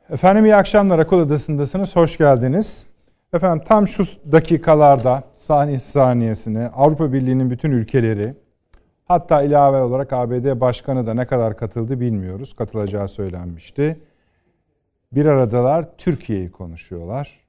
Efendim iyi akşamlar. Akıl Odası'ndasınız. Hoş geldiniz. Efendim tam şu dakikalarda saniyesine Avrupa Birliği'nin bütün ülkeleri, hatta ilave olarak ABD Başkanı da ne kadar katıldı bilmiyoruz. Katılacağı söylenmişti. Bir aradalar, Türkiye'yi konuşuyorlar.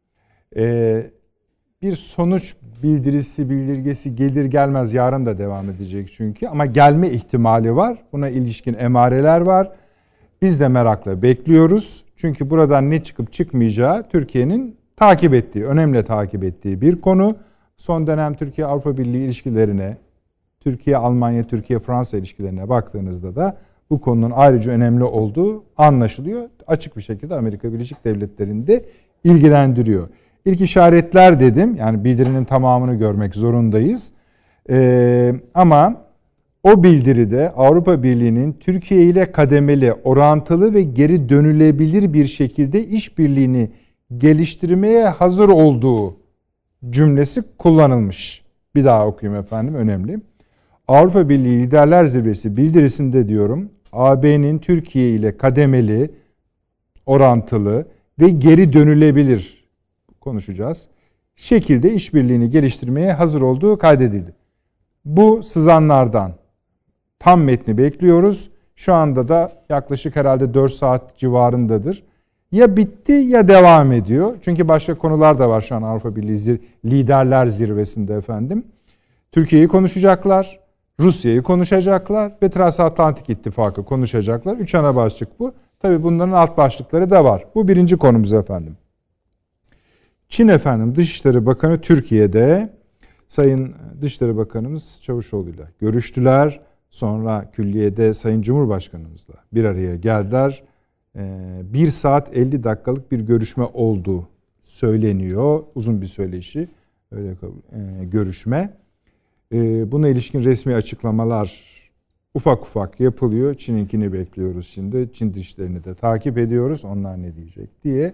Bir sonuç bildirgesi gelir gelmez, yarın da devam edecek çünkü. Ama gelme ihtimali var. Buna ilişkin emareler var. Biz de merakla bekliyoruz. Çünkü buradan ne çıkıp çıkmayacağı Türkiye'nin önemli takip ettiği bir konu. Son dönem Türkiye-Avrupa Birliği ilişkilerine, Türkiye-Almanya, Türkiye-Fransa ilişkilerine baktığınızda da bu konunun ayrıca önemli olduğu anlaşılıyor. Açık bir şekilde Amerika Birleşik Devletleri'ni de ilgilendiriyor. İlk işaretler dedim. Yani bildirinin tamamını görmek zorundayız. Ama o bildiride Avrupa Birliği'nin Türkiye ile kademeli, orantılı ve geri dönülebilir bir şekilde işbirliğini geliştirmeye hazır olduğu cümlesi kullanılmış. Bir daha okuyayım efendim, önemli. Avrupa Birliği Liderler Zirvesi bildirisinde diyorum, AB'nin Türkiye ile kademeli, orantılı ve geri dönülebilir konuşacağız şekilde işbirliğini geliştirmeye hazır olduğu kaydedildi. Bu sızanlardan tam metni bekliyoruz. Şu anda da yaklaşık herhalde 4 saat civarındadır. Ya bitti ya devam ediyor. Çünkü başka konular da var şu an Avrupa Birliği Liderler Zirvesi'nde efendim. Türkiye'yi konuşacaklar, Rusya'yı konuşacaklar ve Transatlantik İttifakı konuşacaklar. 3 ana başlık bu. Tabii bunların alt başlıkları da var. Bu birinci konumuz efendim. Çin efendim Dışişleri Bakanı Türkiye'de Sayın Dışişleri Bakanımız Çavuşoğlu ile görüştüler. Sonra külliyede Sayın Cumhurbaşkanımızla bir araya geldiler. 1 saat 50 dakikalık bir görüşme olduğu söyleniyor. Uzun bir söyleşi, öyle görüşme. Buna ilişkin resmi açıklamalar ufak ufak yapılıyor. Çin'inkini bekliyoruz şimdi. Çin dışlarını da takip ediyoruz. Onlar ne diyecek diye.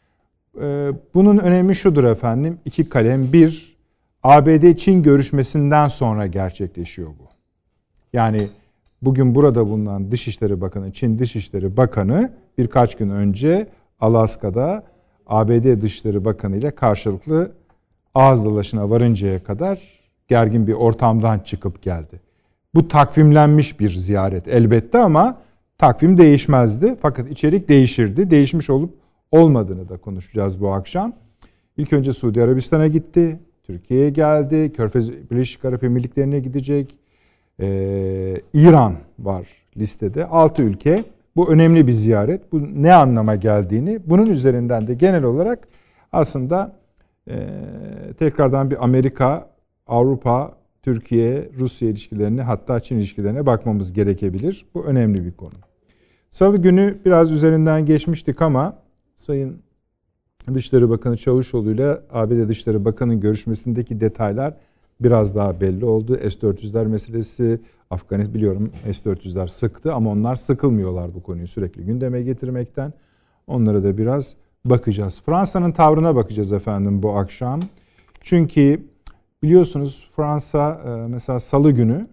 Bunun önemi şudur efendim. 2 kalem. 1, ABD-Çin görüşmesinden sonra gerçekleşiyor bu. Yani bugün burada bulunan Dışişleri Bakanı, Çin Dışişleri Bakanı birkaç gün önce Alaska'da ABD Dışişleri Bakanı ile karşılıklı ağız dalaşına varıncaya kadar gergin bir ortamdan çıkıp geldi. Bu takvimlenmiş bir ziyaret elbette ama takvim değişmezdi. Fakat içerik değişirdi. Değişmiş olup olmadığını da konuşacağız bu akşam. İlk önce Suudi Arabistan'a gitti. Türkiye'ye geldi. Körfez Birleşik Arap Emirlikleri'ne gidecek. İran var listede. 6 ülke. Bu önemli bir ziyaret. Bu ne anlama geldiğini, bunun üzerinden de genel olarak aslında tekrardan bir Amerika, Avrupa, Türkiye, Rusya ilişkilerine, hatta Çin ilişkilerine bakmamız gerekebilir. Bu önemli bir konu. Salı günü biraz üzerinden geçmiştik ama Sayın Dışişleri Bakanı Çavuşoğlu ile ABD Dışişleri Bakanı'nın görüşmesindeki detaylar biraz daha belli oldu. S-400'ler meselesi, Afganistan biliyorum S-400'ler sıktı ama onlar sıkılmıyorlar bu konuyu sürekli gündeme getirmekten. Onlara da biraz bakacağız. Fransa'nın tavrına bakacağız efendim bu akşam. Çünkü biliyorsunuz Fransa mesela Salı günü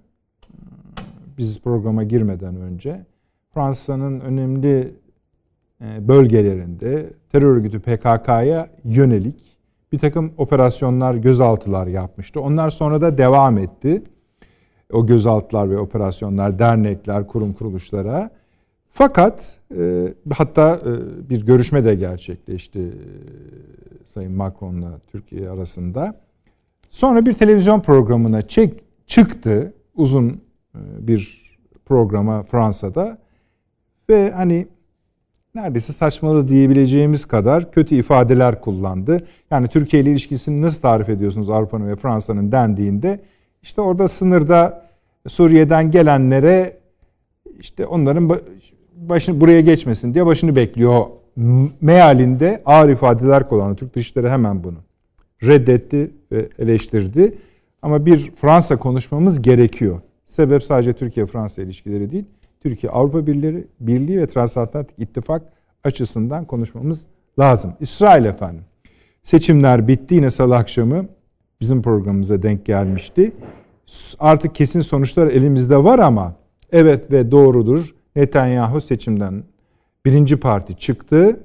biz programa girmeden önce Fransa'nın önemli bölgelerinde terör örgütü PKK'ya yönelik bir takım operasyonlar, gözaltılar yapmıştı. Onlar sonra da devam etti. O gözaltılar ve operasyonlar dernekler, kurum kuruluşlara. Fakat hatta bir görüşme de gerçekleşti Sayın Macron'la Türkiye arasında. Sonra bir televizyon programına çıktı, uzun bir programa Fransa'da ve hani neredeyse saçmalığı diyebileceğimiz kadar kötü ifadeler kullandı. Yani Türkiye ile ilişkisini nasıl tarif ediyorsunuz Avrupa'nın ve Fransa'nın dendiğinde işte orada sınırda Suriye'den gelenlere işte onların başını buraya geçmesin diye başını bekliyor mealinde ağır ifadeler kullandı. Türk Dışişleri hemen bunu reddetti ve eleştirdi. Ama bir Fransa konuşmamız gerekiyor. Sebep sadece Türkiye-Fransa ilişkileri değil. Türkiye-Avrupa Birliği ve Transatlantik İttifak açısından konuşmamız lazım. İsrail efendim. Seçimler bitti, yine salı akşamı bizim programımıza denk gelmişti. Artık kesin sonuçlar elimizde var ama evet ve doğrudur. Netanyahu seçimden birinci parti çıktı.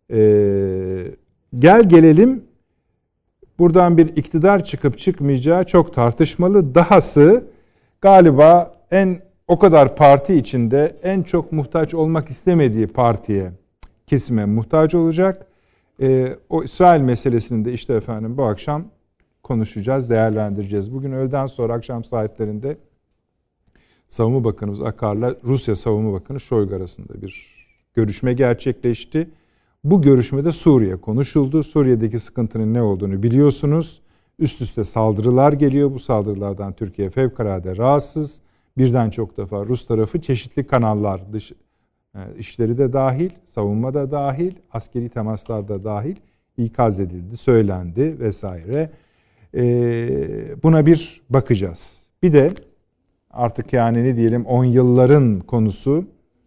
Gel gelelim buradan bir iktidar çıkıp çıkmayacağı çok tartışmalı. Dahası galiba o kadar parti içinde en çok muhtaç olmak istemediği partiye, kesime muhtaç olacak. O İsrail meselesini de işte efendim bu akşam konuşacağız, değerlendireceğiz. Bugün öğleden sonra akşam saatlerinde Savunma Bakanımız Akar'la Rusya Savunma Bakanı Şoygu arasında bir görüşme gerçekleşti. Bu görüşmede Suriye konuşuldu. Suriye'deki sıkıntının ne olduğunu biliyorsunuz. Üst üste saldırılar geliyor. Bu saldırılardan Türkiye fevkalade rahatsız. Birden çok defa Rus tarafı çeşitli kanallar, işleri de dahil, savunma da dahil, askeri temaslar da dahil ikaz edildi, söylendi vesaire. Buna bir bakacağız. Bir de artık yani ne diyelim 10 yılların konusu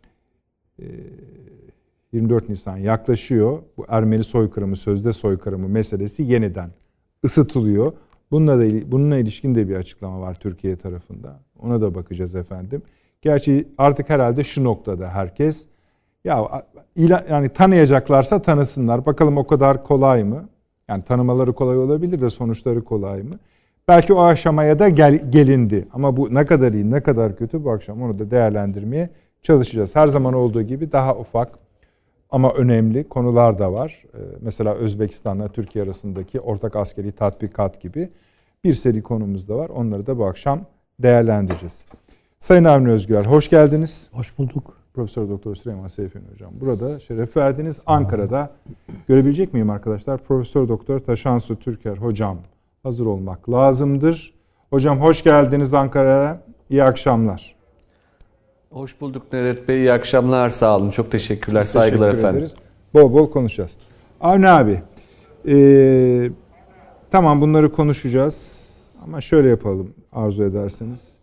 24 Nisan yaklaşıyor. Bu Ermeni soykırımı, sözde soykırımı meselesi yeniden ısıtılıyor. Bununla ilişkin de bir açıklama var Türkiye tarafında. Ona da bakacağız efendim. Gerçi artık herhalde şu noktada herkes yani tanıyacaklarsa tanısınlar. Bakalım o kadar kolay mı? Yani tanımaları kolay olabilir de sonuçları kolay mı? Belki o aşamaya da gelindi. Ama bu ne kadar iyi, ne kadar kötü bu akşam onu da değerlendirmeye çalışacağız. Her zaman olduğu gibi daha ufak ama önemli konular da var. Mesela Özbekistan'la Türkiye arasındaki ortak askeri tatbikat gibi bir seri konumuz da var. Onları da bu akşam değerlendireceğiz. Sayın Avni Özgürel, hoş geldiniz. Hoş bulduk. Profesör Doktor Süleyman Seyfi Hocam. Burada şeref verdiniz. Ankara'da görebilecek miyim arkadaşlar? Profesör Doktor Taşansu Türker hocam hazır olmak lazımdır. Hocam hoş geldiniz Ankara'ya. İyi akşamlar. Hoş bulduk Nedret Bey. İyi akşamlar. Sağ olun. Çok teşekkürler. Saygılar efendim. Ederiz. Bol bol konuşacağız. Avni abi. Tamam bunları konuşacağız. Ama şöyle yapalım arzu ederseniz.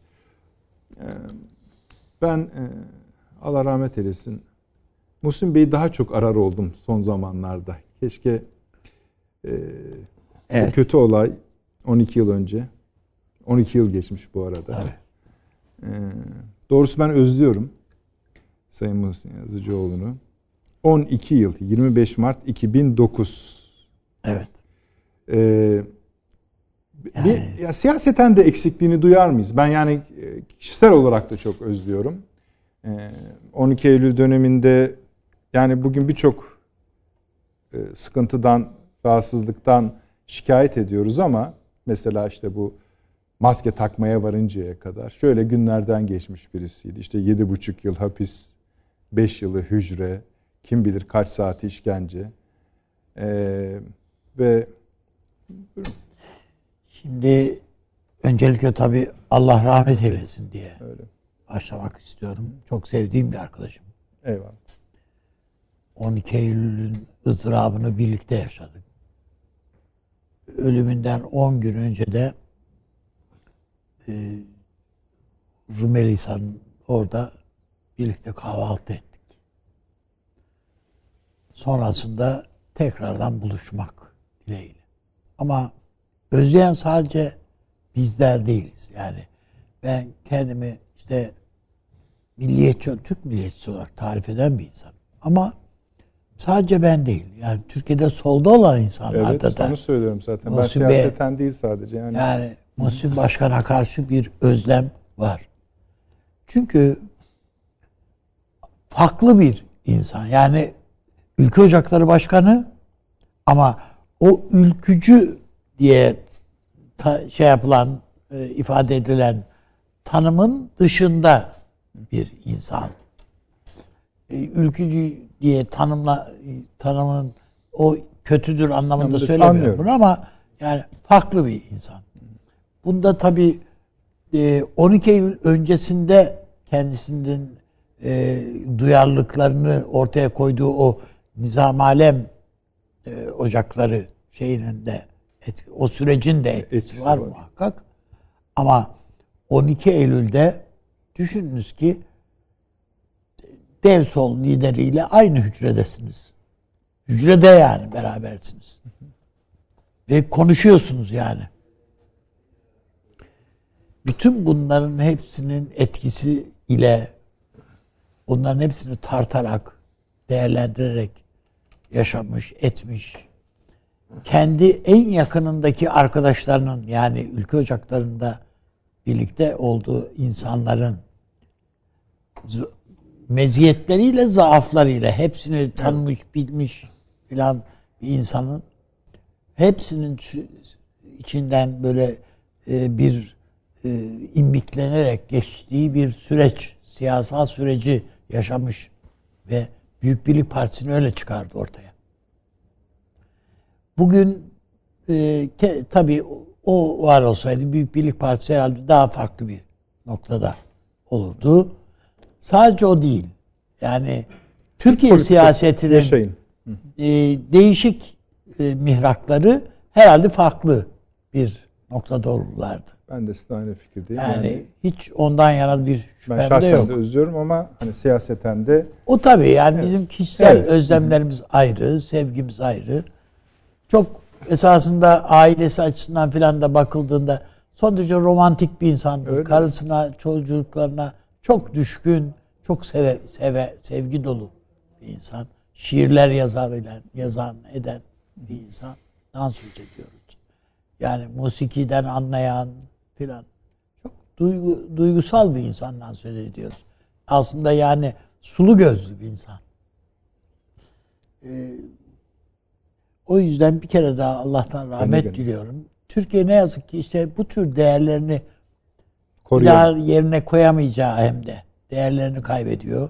Ben Allah rahmet eylesin. Müslüm Bey'i daha çok arar oldum son zamanlarda. Keşke evet. Kötü olay 12 yıl önce. 12 yıl geçmiş bu arada. Evet. Doğrusu ben özlüyorum Sayın Muhsin Yazıcıoğlu'nu. 12 yıl, 25 Mart 2009. Evet. Siyaseten de eksikliğini duyar mıyız? Ben yani kişisel olarak da çok özlüyorum. 12 Eylül döneminde yani bugün birçok sıkıntıdan, rahatsızlıktan şikayet ediyoruz ama mesela işte bu maske takmaya varıncaya kadar şöyle günlerden geçmiş birisiydi. İşte 7,5 yıl hapis, 5 yılı hücre, kim bilir kaç saati işkence. Ve şimdi öncelikle tabii Allah rahmet eylesin diye başlamak istiyorum. Çok sevdiğim bir arkadaşım. Eyvallah. 12 Eylül'ün ızdırabını birlikte yaşadık. Ölümünden 10 gün önce de Rumelihisar'ın orada birlikte kahvaltı ettik. Sonrasında tekrardan buluşmak dileğiyle. Ama özleyen sadece bizler değiliz. Yani ben kendimi işte milliyetçi, Türk milliyetçisi olarak tarif eden bir insanım. Ama sadece ben değil. Yani Türkiye'de solda olan insanlarda evet, da. onu söylüyorum zaten. Ben siyaseten değil sadece. Yani Muhsin Başkan'a karşı bir özlem var. Çünkü farklı bir insan. Yani Ülke Ocakları Başkanı ama o ülkücü diye yapılan, ifade edilen tanımın dışında bir insan. Ülkücü diye tanımın o kötüdür anlamında söylemiyorum bunu ama yani farklı bir insan. Bunda tabii 12 Eylül öncesinde kendisinin duyarlılıklarını ortaya koyduğu o Nizam Alem ocakları şeyinin de o sürecin de etkisi var muhakkak. Ama 12 Eylül'de düşününüz ki dev sol lideriyle aynı hücredesiniz. Hücrede yani berabersiniz. Ve konuşuyorsunuz yani. Bütün bunların hepsinin etkisi ile onların hepsini tartarak, değerlendirerek yaşamış, etmiş. Kendi en yakınındaki arkadaşlarının, yani ülke ocaklarında birlikte olduğu insanların meziyetleriyle, zaaflarıyla hepsini tanımış, bilmiş filan bir insanın hepsinin içinden böyle bir imbiklenerek geçtiği bir süreç, siyasal süreci yaşamış ve Büyük Birlik Partisi'ni öyle çıkardı ortaya. Bugün tabii o var olsaydı Büyük Birlik Partisi herhalde daha farklı bir noktada olurdu. Sadece o değil. Yani Türkiye siyasetinin değişik mihrakları herhalde farklı bir noktada olurlardı. Ben de sizinle aynı fikirdeyim. Yani hiç ondan yana bir şüphem de yok. Ben şahsen de özlüyorum ama hani siyaseten de... O tabii yani bizim kişisel özlemlerimiz ayrı, sevgimiz ayrı. Çok esasında ailesi açısından filan da bakıldığında son derece romantik bir insandır. Öyle. Karısına, çocuklarına çok düşkün, çok sevgi dolu bir insan. Şiirler yazan, eden bir insan. Söz ediyoruz. Yani musikiden anlayan filan. Çok duygusal bir insandan söz ediyoruz. Aslında yani sulu gözlü bir insan. O yüzden bir kere daha Allah'tan rahmet diliyorum. Türkiye ne yazık ki işte bu tür değerlerini bir daha yerine koyamayacağı hem de değerlerini kaybediyor.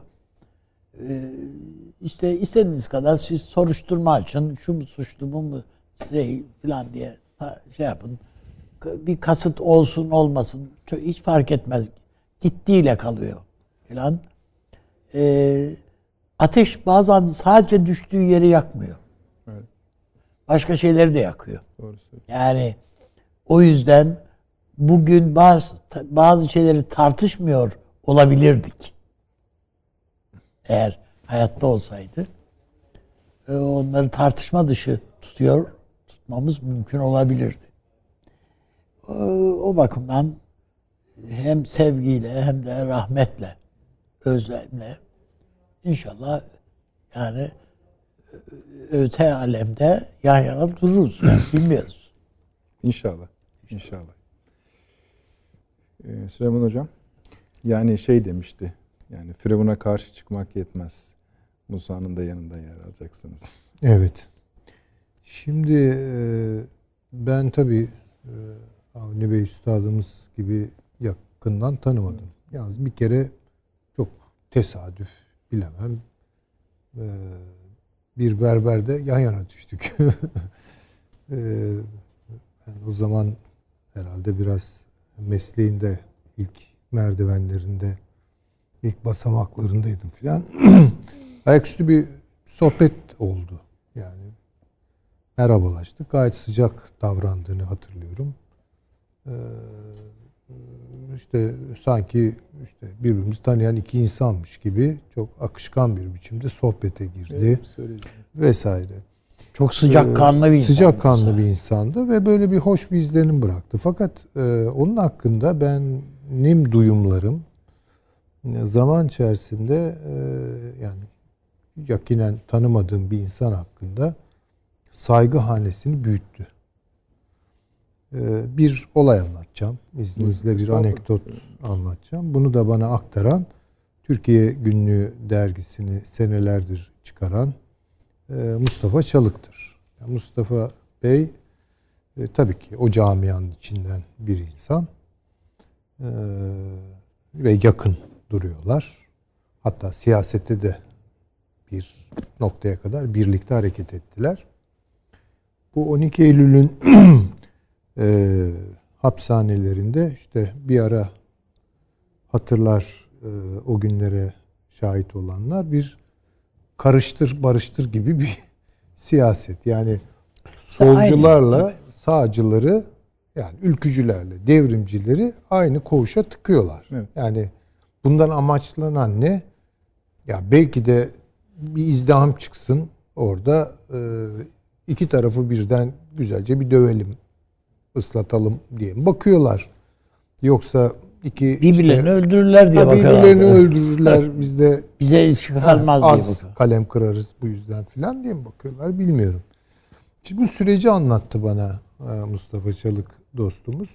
İşte istediğiniz kadar siz soruşturma açın, şu mu suçlu, bu mu filan diye şey yapın. Bir kasıt olsun olmasın hiç fark etmez. Gittiğiyle kalıyor filan. Ateş bazen sadece düştüğü yeri yakmıyor. Evet. Başka şeyleri de yakıyor. Doğru yani o yüzden bugün bazı şeyleri tartışmıyor olabilirdik. Eğer hayatta olsaydı. Onları tartışma dışı tutmamız mümkün olabilirdi. O bakımdan hem sevgiyle hem de rahmetle, özlemle inşallah yani öte alemde yan yana dururuz. Yani bilmiyoruz. İnşallah. İnşallah. Süleyman Hocam yani demişti. Yani Firavun'a karşı çıkmak yetmez. Musa'nın da yanında yer alacaksınız. Evet. Şimdi ben tabii Avni Bey Üstadımız gibi yakından tanımadım. Yalnız bir kere çok tesadüf bilemem. Bir berberde yan yana düştük. Ben o zaman herhalde biraz mesleğinde ilk merdivenlerinde, ilk basamaklarındaydım filan. Ayaküstü bir sohbet oldu. Yani merhabalaştık. Gayet sıcak davrandığını hatırlıyorum. İşte sanki birbirimizi tanıyan iki insanmış gibi çok akışkan bir biçimde sohbete girdi. Evet, vesaire. Çok sıcakkanlı bir insan. Sıcakkanlı bir insandı ve böyle bir hoş bir izlenim bıraktı. Fakat onun hakkında benim duyumlarım zaman içerisinde yani yakinen tanımadığım bir insan hakkında saygı hanesini büyüttü. Bir olay anlatacağım. İzninizle bir anekdot anlatacağım. Bunu da bana aktaran Türkiye Günlüğü dergisini senelerdir çıkaran Mustafa Çalık'tır. Yani Mustafa Bey tabii ki o camianın içinden bir insan ve yakın duruyorlar. Hatta siyasette de bir noktaya kadar birlikte hareket ettiler. Bu 12 Eylül'ün hapishanelerinde işte bir ara hatırlar o günlere şahit olanlar bir karıştır barıştır gibi bir siyaset. Yani solcularla sağcıları yani ülkücülerle devrimcileri aynı koğuşa tıkıyorlar. Evet. Yani bundan amaçlanan ne? Ya belki de bir izdiham çıksın orada iki tarafı birden güzelce bir dövelim, ıslatalım diye bakıyorlar. Yoksa Birbirlerini öldürürler diye bakıyorlar. Birbirlerini öldürürler. Biz de bize iş kalmaz diye az bakıyor. kalem kırarız bu yüzden filan diye mi bakıyorlar bilmiyorum. Şimdi bu süreci anlattı bana Mustafa Çalık dostumuz.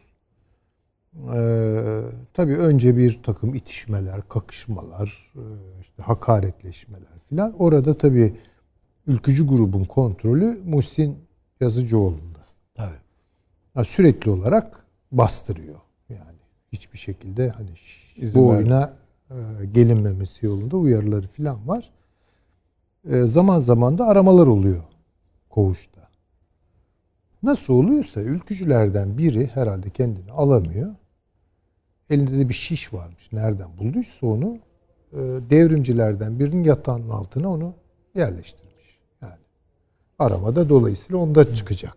Tabii önce bir takım itişmeler, kakışmalar, işte hakaretleşmeler filan. Orada tabii ülkücü grubun kontrolü Muhsin Yazıcıoğlu'nda. Tabii. Sürekli olarak bastırıyor. Yani hiçbir şekilde hani İzin bu oyuna gelinmemesi yolunda uyarıları filan var. Zaman zaman da aramalar oluyor koğuşta. Nasıl oluyorsa ülkücülerden biri herhalde kendini alamıyor. Elinde de bir şiş varmış. Nereden bulduysa onu devrimcilerden birinin yatağının altına onu yerleştirmiş. Yani aramada dolayısıyla onda çıkacak.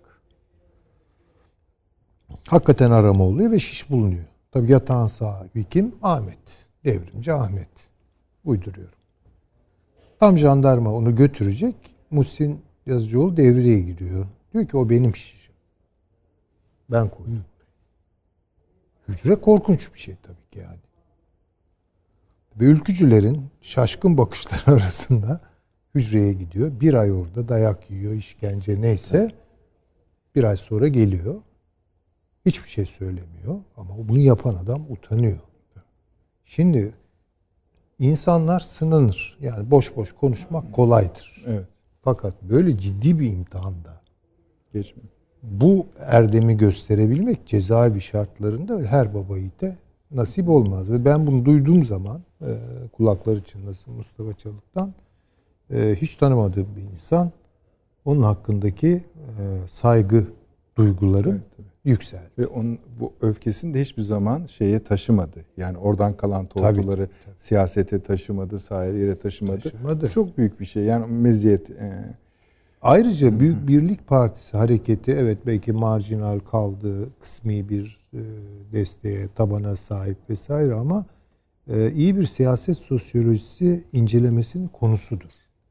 Hakikaten arama oluyor ve şiş bulunuyor. Tabii yatağın sahibi kim? Ahmet. Devrimci Ahmet. Uyduruyorum. Tam jandarma onu götürecek. Muhsin Yazıcıoğlu devreye giriyor. Diyor ki o benim şişim. Ben koydum. Hücre korkunç bir şey tabii ki yani. Ve ülkücülerin şaşkın bakışları arasında hücreye gidiyor. Bir ay orada dayak yiyor, işkence neyse. Bir ay sonra geliyor. Hiçbir şey söylemiyor. Ama bunu yapan adam utanıyor. Şimdi insanlar sınanır. Yani boş boş konuşmak kolaydır. Evet. Fakat böyle ciddi bir imtihanda Geçmiyor. bu erdemi gösterebilmek cezaevi şartlarında her baba yiğide nasip olmaz. Ve ben bunu duyduğum zaman kulakları çınlasın Mustafa Çalık'tan hiç tanımadığım bir insan onun hakkındaki saygı duygularım yükseldi. Ve onun bu öfkesini de hiçbir zaman şeye taşımadı. Yani oradan kalan tortuları siyasete taşımadı, sahaya yere taşımadı. Çok büyük bir şey. Yani meziyet. Ayrıca Büyük Birlik Partisi hareketi evet belki marjinal kaldı, kısmi bir desteğe, tabana sahip vesaire ama iyi bir siyaset sosyolojisi incelemesinin konusudur.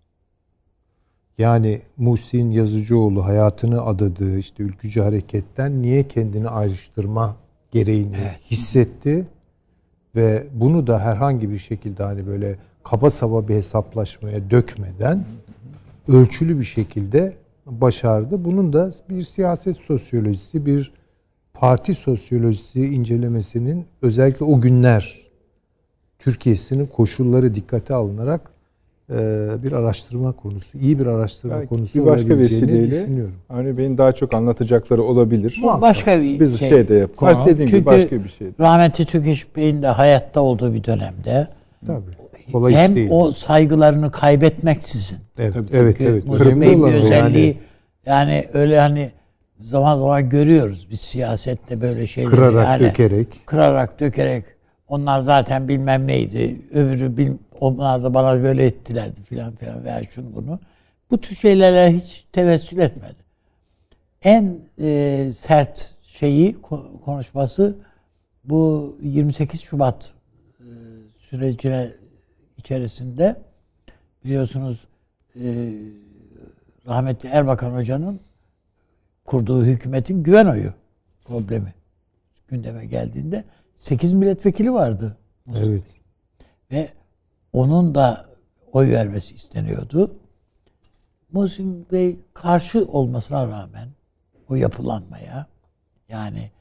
Yani Muhsin Yazıcıoğlu hayatını adadığı işte ülkücü hareketten niye kendini ayrıştırma gereğini hissetti ve bunu da herhangi bir şekilde hani böyle kaba saba bir hesaplaşmaya dökmeden ölçülü bir şekilde başardı. Bunun da bir siyaset sosyolojisi, bir parti sosyolojisi incelemesinin özellikle o günler Türkiye'sinin koşulları dikkate alınarak bir araştırma konusu, iyi bir araştırma belki konusu bir başka olabileceğini vesileyle düşünüyorum. Avni Bey'in daha çok anlatacakları olabilir. Başka bir Biz şey de yapalım. Dediğim gibi başka bir şey. Rahmetli Türkeş Bey'in de hayatta olduğu bir dönemde Tabii. Kolay iş hem değil. o saygılarını kaybetmeksizin. Evet. Muhsin Bey'in bir özelliği yani öyle hani zaman zaman görüyoruz biz siyasette böyle şeyleri. Kırarak dökerek. Onlar zaten bilmem neydi. Onlar da bana böyle ettilerdi filan veya şunu bunu. Bu tür şeylere hiç tevessül etmedi. En sert konuşması bu 28 Şubat sürecine içerisinde biliyorsunuz rahmetli Erbakan Hoca'nın kurduğu hükümetin güven oyu problemi gündeme geldiğinde 8 milletvekili vardı. Evet. Ve onun da oy vermesi isteniyordu. Muhsin Bey karşı olmasına rağmen o yapılanmaya yani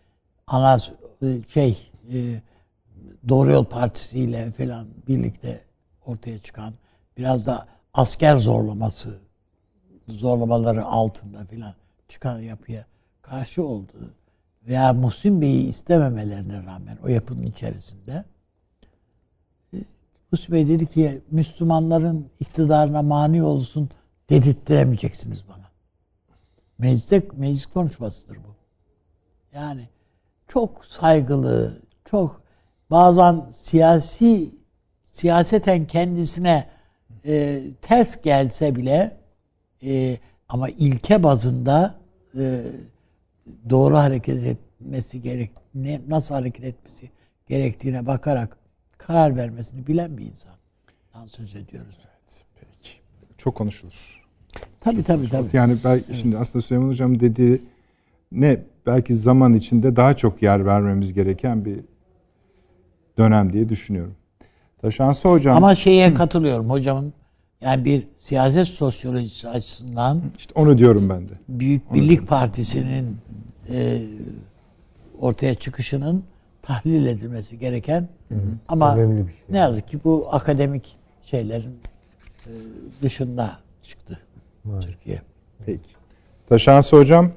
Doğru Yol Partisi ile falan birlikte ortaya çıkan biraz da asker zorlamaları altında falan çıkan yapıya karşı olduğu veya Muhsin Bey'i istememelerine rağmen o yapının içerisinde Muhsin Bey dedi ki Müslümanların iktidarına mani olsun dedirttiremeyeceksiniz bana. Meclis konuşmasıdır bu. Yani çok saygılı, çok bazen siyaseten kendisine ters gelse bile ama ilke bazında doğru hareket etmesi nasıl hareket etmesi gerektiğine bakarak karar vermesini bilen bir insandan söz ediyoruz. Evet, peki. Çok konuşulur. Tabii. Yani şimdi aslında Süleyman Hocam dediği belki zaman içinde daha çok yer vermemiz gereken bir dönem diye düşünüyorum. Taşansı hocam. Ama şeye katılıyorum hocamın. Yani bir siyaset sosyolojisi açısından İşte onu diyorum ben de. Büyük Birlik Partisi'nin ortaya çıkışının tahlil edilmesi gereken ama önemli bir şey. ne yazık ki bu akademik şeylerin dışında çıktı Türkiye. Peki. Taşansı hocam.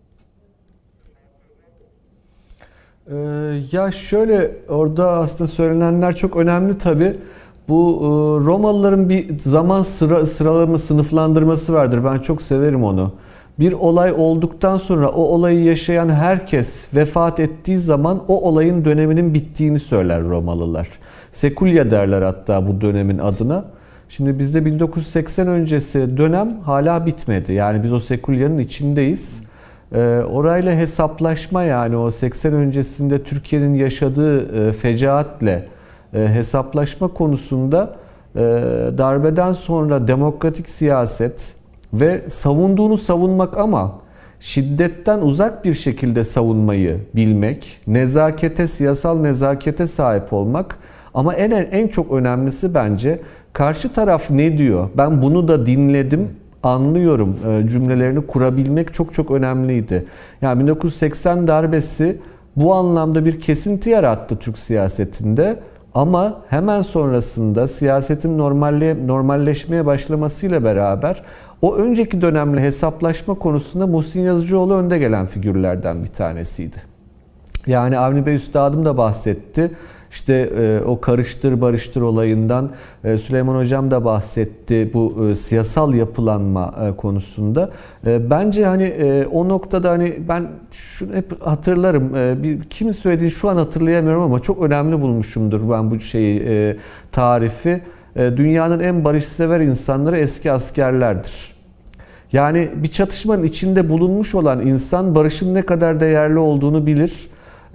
Ya şöyle, orada aslında söylenenler çok önemli tabii. Bu Romalıların bir zaman sıralama, sınıflandırması vardır. Ben çok severim onu. Bir olay olduktan sonra o olayı yaşayan herkes vefat ettiği zaman o olayın döneminin bittiğini söyler Romalılar. Sekulya derler hatta bu dönemin adına. Şimdi bizde 1980 öncesi dönem hala bitmedi. Yani biz o Sekulya'nın içindeyiz. Orayla hesaplaşma, yani o 80 öncesinde Türkiye'nin yaşadığı fecaatle hesaplaşma konusunda darbeden sonra demokratik siyaset ve savunduğunu savunmak ama şiddetten uzak bir şekilde savunmayı bilmek, nezakete, siyasal nezakete sahip olmak ama en çok önemlisi bence karşı taraf ne diyor? Ben bunu da dinledim, anlıyorum cümlelerini kurabilmek çok çok önemliydi. Yani 1980 darbesi bu anlamda bir kesinti yarattı Türk siyasetinde. Ama hemen sonrasında siyasetin normalleşmeye başlamasıyla beraber o önceki dönemle hesaplaşma konusunda Muhsin Yazıcıoğlu önde gelen figürlerden bir tanesiydi. Yani Avni Bey Üstadım da bahsetti. İşte o karıştır barıştır olayından Süleyman Hocam da bahsetti bu siyasal yapılanma konusunda. Bence hani o noktada hani ben şunu hep hatırlarım. Kimin söylediğini şu an hatırlayamıyorum ama çok önemli bulmuşumdur ben bu şeyi, tarifi. Dünyanın en barışsever insanları eski askerlerdir. Yani bir çatışmanın içinde bulunmuş olan insan barışın ne kadar değerli olduğunu bilir.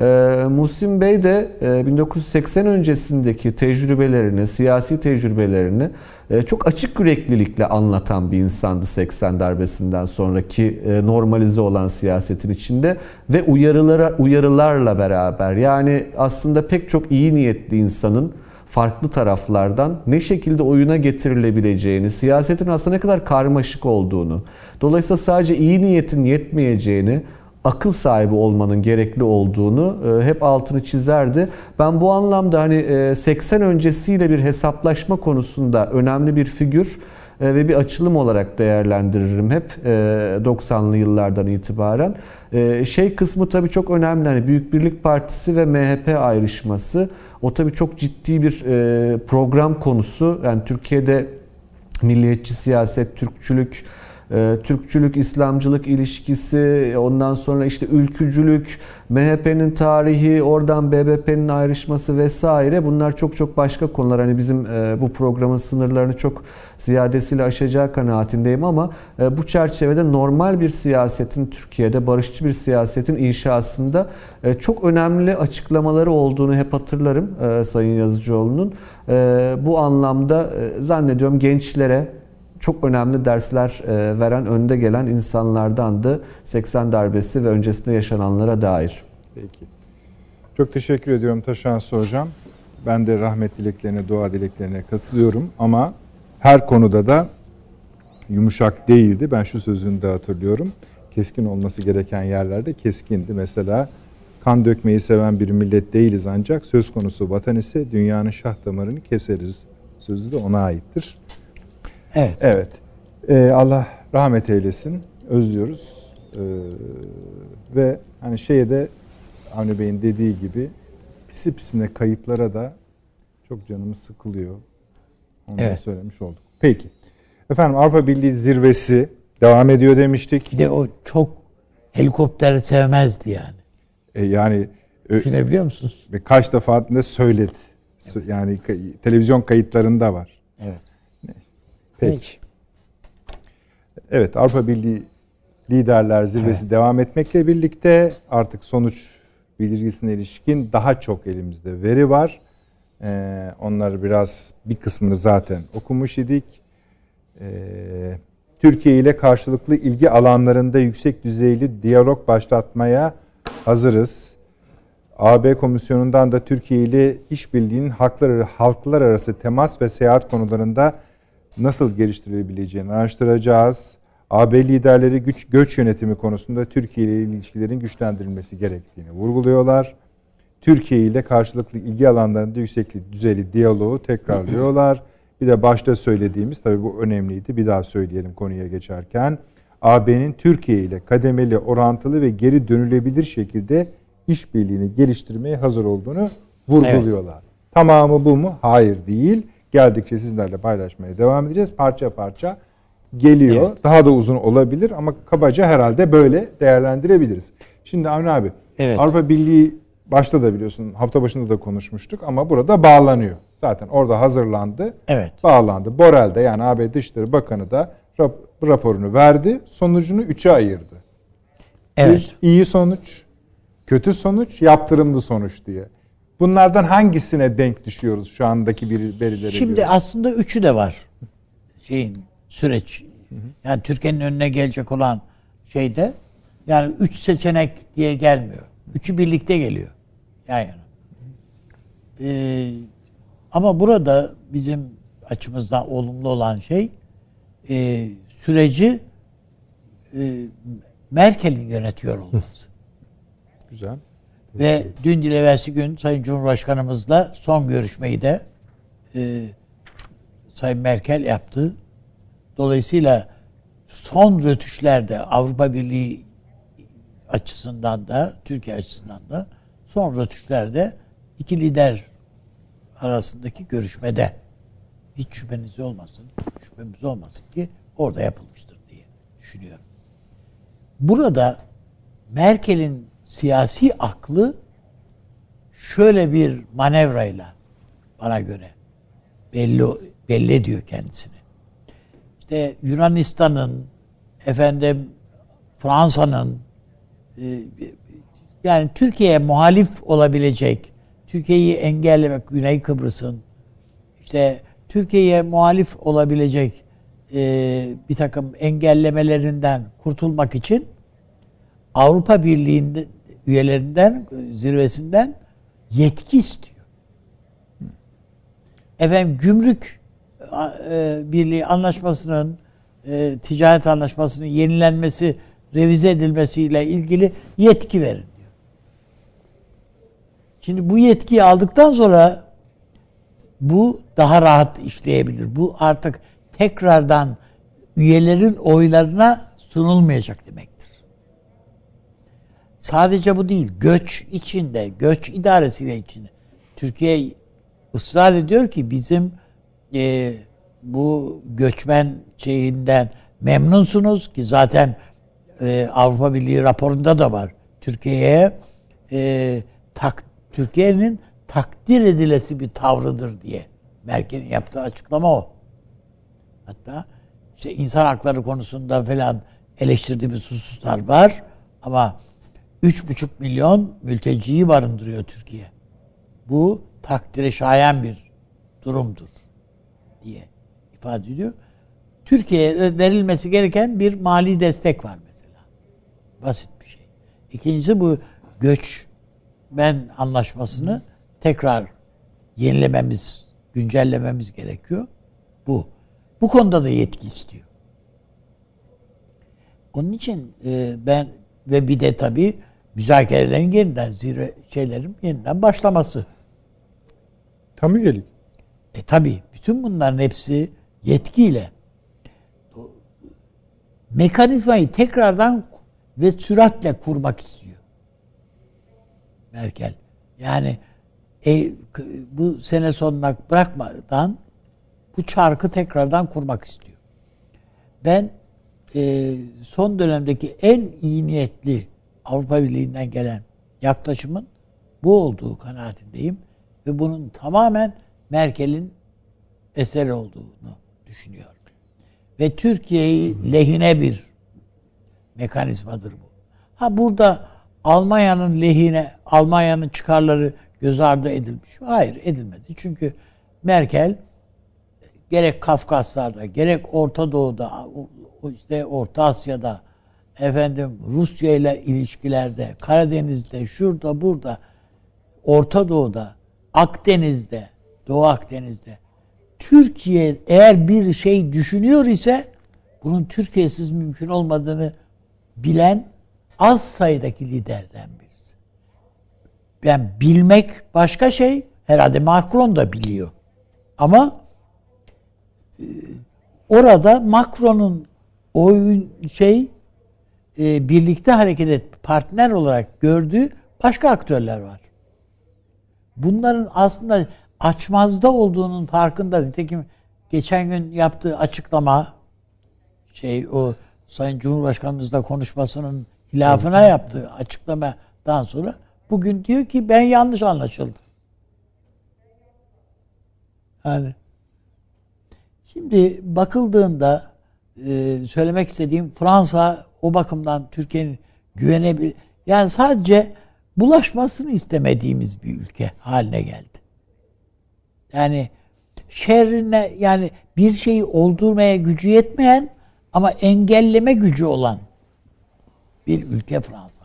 Muhsin Bey de 1980 öncesindeki tecrübelerini, siyasi tecrübelerini çok açık yüreklilikle anlatan bir insandı 80 darbesinden sonraki normalize olan siyasetin içinde ve uyarılarla beraber, yani aslında pek çok iyi niyetli insanın farklı taraflardan ne şekilde oyuna getirilebileceğini, siyasetin aslında ne kadar karmaşık olduğunu, dolayısıyla sadece iyi niyetin yetmeyeceğini, akıl sahibi olmanın gerekli olduğunu hep altını çizerdi. Ben bu anlamda hani 80 öncesiyle bir hesaplaşma konusunda önemli bir figür ve bir açılım olarak değerlendiririm hep 90'lı yıllardan itibaren. Şey kısmı tabii çok önemli. Hani Büyük Birlik Partisi ve MHP ayrışması. O tabii çok ciddi bir program konusu. Yani Türkiye'de milliyetçi siyaset, Türkçülük, İslamcılık ilişkisi, ondan sonra işte ülkücülük, MHP'nin tarihi, oradan BBP'nin ayrışması vesaire, bunlar çok çok başka konular. Hani bizim bu programın sınırlarını çok ziyadesiyle aşacağı kanaatindeyim ama bu çerçevede normal bir siyasetin, Türkiye'de barışçı bir siyasetin inşasında çok önemli açıklamaları olduğunu hep hatırlarım Sayın Yazıcıoğlu'nun. Bu anlamda zannediyorum gençlere çok önemli dersler veren, önde gelen insanlardandı 80 darbesi ve öncesinde yaşananlara dair. Peki. Çok teşekkür ediyorum Taşansı Hocam. Ben de rahmet dileklerine, dua dileklerine katılıyorum ama her konuda da yumuşak değildi. Ben şu sözünü de hatırlıyorum. Keskin olması gereken yerlerde keskindi. Mesela kan dökmeyi seven bir millet değiliz ancak söz konusu vatan ise dünyanın şah damarını keseriz. Sözü de ona aittir. Evet. Evet. Allah rahmet eylesin. Özlüyoruz. Ve hani şeye de Avni Bey'in dediği gibi pisi pisine kayıplara da çok canımız sıkılıyor. Onu da söylemiş olduk. Peki. Efendim Avrupa Birliği zirvesi devam ediyor demiştik. Bir de o çok helikopteri sevmezdi yani. Yani düşünebiliyor musunuz? Ve kaç defa da söyledi. Evet. Yani televizyon kayıtlarında var. Evet. Peki. Evet, Avrupa Birliği Liderler Zirvesi devam etmekle birlikte artık sonuç bildirgesine ilişkin daha çok elimizde veri var. Onları bir kısmını zaten okumuş idik. Türkiye ile karşılıklı ilgi alanlarında yüksek düzeyli diyalog başlatmaya hazırız. AB Komisyonu'ndan da Türkiye ile işbirliğinin halklar arası temas ve seyahat konularında nasıl geliştirilebileceğini araştıracağız. AB liderleri göç yönetimi konusunda Türkiye ile ilişkilerin güçlendirilmesi gerektiğini vurguluyorlar. Türkiye ile karşılıklı ilgi alanlarında yüksek düzeyli diyaloğu tekrarlıyorlar. Bir de başta söylediğimiz, tabii bu önemliydi, bir daha söyleyelim konuya geçerken. AB'nin Türkiye ile kademeli, orantılı ve geri dönülebilir şekilde işbirliğini geliştirmeye hazır olduğunu vurguluyorlar. Evet. Tamamı bu mu? Hayır değil. Geldikçe sizlerle paylaşmaya devam edeceğiz. Parça parça geliyor. Evet. Daha da uzun olabilir ama kabaca herhalde böyle değerlendirebiliriz. Şimdi Avni abi, evet. Avrupa Birliği başta da biliyorsun, hafta başında da konuşmuştuk ama burada bağlanıyor. Zaten orada hazırlandı, evet. Bağlandı. Borrell de, yani AB Dışişleri Bakanı da raporunu verdi. Sonucunu 3'e ayırdı. Evet. Bir iyi sonuç, kötü sonuç, yaptırımlı sonuç diye. Bunlardan hangisine denk düşüyoruz şu andaki verilere Şimdi göre? Aslında üçü de var. Süreç. Yani Türkiye'nin önüne gelecek olan şeyde, yani 3 seçenek diye gelmiyor. Üçü birlikte geliyor. Yani. Ama burada bizim açımızdan olumlu olan şey süreci Merkel'in yönetiyor olması. Güzel. Ve dün değil evvelsi gün Sayın Cumhurbaşkanımızla son görüşmeyi de Sayın Merkel yaptı. Dolayısıyla son rötuşlerde Avrupa Birliği açısından da Türkiye açısından da son rötuşlerde iki lider arasındaki görüşmede hiç şüphemiz olmasın ki orada yapılmıştır diye düşünüyorum. Burada Merkel'in siyasi aklı şöyle bir manevrayla bana göre belli ediyor kendisini. İşte Yunanistan'ın, Fransa'nın, yani Türkiye'ye muhalif olabilecek, Türkiye'yi engellemek, Güney Kıbrıs'ın, işte Türkiye'ye muhalif olabilecek bir takım engellemelerinden kurtulmak için Avrupa Birliği'nde üyelerinden, zirvesinden yetki istiyor. Gümrük Birliği anlaşmasının, ticaret anlaşmasının yenilenmesi, revize edilmesiyle ilgili yetki verin diyor. Şimdi bu yetkiyi aldıktan sonra bu daha rahat işleyebilir. Bu artık tekrardan üyelerin oylarına sunulmayacak demektir. Sadece bu değil, göç içinde, göç idaresiyle içinde. Türkiye ısrar ediyor ki bizim bu göçmen şeyinden memnunsunuz ki zaten Avrupa Birliği raporunda da var. Türkiye'nin takdir edilesi bir tavrıdır diye Merkel'in yaptığı açıklama o. Hatta işte insan hakları konusunda falan eleştirdiğimiz hususlar var ama 3,5 milyon mülteciyi barındırıyor Türkiye. Bu takdire şayan bir durumdur diye ifade ediyor. Türkiye'ye verilmesi gereken bir mali destek var mesela. Basit bir şey. İkincisi bu göçmen anlaşmasını tekrar yenilememiz, güncellememiz gerekiyor. Bu konuda da yetki istiyor. Onun için ben ve bir de tabii müzakerelerin yeniden başlaması. Tam üyelik. Tabii bütün bunların hepsi yetkiyle mekanizmayı tekrardan ve süratle kurmak istiyor Merkel. Yani bu sene sonuna bırakmadan bu çarkı tekrardan kurmak istiyor. Ben son dönemdeki en iyi niyetli Avrupa Birliği'nden gelen yaklaşımın bu olduğu kanaatindeyim ve bunun tamamen Merkel'in eseri olduğunu düşünüyorum. Ve Türkiye'yi lehine bir mekanizmadır bu. Burada Almanya'nın lehine, Almanya'nın çıkarları göz ardı edilmiş mi? Hayır, edilmedi. Çünkü Merkel gerek Kafkaslar'da, gerek Orta Doğu'da, işte Orta Asya'da, Rusya ile ilişkilerde, Karadeniz'de, şurada, burada Orta Doğu'da, Akdeniz'de, Doğu Akdeniz'de Türkiye eğer bir şey düşünüyor ise bunun Türkiye'siz mümkün olmadığını bilen az sayıdaki liderden birisi. Yani bilmek başka şey. Herhalde Macron da biliyor. Ama orada Macron'un birlikte hareket et partner olarak gördüğü başka aktörler var. Bunların aslında açmazda olduğunun farkında. Nitekim geçen gün yaptığı açıklama o Sayın Cumhurbaşkanımızla konuşmasının hilafına yaptığı açıklamadan sonra bugün diyor ki ben yanlış anlaşıldım. Yani şimdi bakıldığında söylemek istediğim Fransa o bakımdan Türkiye'nin güvenebilir yani sadece bulaşmasını istemediğimiz bir ülke haline geldi. Yani şerrine yani bir şeyi oldurmaya gücü yetmeyen ama engelleme gücü olan bir ülke Fransa.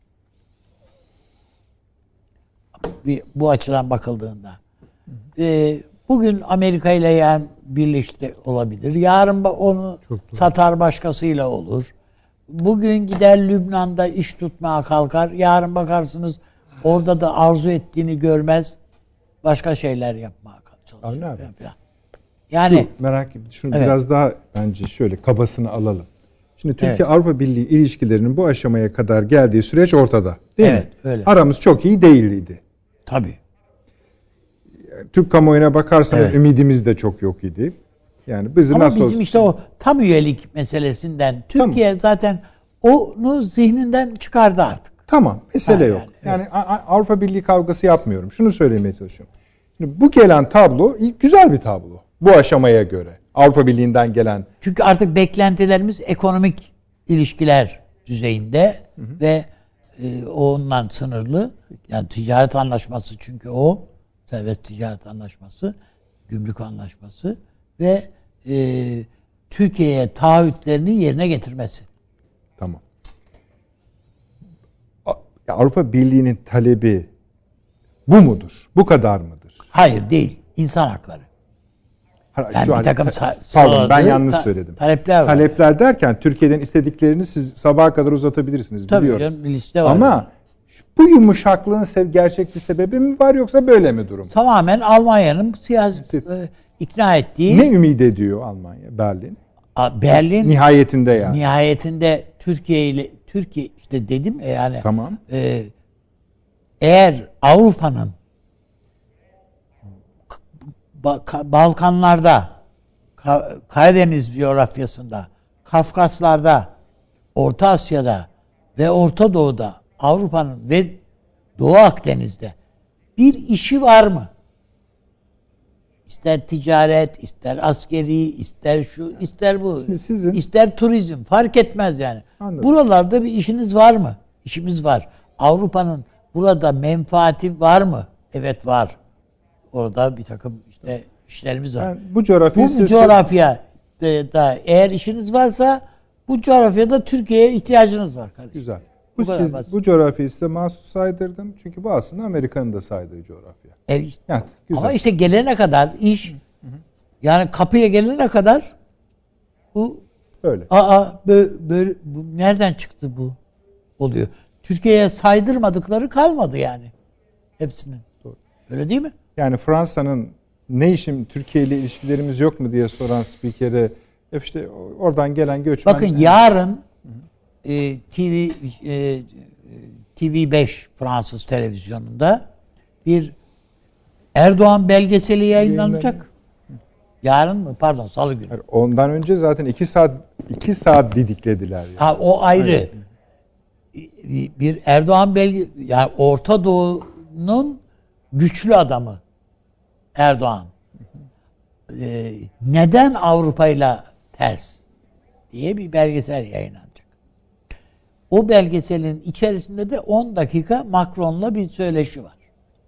Bu açıdan bakıldığında. Bugün Amerika ile yani birleşti olabilir. Yarın onu satar başkasıyla olur. Bugün gider Lübnan'da iş tutmaya kalkar. Yarın bakarsınız orada da arzu ettiğini görmez. Başka şeyler yapmaya çalışır. Yani merak ettim. Şunu biraz daha bence şöyle kabasını alalım. Şimdi Türkiye-Avrupa Birliği ilişkilerinin bu aşamaya kadar geldiği süreç ortada. Değil mi? Öyle. Aramız çok iyi değildi. Tabii. Türk kamuoyuna bakarsanız ümidimiz de çok yok idi. Yani ama bizim işte o tam üyelik meselesinden Türkiye zaten onu zihninden çıkardı artık. Tamam. Mesele yok. Yani Avrupa Birliği kavgası yapmıyorum. Şunu söylemeye çalışıyorum. Şimdi bu gelen tablo güzel bir tablo. Bu aşamaya göre. Avrupa Birliği'nden gelen. Çünkü artık beklentilerimiz ekonomik ilişkiler düzeyinde ve onunla sınırlı. Yani ticaret anlaşması çünkü o. Serbest ticaret anlaşması, gümrük anlaşması ve Türkiye'ye taahhütlerini yerine getirmesi. Tamam. Avrupa Birliği'nin talebi bu mudur? Bu kadar mıdır? Hayır değil. İnsan hakları. Yani bir takım pardon ben yanlış söyledim. Talepler var. Talepler derken Türkiye'den istediklerini siz sabaha kadar uzatabilirsiniz. Tabii biliyorum. Canım, bir liste var. Ama yani. Bu yumuşaklığın gerçek bir sebebi mi var yoksa böyle mi durum? Tamamen Almanya'nın siyasi ikna ettiği. Ne ümit ediyor Almanya, Berlin? Berlin nihayetinde yani. Nihayetinde Türkiye işte dedim yani. Tamam. Eğer Avrupa'nın Balkanlarda, Karadeniz coğrafyasında, Kafkaslar'da, Orta Asya'da ve Orta Doğu'da Avrupa'nın ve Doğu Akdeniz'de bir işi var mı? İster ticaret, ister askeri, ister şu, ister bu, ister turizm fark etmez yani. Anladım. Buralarda bir işiniz var mı? İşimiz var. Avrupa'nın burada menfaati var mı? Evet var. Orada bir takım işte işlerimiz var. Yani bu coğrafyada eğer işiniz varsa bu coğrafyada Türkiye'ye ihtiyacınız var kardeşim. Güzel. Bu coğrafyayı size mahsus saydırdım. Çünkü bu aslında Amerika'nın da saydığı coğrafya. Evet. Yani, güzel. Ama işte gelene kadar iş yani kapıya gelene kadar bu böyle. Böyle bu nereden çıktı bu oluyor. Türkiye'ye saydırmadıkları kalmadı yani. Hepsinin. Doğru. Öyle değil mi? Yani Fransa'nın ne işim Türkiye ile ilişkilerimiz yok mu diye soran spikere işte oradan gelen göçmen. Bakın yarın TV5 Fransız televizyonunda bir Erdoğan belgeseli yayınlanacak. Yarın mı? Pardon, Salı günü. Ondan önce zaten 2 saat didiklediler yani. Ha, o ayrı. Evet. Bir Erdoğan yani Orta Doğu'nun güçlü adamı Erdoğan. Neden Avrupa'yla ters diye bir belgesel yayınlanacak. O belgeselin içerisinde de 10 dakika Macron'la bir söyleşi var.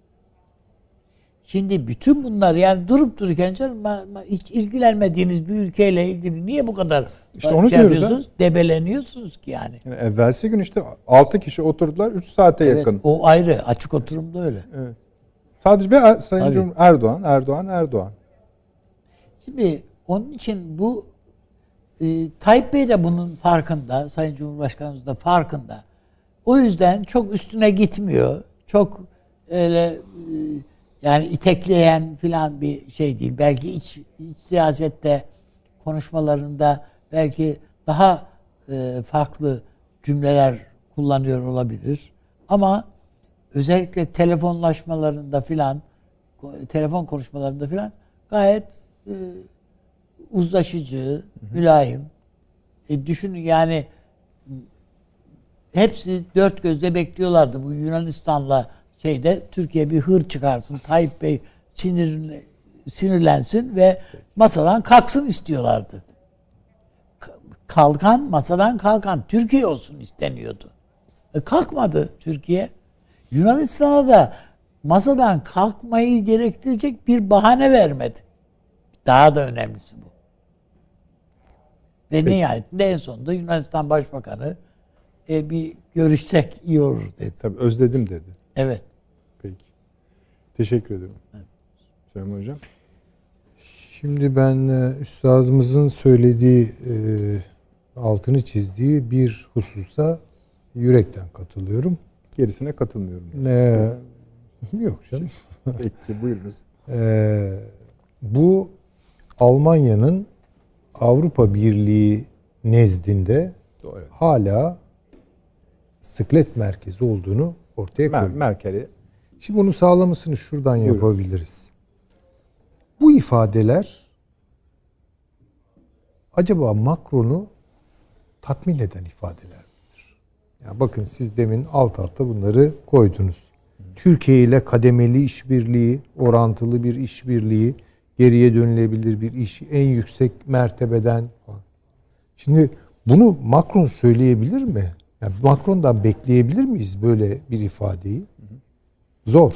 Şimdi bütün bunlar yani durup dururken canım hiç ilgilenmediğiniz bir ülkeyle ilgili niye bu kadar işte onu diyoruz, debeleniyorsunuz ki yani. Evvelsi gün işte 6 kişi oturdular 3 saate yakın. O ayrı. Açık oturumda öyle. Evet. Sadece Sayın Tabii. Erdoğan. Şimdi onun için bu Tayyip Bey de bunun farkında. Sayın Cumhurbaşkanımız da farkında. O yüzden çok üstüne gitmiyor. Çok öyle yani itekleyen filan bir şey değil. Belki iç siyasette konuşmalarında belki daha farklı cümleler kullanıyor olabilir. Ama özellikle telefonlaşmalarında filan, telefon konuşmalarında filan gayet uzlaşıcı, mülayim. Düşünün yani hepsi dört gözle bekliyorlardı. Bu Yunanistan'la Türkiye bir hır çıkarsın. Tayyip Bey sinirlensin ve masadan kalksın istiyorlardı. Masadan kalkan Türkiye olsun isteniyordu. Kalkmadı Türkiye. Yunanistan'a da masadan kalkmayı gerektirecek bir bahane vermedi. Daha da önemlisi bu. Ve nihayetinde en sonunda Yunanistan Başbakanı bir görüşsek iyi olur dedi. Tabii özledim dedi. Evet. Peki. Teşekkür ederim. Evet. Süleyman Hocam. Şimdi ben üstadımızın söylediği, altını çizdiği bir hususa yürekten katılıyorum. Gerisine katılmıyorum. Yok canım. Peki buyurunuz. Bu Almanya'nın Avrupa Birliği nezdinde hala sıklet merkezi olduğunu ortaya koyuyor. Merkel'i. Şimdi bunu sağlamasını şuradan yapabiliriz. Bu ifadeler acaba Macron'u tatmin eden ifadeler midir? Yani bakın siz demin alt alta bunları koydunuz. Türkiye ile kademeli işbirliği, orantılı bir işbirliği, geriye dönülebilir bir iş, en yüksek mertebeden falan. Şimdi bunu Macron söyleyebilir mi? Yani Macron'dan bekleyebilir miyiz böyle bir ifadeyi? Zor.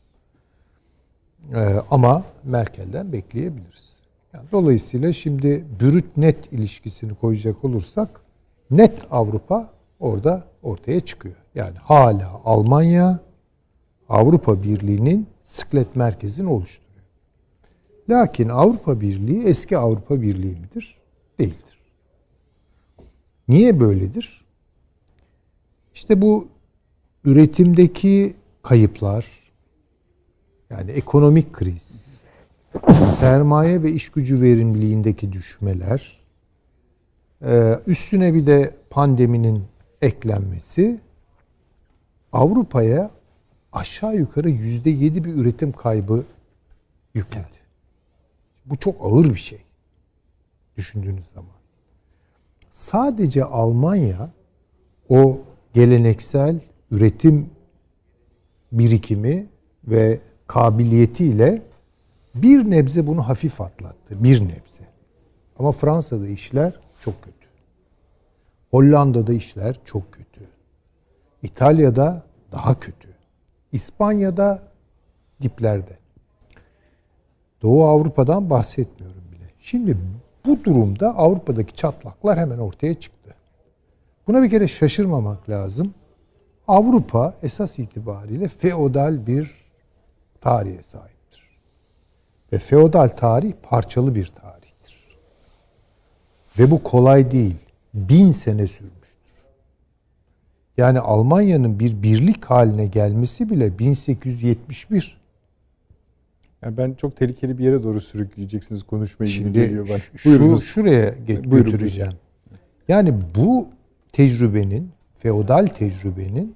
Ama Merkel'den bekleyebiliriz. Yani dolayısıyla şimdi brüt net ilişkisini koyacak olursak net Avrupa orada ortaya çıkıyor. Yani hala Almanya Avrupa Birliği'nin sıklet merkezini oluşturuyor. Lakin Avrupa Birliği eski Avrupa Birliği midir? Değildir. Niye böyledir? İşte bu üretimdeki kayıplar, yani ekonomik kriz, sermaye ve iş gücü verimliliğindeki düşmeler, üstüne bir de pandeminin eklenmesi Avrupa'ya aşağı yukarı %7 bir üretim kaybı yükledi. Bu çok ağır bir şey düşündüğünüz zaman. Sadece Almanya o geleneksel üretim birikimi ve kabiliyetiyle bir nebze bunu hafif atlattı. Bir nebze. Ama Fransa'da işler çok kötü. Hollanda'da işler çok kötü. İtalya'da daha kötü. İspanya'da diplerde. Doğu Avrupa'dan bahsetmiyorum bile. Şimdi bu durumda Avrupa'daki çatlaklar hemen ortaya çıktı. Buna bir kere şaşırmamak lazım. Avrupa esas itibariyle feodal bir tarihe sahiptir. Ve feodal tarih parçalı bir tarihtir. Ve bu kolay değil. 1000 sene sürmüştür. Yani Almanya'nın bir birlik haline gelmesi bile 1871. Yani ben çok tehlikeli bir yere doğru sürükleyeceksiniz konuşmayı. Şimdi şuraya götüreceğim. Yani bu tecrübenin, feodal tecrübenin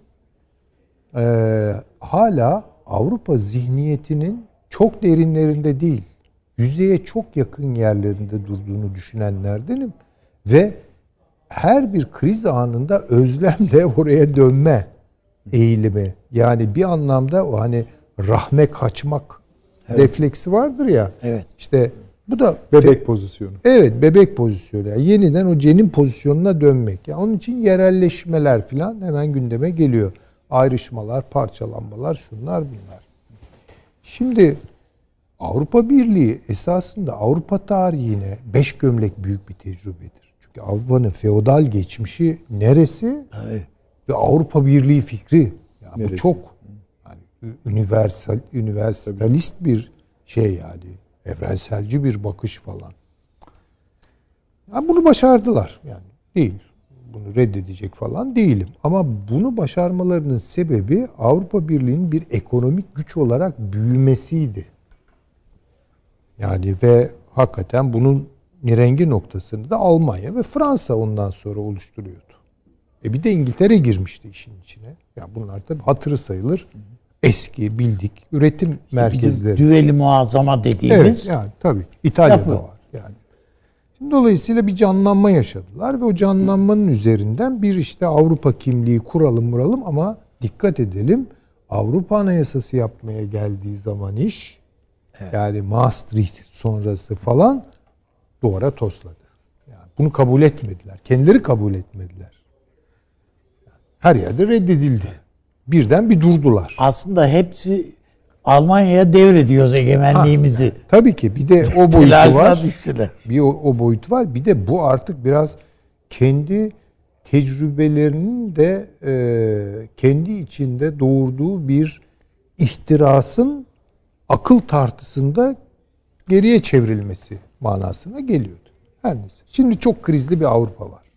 hala Avrupa zihniyetinin çok derinlerinde değil, yüzeye çok yakın yerlerinde durduğunu düşünenlerdenim. Ve her bir kriz anında özlemle oraya dönme eğilimi. Yani bir anlamda o hani rahme kaçmak refleksi vardır ya. Evet. İşte bu da bebek pozisyonu. Evet, bebek pozisyonu. Yani yeniden o cenin pozisyonuna dönmek. Yani onun için yerelleşmeler falan hemen gündeme geliyor. Ayrışmalar, parçalanmalar, şunlar bunlar. Şimdi Avrupa Birliği esasında Avrupa tarihine 5 gömlek büyük bir tecrübedir. Çünkü Avrupa'nın feodal geçmişi neresi? Evet. Ve Avrupa Birliği fikri. Yani bu neresi? çok yani universalist bir şey yani. Evrenselci bir bakış falan. Yani bunu başardılar. Yani değil. Bunu reddedecek falan değilim. Ama bunu başarmalarının sebebi Avrupa Birliği'nin bir ekonomik güç olarak büyümesiydi. Yani ve hakikaten bunun nirengi noktasını da Almanya ve Fransa ondan sonra oluşturuyordu. Bir de İngiltere girmişti işin içine. Ya bunlar tabii hatırı sayılır. Eski, bildik üretim merkezleri. Düveli muazzama dediğimiz. Evet yani tabii İtalya'da var yani. Şimdi dolayısıyla bir canlanma yaşadılar ve o canlanmanın üzerinden bir işte Avrupa kimliği kuralım ama dikkat edelim, Avrupa Anayasası yapmaya geldiği zaman iş yani Maastricht sonrası falan duvara tosladı. Yani bunu kabul etmediler. Kendileri kabul etmediler. Her yerde reddedildi. Birden bir durdular. Aslında hepsi Almanya'ya devrediyoruz egemenliğimizi. Tabii ki bir de o boyutu var. Düştüler. Bir o boyutu var. Bir de bu artık biraz kendi tecrübelerinin de kendi içinde doğurduğu bir ihtirasın akıl tartısında geriye çevrilmesi manasına geliyordu. Her neyse. Şimdi çok krizli bir Avrupa var.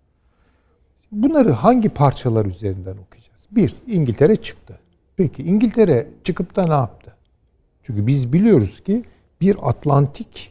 Bunları hangi parçalar üzerinden okuyacağız? Bir, İngiltere çıktı. Peki İngiltere çıkıp da ne yaptı? Çünkü biz biliyoruz ki bir Atlantik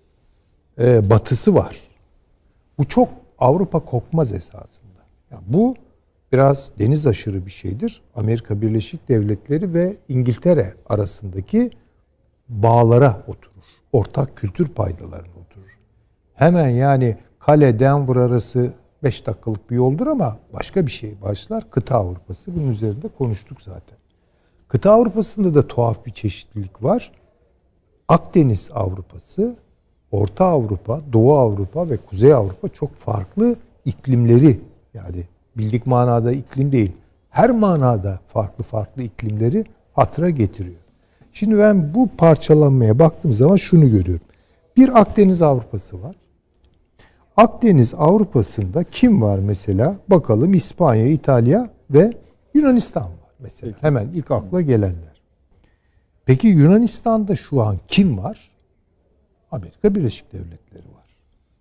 batısı var. Bu çok Avrupa kokmaz esasında. Yani bu biraz deniz aşırı bir şeydir. Amerika Birleşik Devletleri ve İngiltere arasındaki bağlara oturur. Ortak kültür paydalarına oturur. Hemen yani Kale Denver arası 5 dakikalık bir yoldur ama başka bir şey başlar. Kıta Avrupası. Bunun üzerinde konuştuk zaten. Kıta Avrupa'sında da tuhaf bir çeşitlilik var. Akdeniz Avrupası, Orta Avrupa, Doğu Avrupa ve Kuzey Avrupa çok farklı iklimleri, yani bildik manada iklim değil, her manada farklı iklimleri hatıra getiriyor. Şimdi ben bu parçalanmaya baktığım zaman şunu görüyorum. Bir Akdeniz Avrupası var. Akdeniz Avrupa'sında kim var mesela? Bakalım, İspanya, İtalya ve Yunanistan var mesela. Peki. Hemen ilk akla gelenler. Peki Yunanistan'da şu an kim var? Amerika Birleşik Devletleri var.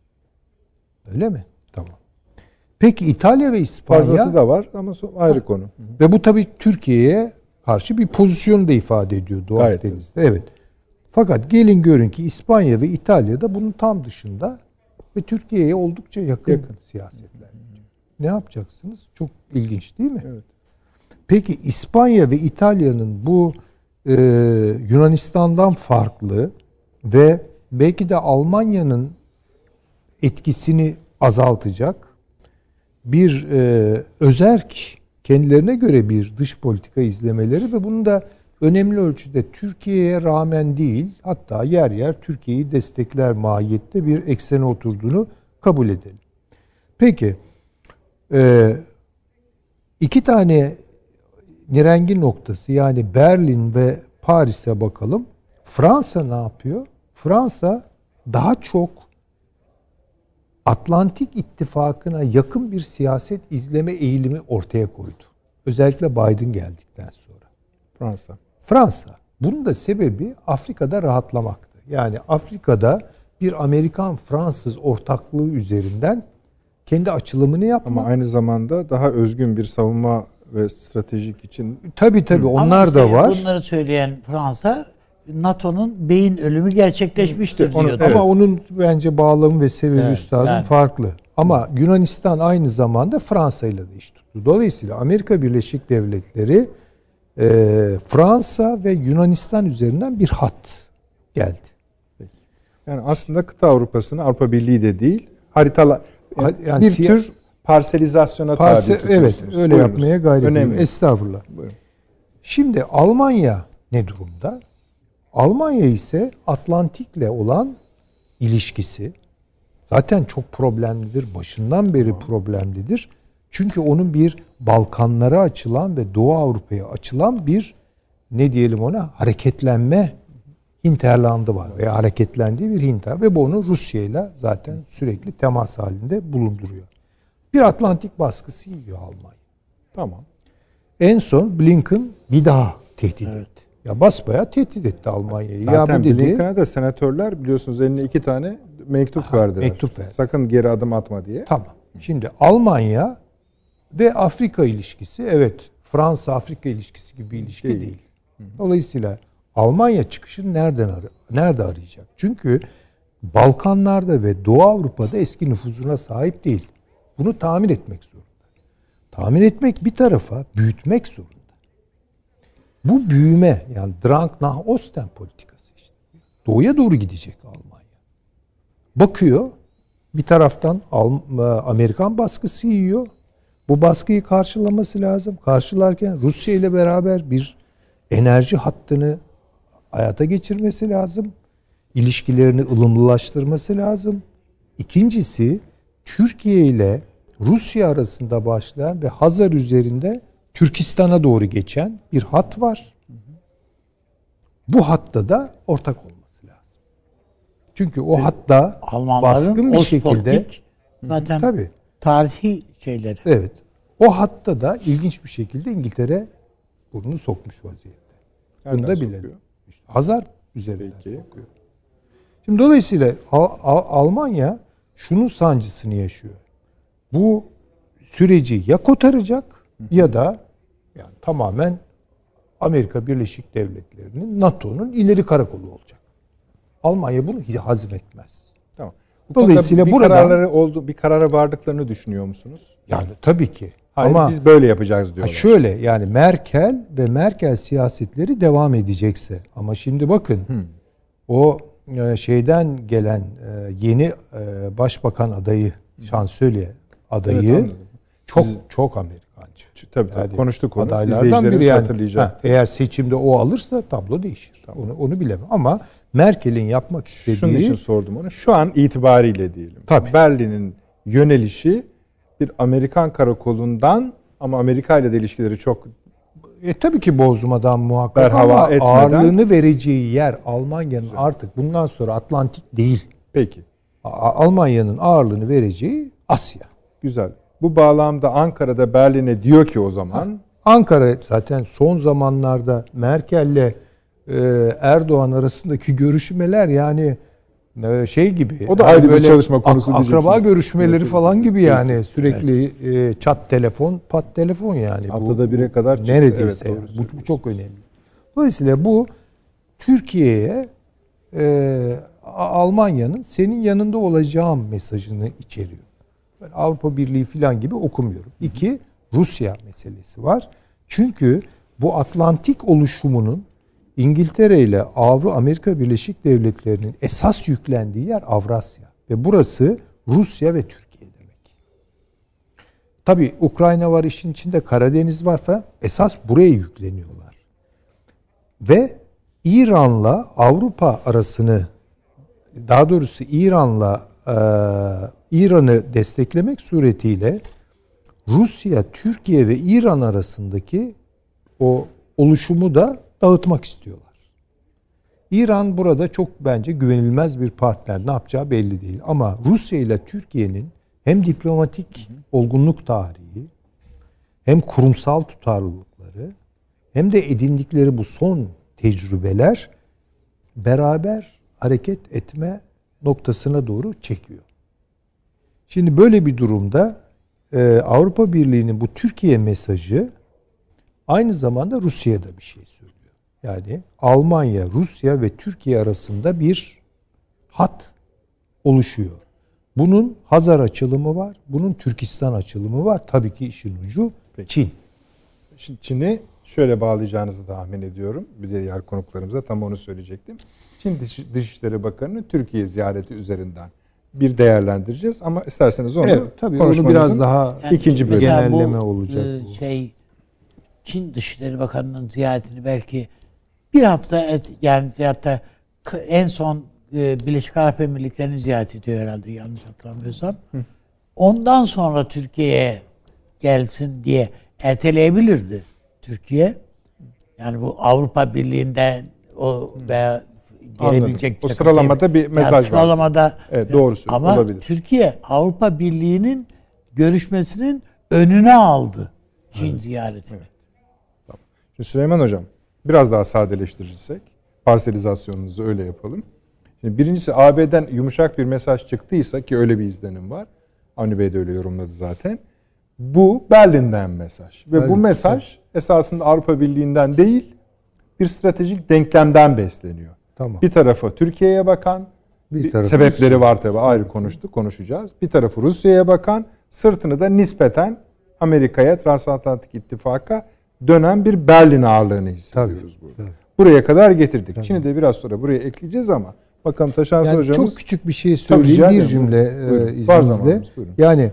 Öyle mi? Tamam. Peki İtalya ve İspanya... Fazlası da var ama ayrı konu. Ve bu tabii Türkiye'ye karşı bir pozisyon da ifade ediyor Doğu Akdeniz'de. Evet. Fakat gelin görün ki İspanya ve İtalya'da bunun tam dışında ve Türkiye'ye oldukça yakın siyasetler. Ne yapacaksınız? Çok ilginç değil mi? Evet. Peki İspanya ve İtalya'nın bu Yunanistan'dan farklı ve belki de Almanya'nın etkisini azaltacak bir özerk, kendilerine göre bir dış politika izlemeleri ve bunun da önemli ölçüde Türkiye'ye rağmen değil, hatta yer yer Türkiye'yi destekler mahiyette bir eksene oturduğunu kabul edelim. Peki, iki tane nirengi noktası, yani Berlin ve Paris'e bakalım. Fransa ne yapıyor? Fransa daha çok Atlantik İttifakı'na yakın bir siyaset izleme eğilimi ortaya koydu. Özellikle Biden geldikten sonra. Fransa. Bunun da sebebi Afrika'da rahatlamaktı. Yani Afrika'da bir Amerikan-Fransız ortaklığı üzerinden kendi açılımını yapmak. Ama aynı zamanda daha özgün bir savunma ve stratejik için. Tabii onlar da var. Bunları söyleyen Fransa, NATO'nun beyin ölümü gerçekleşmiştir diyor. Ama onun bence bağlamı ve sebebi üstadım farklı. Ama Yunanistan aynı zamanda Fransa ile de iş tuttu. Dolayısıyla Amerika Birleşik Devletleri Fransa ve Yunanistan üzerinden bir hat geldi. Yani aslında kıta Avrupa'sını Avrupa Birliği de değil, haritalar yani bir tür parselizasyona tabi tutuyorsunuz. Evet, öyle buyurunuz. Yapmaya gayret ediyorum. Estağfurullah. Buyurun. Şimdi Almanya ne durumda? Almanya ise Atlantik'le olan ilişkisi zaten çok problemlidir. Başından beri problemlidir. Çünkü onun bir Balkanlara açılan ve Doğu Avrupa'ya açılan bir, ne diyelim ona, hareketlenme hinterlandı var. Veya hareketlendiği bir hinter. Ve bu onu Rusya'yla zaten sürekli temas halinde bulunduruyor. Bir Atlantik baskısı yiyor Almanya. Tamam. En son Blinken bir daha tehdit etti. Ya basbayağı tehdit etti Almanya'yı. Zaten Ya bu dedi, Blinken'a da senatörler biliyorsunuz eline 2 tane mektup verdiler. mektup verdi. Sakın geri adım atma diye. Tamam. Şimdi Almanya ve Afrika ilişkisi, evet, Fransa-Afrika ilişkisi gibi bir ilişki değil. Dolayısıyla Almanya çıkışını nerede arayacak? Çünkü Balkanlarda ve Doğu Avrupa'da eski nüfuzuna sahip değil. Bunu tamir etmek zorunda. Tamir etmek bir tarafa, büyütmek zorunda. Bu büyüme, yani Drang nach Osten politikası işte. Doğuya doğru gidecek Almanya. Bakıyor, bir taraftan Amerikan baskısı yiyor. Bu baskıyı karşılaması lazım. Karşılarken Rusya ile beraber bir enerji hattını hayata geçirmesi lazım. İlişkilerini ılımlılaştırması lazım. İkincisi, Türkiye ile Rusya arasında başlayan ve Hazar üzerinde Türkistan'a doğru geçen bir hat var. Bu hatta da ortak olması lazım. Çünkü o hatta baskın bir şekilde, zaten tabii, tarihi şeyleri. evet, o hatta da ilginç bir şekilde İngiltere burnunu sokmuş vaziyette. Bunu da Nereden bilelim. sokuyor? İşte Hazar üzerinden Peki. sokuyor. Şimdi dolayısıyla Almanya şunun sancısını yaşıyor. Bu süreci ya kotaracak ya da yani tamamen Amerika Birleşik Devletleri'nin, NATO'nun ileri karakolu olacak. Almanya bunu hazmetmez. Tamam. Bu Dolayısıyla bir karara vardıklarını düşünüyor musunuz? Yani tabii ki. Hayır, ama biz böyle yapacağız diyorlar. şöyle, yani Merkel ve Merkel siyasetleri devam edecekse, ama şimdi bakın o şeyden gelen yeni başbakan adayı, şansölye adayı, Evet, çok Amerikancı. Tabii Yani konuştuk onu. Adaylardan İzleyicilerimiz biri yani. hatırlayacak. Eğer seçimde o alırsa tablo değişir. Onu bilemem. Ama Merkel'in yapmak istediği... Şunun için sordum onu. Şu an itibariyle diyelim. Tabii. Berlin'in yönelişi bir Amerikan karakolundan, ama Amerika ile de ilişkileri çok tabii ki bozmadan muhakkak, berhava ama etmeden, ağırlığını vereceği yer Almanya'nın artık bundan sonra Atlantik değil. peki. Almanya'nın ağırlığını vereceği Asya. Güzel. Bu bağlamda Ankara'da Berlin'e diyor ki o zaman Ankara zaten son zamanlarda Merkel'le Erdoğan arasındaki görüşmeler yani şey gibi. O da ayrı bir çalışma konusu akraba diyeceksiniz. görüşmeleri falan gibi yani. Sürekli çat telefon, pat telefon yani. haftada bire kadar çıktı. Neredeyse. Evet, Yani. Bu çok önemli. Dolayısıyla bu Türkiye'ye Almanya'nın senin yanında olacağım mesajını içeriyor. Ben Avrupa Birliği falan gibi okumuyorum. 2, Rusya meselesi var. Çünkü bu Atlantik oluşumunun İngiltere ile Amerika Birleşik Devletleri'nin esas yüklendiği yer Avrasya. Ve burası Rusya ve Türkiye demek. Tabii Ukrayna var işin içinde, Karadeniz var falan. Esas buraya yükleniyorlar. Ve İran'la Avrupa arasını, daha doğrusu İran'ı desteklemek suretiyle Rusya, Türkiye ve İran arasındaki o oluşumu da dağıtmak istiyorlar. İran burada çok bence güvenilmez bir partner. Ne yapacağı belli değil. Ama Rusya ile Türkiye'nin hem diplomatik olgunluk tarihi, hem kurumsal tutarlılıkları, hem de edindikleri bu son tecrübeler beraber hareket etme noktasına doğru çekiyor. Şimdi böyle bir durumda Avrupa Birliği'nin bu Türkiye mesajı aynı zamanda Rusya'ya da bir şey söylüyor. Yani Almanya, Rusya ve Türkiye arasında bir hat oluşuyor. Bunun Hazar açılımı var, bunun Türkistan açılımı var. Tabii ki işin ucu Çin. Şimdi Çin'i şöyle bağlayacağınızı tahmin ediyorum. Bir de diğer konuklarımıza tam onu söyleyecektim. Çin Dışişleri Bakanı'nın Türkiye ziyareti üzerinden bir değerlendireceğiz. Ama isterseniz onu tabii onu biraz daha ikinci bölüm. genelleme olacak. Çin Dışişleri Bakanı'nın ziyaretini belki bir hafta yani hatta en son Birleşik Arap Emirlikleri'ni ziyaret ediyor herhalde, yanlış hatırlamıyorsam. Ondan sonra Türkiye'ye gelsin diye erteleyebilirdi Türkiye. Yani bu Avrupa Birliği'nden o veya gelebilecek o sıralamada bir mesaj var. Sıralamada evet, doğru söylüyorsun. Ama olabilir. Türkiye Avrupa Birliği'nin görüşmesinin önüne aldı Çin ziyaretini. Evet. Tamam. Şimdi Süleyman Hocam, Biraz daha sadeleştirirsek, parselizasyonunuzu öyle yapalım. Şimdi birincisi AB'den yumuşak bir mesaj çıktıysa ki öyle bir izlenim var. Avni Bey de öyle yorumladı zaten. Bu Berlin'den mesaj. Ve bu mesaj esasında Avrupa Birliği'nden değil, bir stratejik denklemden besleniyor. Tamam. Bir tarafı Türkiye'ye bakan, sebepleri var tabii, ayrı konuşacağız. Bir tarafı Rusya'ya bakan, sırtını da nispeten Amerika'ya, Transatlantik İttifak'a dönen bir Berlin ağırlığını hissediyoruz burada. Tabii. Buraya kadar getirdik. Tabii. Şimdi de biraz sonra buraya ekleyeceğiz ama bakalım Taşan hocamız... Çok küçük bir şey söyleyeyim, bir cümle izninizle. Yani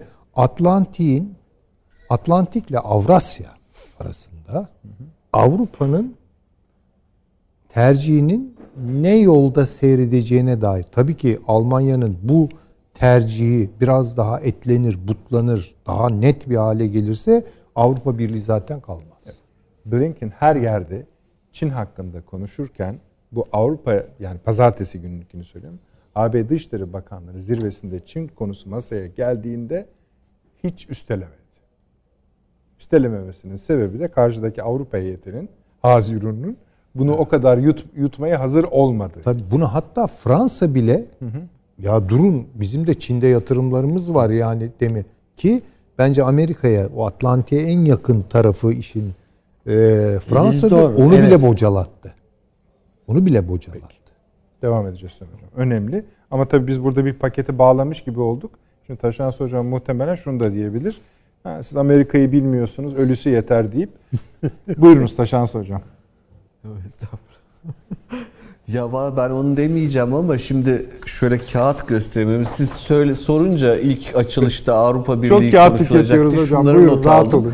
Atlantik'le Avrasya arasında Avrupa'nın tercihinin ne yolda seyredeceğine dair. Tabii ki Almanya'nın bu tercihi biraz daha etlenir, butlanır, daha net bir hale gelirse Avrupa Birliği zaten kalmaz. Blinken her yerde Çin hakkında konuşurken bu Avrupa, yani pazartesi gününkünü söylüyorum. AB Dışişleri Bakanları zirvesinde Çin konusu masaya geldiğinde hiç üstelemedi. Üstelememesinin sebebi de karşıdaki Avrupa heyetinin, Hazirun'un bunu o kadar yutmaya hazır olmadı. Tabii bunu hatta Fransa bile ya durun bizim de Çin'de yatırımlarımız var yani demi ki bence Amerika'ya, o Atlantik'e en yakın tarafı işin Fransa'da onu bile bocalattı. Onu bile bocalattı. Peki. Devam edeceğiz hocam. Önemli. Ama tabii biz burada bir paketi bağlamış gibi olduk. Şimdi Taşan hocam muhtemelen şunu da diyebilir. Siz Amerika'yı bilmiyorsunuz, ölüsü yeter deyip. Buyurunuz Taşan hocam. Ya ben onu demeyeceğim ama şimdi şöyle kağıt göstereyim. Siz sorunca ilk açılışta Avrupa Birliği konuşulacaktı. Şunları not aldım.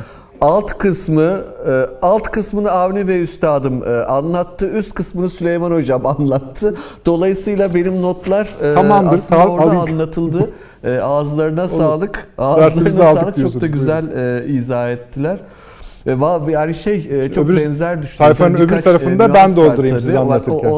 Alt kısmını Avni Bey Üstadım anlattı. Üst kısmını Süleyman Hocam anlattı. Dolayısıyla benim notlar aslında orada anlatıldı. Ağızlarına sağlık. Ağızlarına sağlık. Çok da güzel izah ettiler. Yani çok benzer düşünüyorum. Sayfanın öbür tarafında ben doldurayım size anlatırken.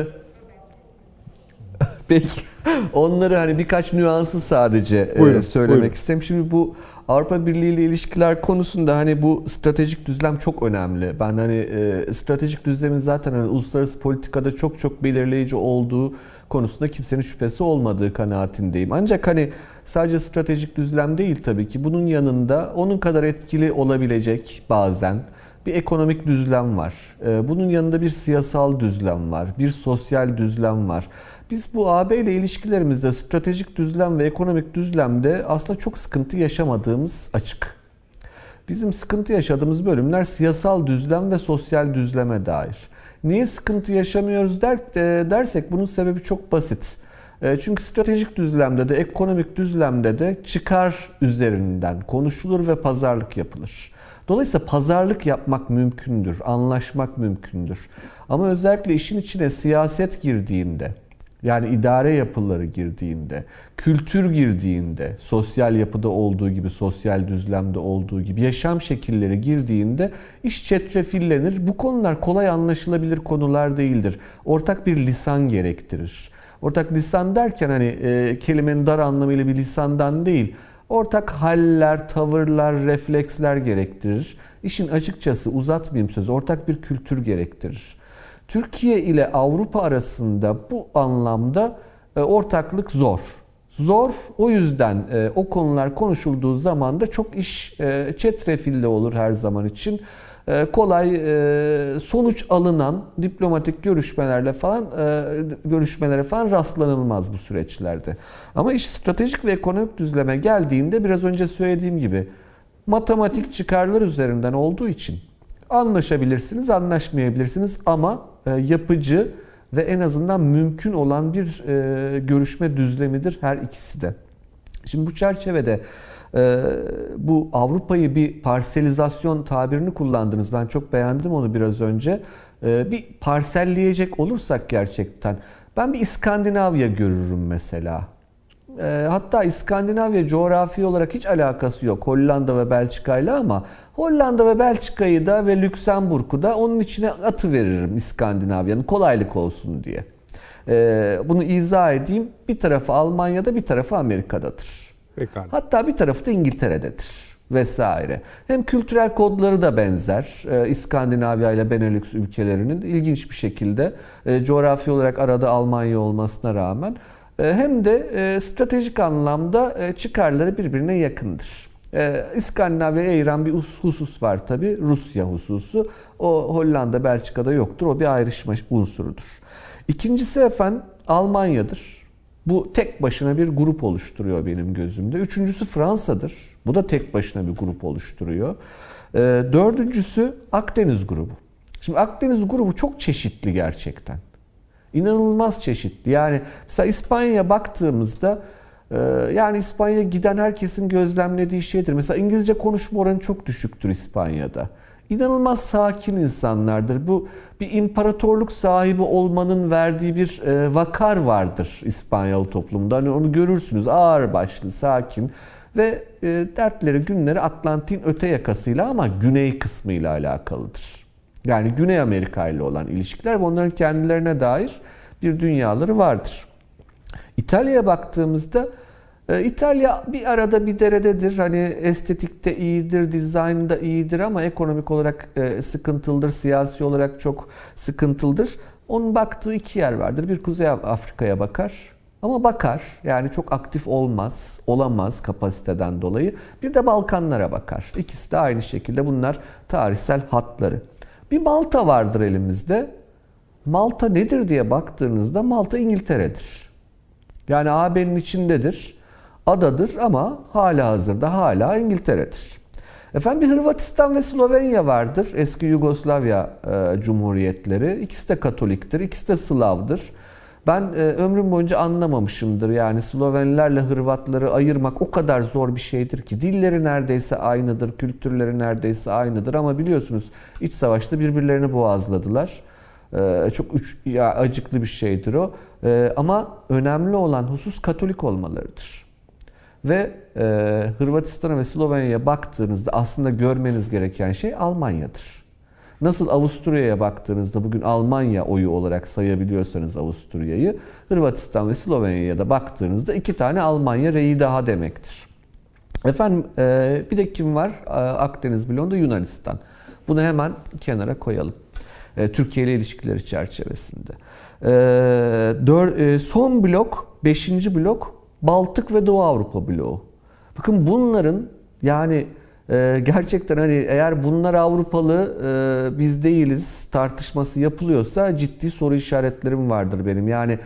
Peki. Onları hani birkaç nüansı sadece söylemek istedim. Şimdi bu Avrupa Birliği ile ilişkiler konusunda hani bu stratejik düzlem çok önemli. Ben hani stratejik düzlemin zaten hani uluslararası politikada çok belirleyici olduğu konusunda kimsenin şüphesi olmadığı kanaatindeyim. Ancak hani sadece stratejik düzlem değil tabii ki. Bunun yanında onun kadar etkili olabilecek bazen bir ekonomik düzlem var. Bunun yanında bir siyasal düzlem var. Bir sosyal düzlem var. Biz bu AB ile ilişkilerimizde stratejik düzlem ve ekonomik düzlemde aslında çok sıkıntı yaşamadığımız açık. Bizim sıkıntı yaşadığımız bölümler siyasal düzlem ve sosyal düzleme dair. Niye sıkıntı yaşamıyoruz dersek bunun sebebi çok basit. Çünkü stratejik düzlemde de ekonomik düzlemde de çıkar üzerinden konuşulur ve pazarlık yapılır. Dolayısıyla pazarlık yapmak mümkündür, anlaşmak mümkündür. Ama özellikle işin içine siyaset girdiğinde, yani idare yapıları girdiğinde, kültür girdiğinde, sosyal yapıda olduğu gibi, sosyal düzlemde olduğu gibi, yaşam şekilleri girdiğinde iş çetrefillenir. Bu konular kolay anlaşılabilir konular değildir. Ortak bir lisan gerektirir. Ortak lisan derken hani kelimenin dar anlamıyla bir lisandan değil, ortak haller, tavırlar, refleksler gerektirir. İşin açıkçası uzatmayayım sözü, ortak bir kültür gerektirir. Türkiye ile Avrupa arasında bu anlamda ortaklık zor. Zor, o yüzden o konular konuşulduğu zaman da çok iş çetrefilli olur her zaman için. Kolay sonuç alınan diplomatik görüşmelere falan rastlanılmaz bu süreçlerde. Ama iş stratejik ve ekonomik düzleme geldiğinde biraz önce söylediğim gibi matematik çıkarlar üzerinden olduğu için anlaşabilirsiniz, anlaşmayabilirsiniz ama yapıcı ve en azından mümkün olan bir görüşme düzlemidir her ikisi de. Şimdi bu çerçevede bu Avrupa'yı bir parselizasyon tabirini kullandınız. Ben çok beğendim onu biraz önce. Bir parselleyecek olursak gerçekten ben bir İskandinavya görürüm mesela. Hatta İskandinavya coğrafi olarak hiç alakası yok Hollanda ve Belçika'yla ama Hollanda ve Belçika'yı da ve Lüksemburg'u da onun içine atıveririm İskandinavya'nın kolaylık olsun diye. Bunu izah edeyim. Bir tarafı Almanya'da, bir tarafı Amerika'dadır. Pekala. Hatta bir tarafı da İngiltere'dedir. vesaire. Hem kültürel kodları da benzer. İskandinavya ile Benelux ülkelerinin ilginç bir şekilde coğrafi olarak arada Almanya olmasına rağmen hem de stratejik anlamda çıkarları birbirine yakındır. İskandinavya'ya ayıran bir husus var tabii. Rusya hususu. O Hollanda, Belçika'da yoktur. O bir ayrışma unsurudur. İkincisi efendim Almanya'dır. Bu tek başına bir grup oluşturuyor benim gözümde. Üçüncüsü Fransa'dır. Bu da tek başına bir grup oluşturuyor. Dördüncüsü Akdeniz grubu. Şimdi Akdeniz grubu çok çeşitli gerçekten. İnanılmaz çeşitli. Yani mesela İspanya'ya baktığımızda yani İspanya'ya giden herkesin gözlemlediği şeydir. Mesela İngilizce konuşma oranı çok düşüktür İspanya'da. İnanılmaz sakin insanlardır. Bu bir imparatorluk sahibi olmanın verdiği bir vakar vardır İspanyol toplumda. Hani onu görürsünüz, ağırbaşlı, sakin ve dertleri, günleri Atlantik'in öte yakasıyla ama güney kısmıyla alakalıdır. Yani Güney Amerika ile olan ilişkiler ve onların kendilerine dair bir dünyaları vardır. İtalya'ya baktığımızda İtalya bir arada bir derededir. Hani estetikte iyidir, dizaynda iyidir ama ekonomik olarak sıkıntılıdır, siyasi olarak çok sıkıntılıdır. Onun baktığı iki yer vardır. Bir Kuzey Afrika'ya bakar ama bakar. Yani çok aktif olmaz, olamaz kapasiteden dolayı. Bir de Balkanlara bakar. İkisi de aynı şekilde, bunlar tarihsel hatları. Bir Malta vardır elimizde. Malta nedir diye baktığınızda Malta İngiltere'dir. Yani AB'nin içindedir. Adadır ama halihazırda hala İngiltere'dir. Efendim bir Hırvatistan ve Slovenya vardır. Eski Yugoslavya Cumhuriyetleri. İkisi de Katoliktir, ikisi de Slav'dır. Ben ömrüm boyunca anlamamışımdır. Yani Slovenlerle Hırvatları ayırmak o kadar zor bir şeydir ki. Dilleri neredeyse aynıdır, kültürleri neredeyse aynıdır ama biliyorsunuz iç savaşta birbirlerini boğazladılar. Çok acıklı bir şeydir o. Ama önemli olan husus Katolik olmalarıdır. Ve Hırvatistan'a ve Slovenya'ya baktığınızda aslında görmeniz gereken şey Almanya'dır. Nasıl Avusturya'ya baktığınızda bugün Almanya oyu olarak sayabiliyorsanız Avusturya'yı, Hırvatistan ve Slovenya'ya da baktığınızda iki tane Almanya reyi daha demektir. Efendim bir de kim var? Akdeniz bloğunda Yunanistan. Bunu hemen kenara koyalım. Türkiye ile ilişkileri çerçevesinde. Son blok, 5. blok Baltık ve Doğu Avrupa bloğu. Bakın bunların yani gerçekten hani eğer bunlar Avrupalı biz değiliz tartışması yapılıyorsa ciddi soru işaretlerim vardır benim. Yani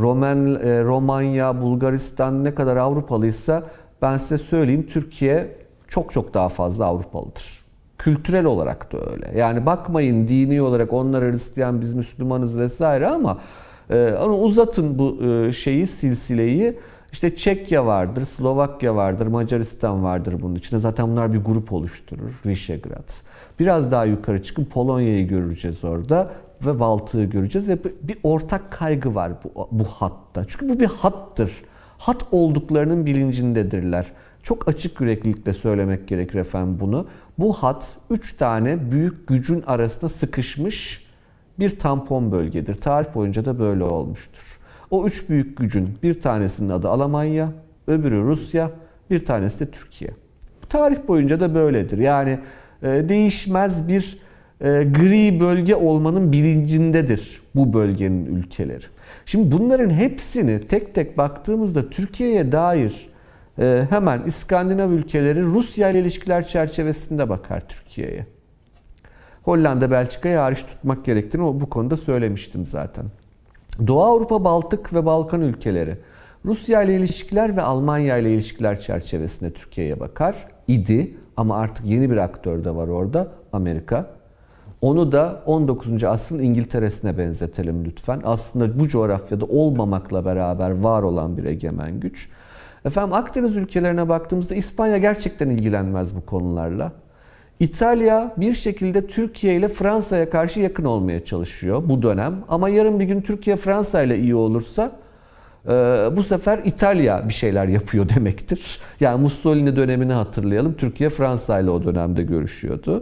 Romanya, Bulgaristan ne kadar Avrupalıysa ben size söyleyeyim Türkiye çok çok daha fazla Avrupalıdır. Kültürel olarak da öyle. Yani bakmayın dini olarak onlar Hristiyan biz Müslümanız vesaire ama uzatın bu silsileyi. İşte Çekya vardır, Slovakya vardır, Macaristan vardır bunun içinde. Zaten bunlar bir grup oluşturur. Visegrad. Biraz daha yukarı çıkın Polonya'yı göreceğiz orada ve Baltık'ı göreceğiz. Ve bir ortak kaygı var bu hatta. Çünkü bu bir hattır. Hat olduklarının bilincindedirler. Çok açık yüreklilikle söylemek gerekir efendim bunu. Bu hat 3 tane büyük gücün arasında sıkışmış bir tampon bölgedir. Tarih boyunca da böyle olmuştur. O 3 büyük gücün bir tanesinin adı Almanya, öbürü Rusya, bir tanesi de Türkiye. Bu tarih boyunca da böyledir. Yani değişmez bir gri bölge olmanın bilincindedir bu bölgenin ülkeleri. Şimdi bunların hepsini tek tek baktığımızda Türkiye'ye dair hemen İskandinav ülkeleri Rusya ile ilişkiler çerçevesinde bakar Türkiye'ye. Hollanda, Belçika'yı hariç tutmak gerektiğini bu konuda söylemiştim zaten. Doğu Avrupa, Baltık ve Balkan ülkeleri Rusya ile ilişkiler ve Almanya ile ilişkiler çerçevesinde Türkiye'ye bakar idi. Ama artık yeni bir aktör de var orada, Amerika. Onu da 19. asrın İngiltere'sine benzetelim lütfen. Aslında bu coğrafyada olmamakla beraber var olan bir egemen güç. Efendim Akdeniz ülkelerine baktığımızda İspanya gerçekten ilgilenmez bu konularla. İtalya bir şekilde Türkiye ile Fransa'ya karşı yakın olmaya çalışıyor bu dönem. Ama yarın bir gün Türkiye Fransa ile iyi olursa bu sefer İtalya bir şeyler yapıyor demektir. Yani Mussolini dönemini hatırlayalım. Türkiye Fransa ile o dönemde görüşüyordu.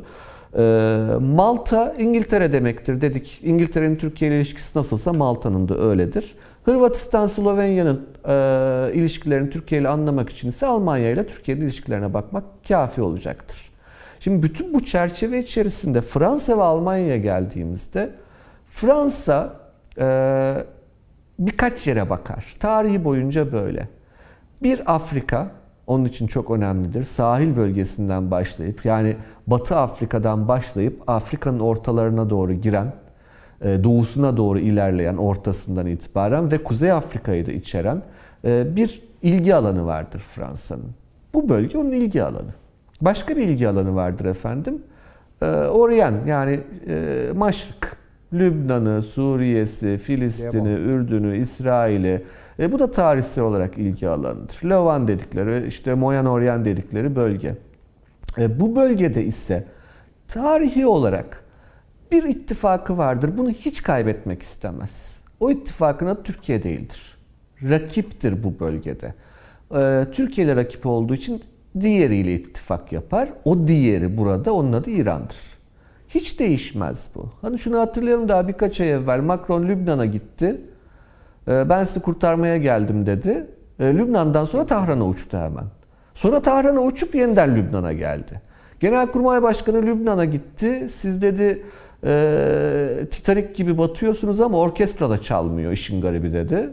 Malta İngiltere demektir dedik. İngiltere'nin Türkiye ile ilişkisi nasılsa Malta'nın da öyledir. Hırvatistan, Slovenya'nın ilişkilerini Türkiye ile anlamak için ise Almanya ile Türkiye'nin ilişkilerine bakmak kafi olacaktır. Şimdi bütün bu çerçeve içerisinde Fransa ve Almanya'ya geldiğimizde Fransa birkaç yere bakar. Tarihi boyunca böyle. Bir Afrika, onun için çok önemlidir. Sahil bölgesinden başlayıp, yani Batı Afrika'dan başlayıp Afrika'nın ortalarına doğru giren, doğusuna doğru ilerleyen ortasından itibaren ve Kuzey Afrika'yı da içeren bir ilgi alanı vardır Fransa'nın. Bu bölge onun ilgi alanı. Başka bir ilgi alanı vardır efendim. Oryen, yani Maşrık. Lübnan'ı, Suriye'si, Filistin'i, Ürdün'ü, İsrail'i. Bu da tarihsel olarak ilgi alanıdır. Levan dedikleri, işte Moyen-Orient dedikleri bölge. Bu bölgede ise tarihi olarak bir ittifakı vardır. Bunu hiç kaybetmek istemez. O ittifakın adı Türkiye değildir. Rakiptir bu bölgede. Türkiye ile rakip olduğu için diğeriyle ittifak yapar. O diğeri burada, onun adı İran'dır. Hiç değişmez bu. Hani şunu hatırlayalım, daha birkaç ay evvel Macron Lübnan'a gitti. Ben sizi kurtarmaya geldim dedi. Lübnan'dan sonra Tahran'a uçtu hemen. Sonra Tahran'a uçup yeniden Lübnan'a geldi. Genelkurmay Başkanı Lübnan'a gitti. Siz dedi Titanic gibi batıyorsunuz ama orkestra da çalmıyor, işin garibi dedi.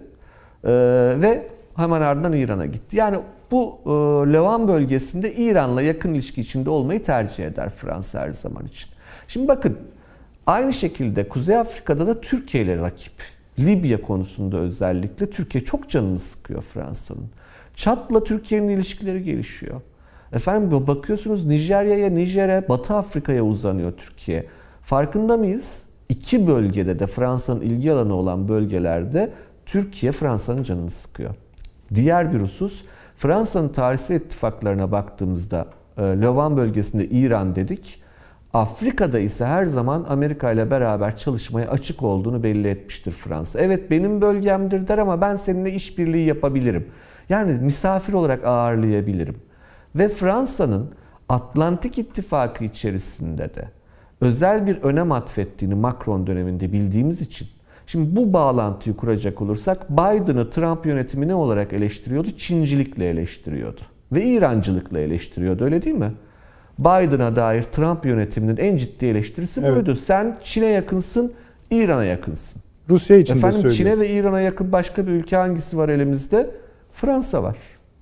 Ve hemen ardından İran'a gitti. Yani bu Levan bölgesinde İran'la yakın ilişki içinde olmayı tercih eder Fransa her zaman için. Şimdi bakın, aynı şekilde Kuzey Afrika'da da Türkiye ile rakip. Libya konusunda özellikle Türkiye çok canını sıkıyor Fransa'nın. Çad'la Türkiye'nin ilişkileri gelişiyor. Efendim bakıyorsunuz Nijerya'ya, Nijer'e, Batı Afrika'ya uzanıyor Türkiye. Farkında mıyız? İki bölgede de Fransa'nın ilgi alanı olan bölgelerde Türkiye Fransa'nın canını sıkıyor. Diğer bir husus, Fransa'nın tarihsel ittifaklarına baktığımızda Levan bölgesinde İran dedik. Afrika'da ise her zaman Amerika ile beraber çalışmaya açık olduğunu belli etmiştir Fransa. Evet benim bölgemdir der ama ben seninle işbirliği yapabilirim. Yani misafir olarak ağırlayabilirim. Ve Fransa'nın Atlantik İttifakı içerisinde de özel bir önem atfettiğini Macron döneminde bildiğimiz için, şimdi bu bağlantıyı kuracak olursak Biden'ı Trump yönetimi ne olarak eleştiriyordu? Çincilikle eleştiriyordu. Ve İrancılıkla eleştiriyordu, öyle değil mi? Biden'a dair Trump yönetiminin en ciddi eleştirisi buydu. Evet. Sen Çin'e yakınsın, İran'a yakınsın. Rusya için de söylüyor. Çin'e ve İran'a yakın başka bir ülke hangisi var elimizde? Fransa var.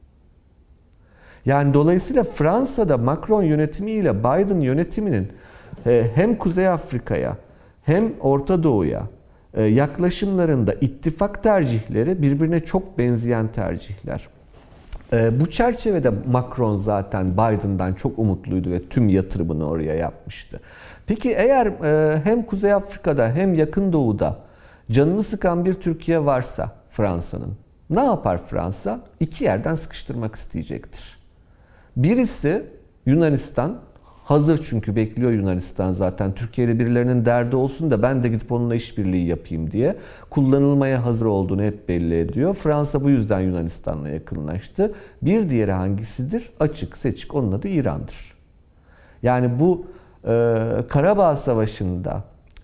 Yani dolayısıyla Fransa'da Macron yönetimiyle Biden yönetiminin hem Kuzey Afrika'ya hem Orta Doğu'ya yaklaşımlarında ittifak tercihleri birbirine çok benzeyen tercihler. Bu çerçevede Macron zaten Biden'dan çok umutluydu ve tüm yatırımını oraya yapmıştı. Peki eğer hem Kuzey Afrika'da hem Yakın Doğu'da canını sıkan bir Türkiye varsa Fransa'nın, ne yapar Fransa? İki yerden sıkıştırmak isteyecektir. Birisi Yunanistan. Hazır çünkü bekliyor Yunanistan zaten. Türkiye ile birilerinin derdi olsun da ben de gidip onunla işbirliği yapayım diye. Kullanılmaya hazır olduğunu hep belli ediyor. Fransa bu yüzden Yunanistan'la yakınlaştı. Bir diğeri hangisidir? Açık, seçik. Onun adı İran'dır. Yani bu Karabağ Savaşı'nda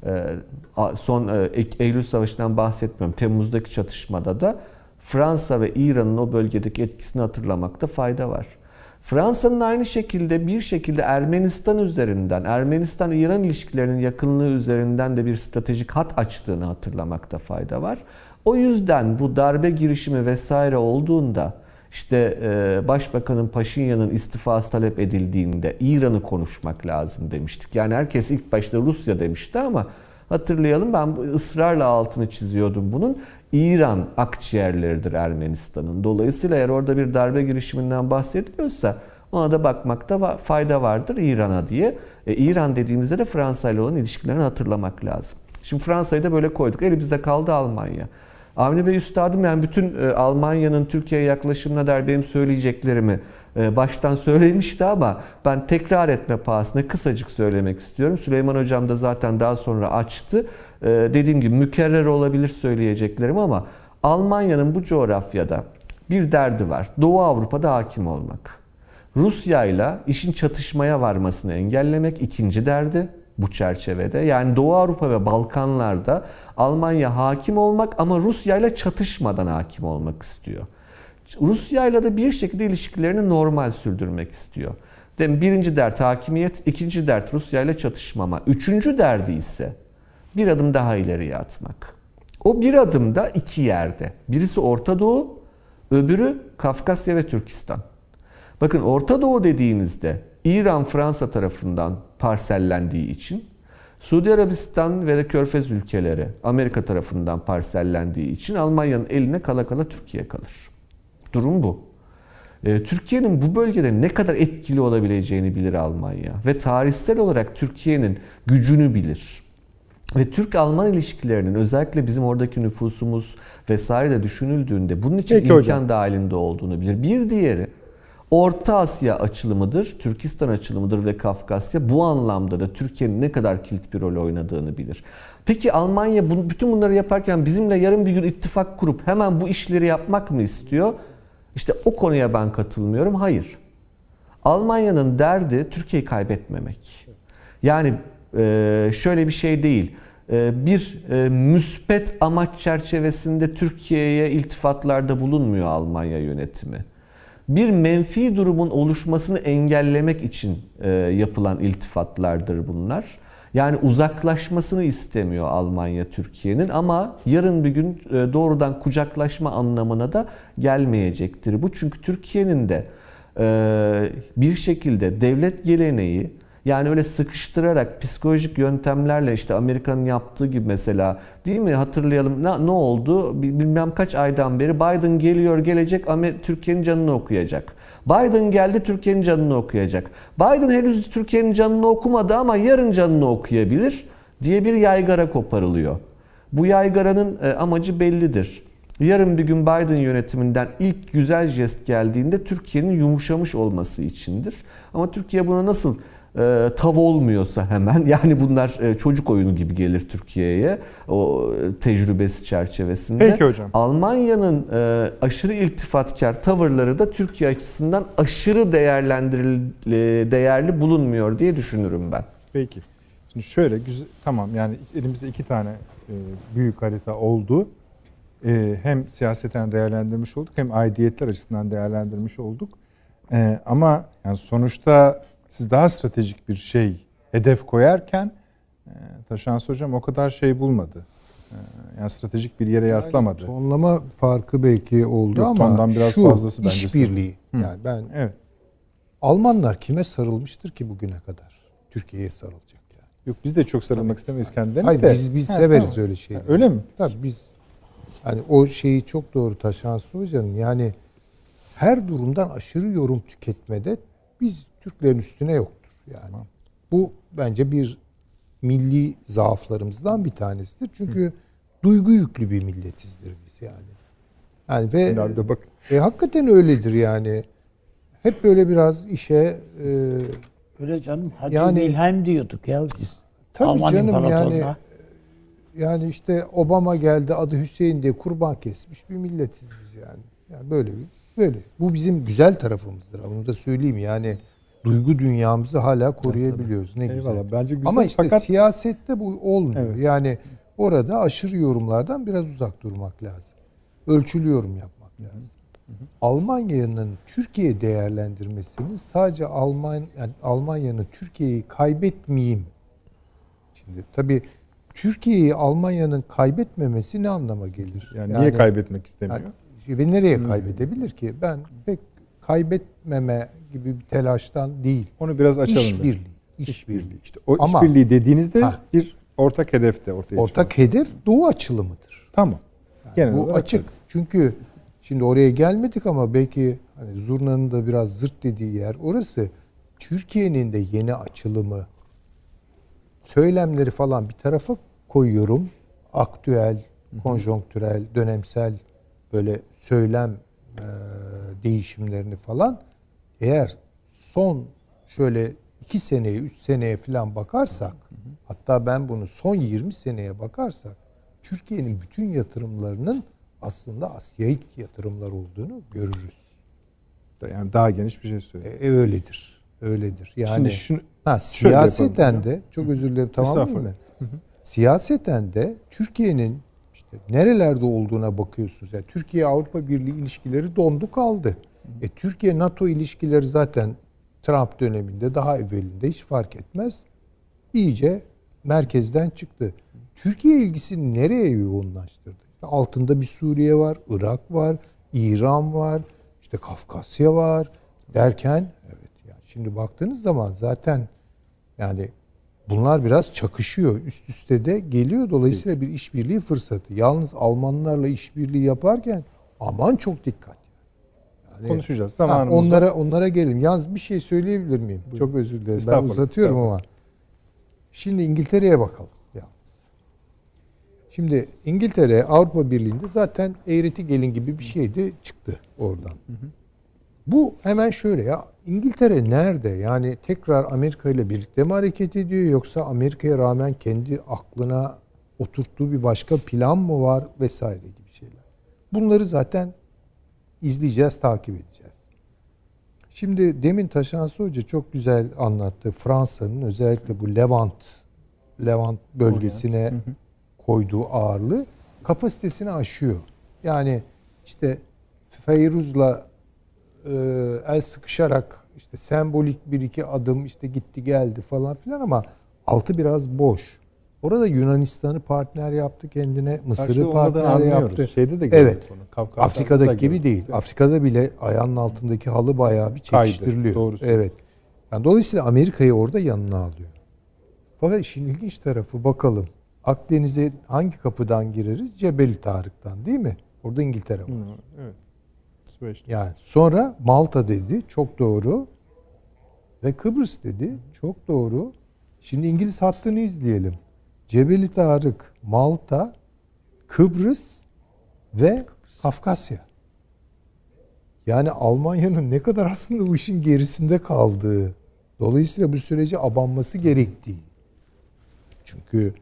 son Eylül Savaşı'ndan bahsetmiyorum. Temmuz'daki çatışmada da Fransa ve İran'ın o bölgedeki etkisini hatırlamakta fayda var. Fransa'nın aynı şekilde bir şekilde Ermenistan üzerinden, Ermenistan-İran ilişkilerinin yakınlığı üzerinden de bir stratejik hat açtığını hatırlamakta fayda var. O yüzden bu darbe girişimi vesaire olduğunda, işte Başbakanın Paşinyan'ın istifası talep edildiğinde İran'ı konuşmak lazım demiştik. Yani herkes ilk başta Rusya demişti ama hatırlayalım, ben ısrarla altını çiziyordum bunun. İran akciğerleridir Ermenistan'ın. Dolayısıyla eğer orada bir darbe girişiminden bahsediliyorsa ona da bakmakta fayda vardır İran'a diye. İran dediğimizde de Fransa ile olan ilişkilerini hatırlamak lazım. Şimdi Fransa'yı da böyle koyduk. Elimizde kaldı Almanya. Avni Bey Üstadım, yani bütün Almanya'nın Türkiye'ye yaklaşımına dair benim söyleyeceklerimi baştan söylemişti ama ben tekrar etme pahasına kısacık söylemek istiyorum. Süleyman Hocam da zaten daha sonra açtı. Dediğim gibi mükerrer olabilir söyleyeceklerim ama Almanya'nın bu coğrafyada bir derdi var. Doğu Avrupa'da hakim olmak. Rusya'yla işin çatışmaya varmasını engellemek ikinci derdi bu çerçevede. Yani Doğu Avrupa ve Balkanlarda Almanya hakim olmak ama Rusya'yla çatışmadan hakim olmak istiyor. Rusya'yla da bir şekilde ilişkilerini normal sürdürmek istiyor. Birinci dert hakimiyet, ikinci dert Rusya'yla çatışmama. Üçüncü derdi ise bir adım daha ileriye atmak. O bir adımda iki yerde. Birisi Orta Doğu, öbürü Kafkasya ve Türkistan. Bakın Orta Doğu dediğinizde İran Fransa tarafından parsellendiği için, Suudi Arabistan ve Körfez ülkeleri Amerika tarafından parsellendiği için Almanya'nın eline kala kala Türkiye kalır. Durum bu. Türkiye'nin bu bölgede ne kadar etkili olabileceğini bilir Almanya ve tarihsel olarak Türkiye'nin gücünü bilir. Ve Türk-Alman ilişkilerinin özellikle bizim oradaki nüfusumuz vesaire de düşünüldüğünde bunun için imkan dahilinde olduğunu bilir. Bir diğeri Orta Asya açılımıdır, Türkistan açılımıdır ve Kafkasya. Bu anlamda da Türkiye'nin ne kadar kilit bir rol oynadığını bilir. Peki Almanya bütün bunları yaparken bizimle yarın bir gün ittifak kurup hemen bu işleri yapmak mı istiyor? İşte o konuya ben katılmıyorum. Hayır. Almanya'nın derdi Türkiye'yi kaybetmemek. Yani şöyle bir şey değil. Bir müspet amaç çerçevesinde Türkiye'ye iltifatlarda bulunmuyor Almanya yönetimi. Bir menfi durumun oluşmasını engellemek için yapılan iltifatlardır bunlar. Yani uzaklaşmasını istemiyor Almanya Türkiye'nin ama yarın bir gün doğrudan kucaklaşma anlamına da gelmeyecektir bu. Çünkü Türkiye'nin de bir şekilde devlet geleneği, yani öyle sıkıştırarak psikolojik yöntemlerle işte Amerika'nın yaptığı gibi mesela, değil mi, hatırlayalım ne oldu? Bilmem kaç aydan beri Biden geliyor gelecek Türkiye'nin canını okuyacak. Biden geldi Türkiye'nin canını okuyacak. Biden henüz Türkiye'nin canını okumadı ama yarın canını okuyabilir diye bir yaygara koparılıyor. Bu yaygaranın amacı bellidir. Yarın bir gün Biden yönetiminden ilk güzel jest geldiğinde Türkiye'nin yumuşamış olması içindir. Ama Türkiye buna nasıl tav olmuyorsa hemen, yani bunlar çocuk oyunu gibi gelir Türkiye'ye o tecrübesi çerçevesinde. Peki hocam. Almanya'nın aşırı iltifatkar tavırları da Türkiye açısından aşırı değerli bulunmuyor diye düşünürüm ben. Peki. Şimdi şöyle tamam, yani elimizde iki tane büyük harita oldu. Hem siyaseten değerlendirmiş olduk hem aidiyetler açısından değerlendirmiş olduk. Ama yani sonuçta siz daha stratejik bir hedef koyarken Taşans Hocam o kadar bulmadı. Yani stratejik bir yere yaslamadı. Tonlama farkı belki oldu. Yok, ama biraz şu fazlası bence işbirliği. Yani ben Almanlar kime sarılmıştır ki bugüne kadar? Türkiye'ye sarılacak yani. Yok, biz de çok sarılmak istemeyiz kendilerine. Hayır, biz severiz tamam. Öyle şeyleri. Öyle mi? Tabii biz hani o şeyi çok doğru Taşans Hoca'nın, yani her durumdan aşırı yorum tüketmede biz Türklerin üstüne yoktur yani. Tamam. Bu bence bir milli zaaflarımızdan bir tanesidir. Çünkü duygu yüklü bir milletizdir biz yani. Yani ve hakikaten öyledir yani. Hep böyle biraz işe öyle canım. Hacı yani, Wilhelm diyorduk ya biz. Tabii Alman canım yani işte Obama geldi adı Hüseyin diye kurban kesmiş bir milletiz biz yani. Yani böyle. Bu bizim güzel tarafımızdır. Bunu da söyleyeyim yani. Duygu dünyamızı hala koruyabiliyoruz. Ne Eyvallah, güzel. bence güzel. Ama işte fakat siyasette bu olmuyor. Evet. Yani orada aşırı yorumlardan biraz uzak durmak lazım. Ölçülü yorum yapmak lazım. Almanya'nın Türkiye değerlendirmesini sadece Almanya'nın Türkiye'yi kaybetmeyeyim. Şimdi tabii Türkiye'yi Almanya'nın kaybetmemesi ne anlama gelir? Yani niye kaybetmek istemiyor? Ve nereye kaybedebilir ki? Ben pek kaybetmeme gibi bir telaştan değil. Onu biraz açalım. İşbirliği. İşte o işbirliği dediğinizde bir ortak hedef de ortaya çıkıyor. Ortak hedef Doğu açılımıdır. Tamam. Yani bu açık. Çünkü şimdi oraya gelmedik ama belki hani zurnanın da biraz zırt dediği yer orası. Türkiye'nin de yeni açılımı, söylemleri falan bir tarafa koyuyorum. Aktüel, konjonktürel, dönemsel böyle söylem değişimlerini falan. Eğer son şöyle 2 seneye, 3 seneye falan bakarsak, hatta ben bunu son 20 seneye bakarsak, Türkiye'nin bütün yatırımlarının aslında Asyaik yatırımlar olduğunu görürüz. Yani daha geniş bir şey söylüyor. Öyledir. Öyledir. Yani Şimdi şunu siyaseten de çok özür dilerim, tamamlayayım mı? Estağfurullah. Siyaseten de Türkiye'nin işte nerelerde olduğuna bakıyorsunuz. Yani Türkiye Avrupa Birliği ilişkileri dondu kaldı. Türkiye NATO ilişkileri zaten Trump döneminde, daha evvelinde hiç fark etmez, İyice merkezden çıktı. Türkiye ilgisini nereye yoğunlaştırdı? Altında bir Suriye var, Irak var, İran var, işte Kafkasya var derken, evet yani şimdi baktığınız zaman zaten yani bunlar biraz çakışıyor. Üst üste de geliyor. Dolayısıyla bir işbirliği fırsatı. Yalnız Almanlarla işbirliği yaparken aman çok dikkat. Yani, konuşacağız. Zamanımız var. onlara gelelim. Yalnız bir şey söyleyebilir miyim? Buyurun. Çok özür dilerim. Ben Estağfurullah, uzatıyorum ama. Şimdi İngiltere'ye bakalım yalnız. Şimdi İngiltere Avrupa Birliği'nde zaten eğreti gelin gibi bir şeydi, çıktı oradan. Bu hemen şöyle ya, İngiltere nerede? Yani tekrar Amerika ile birlikte mi hareket ediyor, yoksa Amerika'ya rağmen kendi aklına oturttuğu bir başka plan mı var vesaire gibi şeyler. Bunları zaten izleyeceğiz, takip edeceğiz. Şimdi demin Taşansı Hoca çok güzel anlattı. Fransa'nın özellikle bu Levant bölgesine koyduğu ağırlığı kapasitesini aşıyor. Yani işte Feyruz'la el sıkışarak işte sembolik bir iki adım işte gitti geldi falan filan, ama altı biraz boş. Orada Yunanistan'ı partner yaptı kendine, Mısır'ı partner yaptı. Şeyde de evet. Afrika'daki gibi değil. Afrika'da bile ayağının altındaki halı bayağı bir çekiştiriliyor. Doğru. Evet. Yani dolayısıyla Amerika'yı orada yanına alıyor. Fakat işin ilginç tarafı, bakalım Akdeniz'e hangi kapıdan gireriz? Cebeli Tarık'tan, değil mi? Orada İngiltere var. Evet. Yani sonra Malta dedi, çok doğru. Ve Kıbrıs dedi, çok doğru. Şimdi İngiliz hattını izleyelim. Cebeli Tarık, Malta, Kıbrıs ve Kafkasya. Yani Almanya'nın ne kadar aslında bu işin gerisinde kaldığı, dolayısıyla bu sürece abanması gerektiği. Çünkü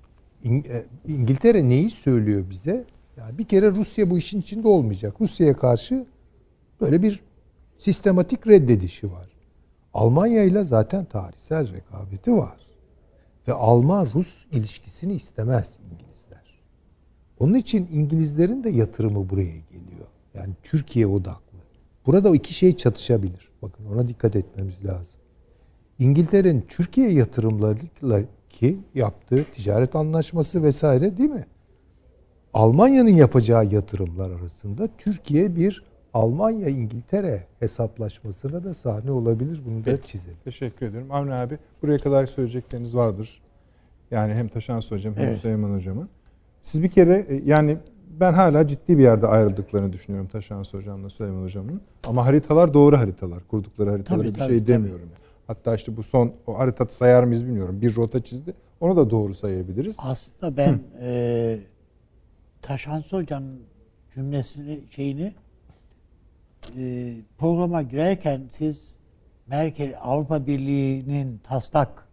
İngiltere neyi söylüyor bize? Yani bir kere Rusya bu işin içinde olmayacak. Rusya'ya karşı böyle bir sistematik reddedişi var. Almanya ile zaten tarihsel rekabeti var. Ve Alman-Rus ilişkisini istemez İngilizler. Onun için İngilizlerin de yatırımı buraya geliyor. Yani Türkiye odaklı. Burada o iki şey çatışabilir. Bakın ona dikkat etmemiz lazım. İngiltere'nin Türkiye yatırımlarıyla ki yaptığı ticaret anlaşması vesaire, değil mi? Almanya'nın yapacağı yatırımlar arasında Türkiye bir Almanya-İngiltere hesaplaşmasına da sahne olabilir. Bunu da çizelim. Teşekkür ederim. Avni abi, buraya kadar söyleyecekleriniz vardır. Yani hem Taşansı Hocam hem Süleyman Hocam'ın. Siz bir kere yani ben hala ciddi bir yerde ayrıldıklarını düşünüyorum Taşansı Hocam'la Süleyman Hocam'ın. Ama haritalar doğru haritalar. Kurdukları haritalara bir şey demiyorum. Yani. Hatta işte bu son o haritayı sayar mıyız bilmiyorum. Bir rota çizdi. Onu da doğru sayabiliriz. Aslında ben Taşansı Hoca'nın cümlesini programa girerken siz Merkel Avrupa Birliği'nin taslak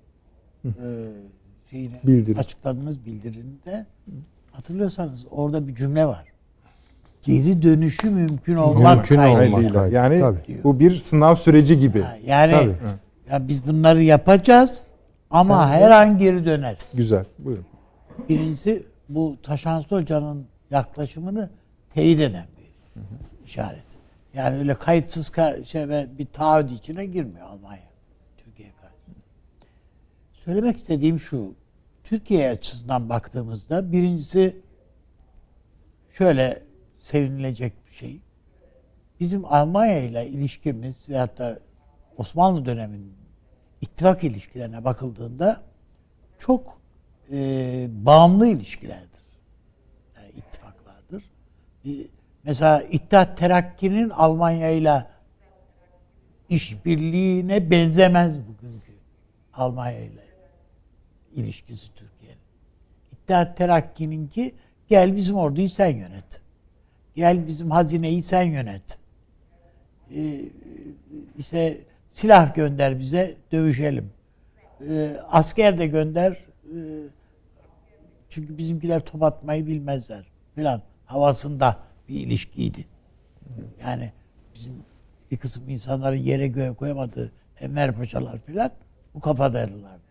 açıkladığınız bildirimde hatırlıyorsanız orada bir cümle var. Geri dönüşü mümkün olmak kaydıyla. Yani diyor. Bu bir sınav süreci gibi. Yani ya biz bunları yapacağız ama her an geri döneriz. Güzel. Buyurun. Birincisi bu Taşansı Hoca'nın yaklaşımını teyit eden bir işaret. Yani öyle kayıtsız bir taahhüt içine girmiyor Almanya Türkiye'ye karşı. Söylemek istediğim şu. Türkiye açısından baktığımızda birincisi şöyle sevinilecek bir şey. Bizim Almanya ile ilişkimiz veyahut da Osmanlı döneminin ittifak ilişkilerine bakıldığında çok bağımlı ilişkilerdir. Yani ittifaklardır. Mesela İttihat Terakki'nin Almanya ile işbirliğine benzemez bugünkü Almanya ile ilişkisi Türkiye'nin. İttihat Terakki'ninki gel bizim orduyu sen yönet. Gel bizim hazineyi sen yönet. İşte silah gönder bize dövüşelim. Asker de gönder çünkü bizimkiler top atmayı bilmezler falan havasında bir ilişkiydi. Yani bizim bir kısım insanların yere göğe koyamadığı Enver Paşalar filan bu kafadaydılardı.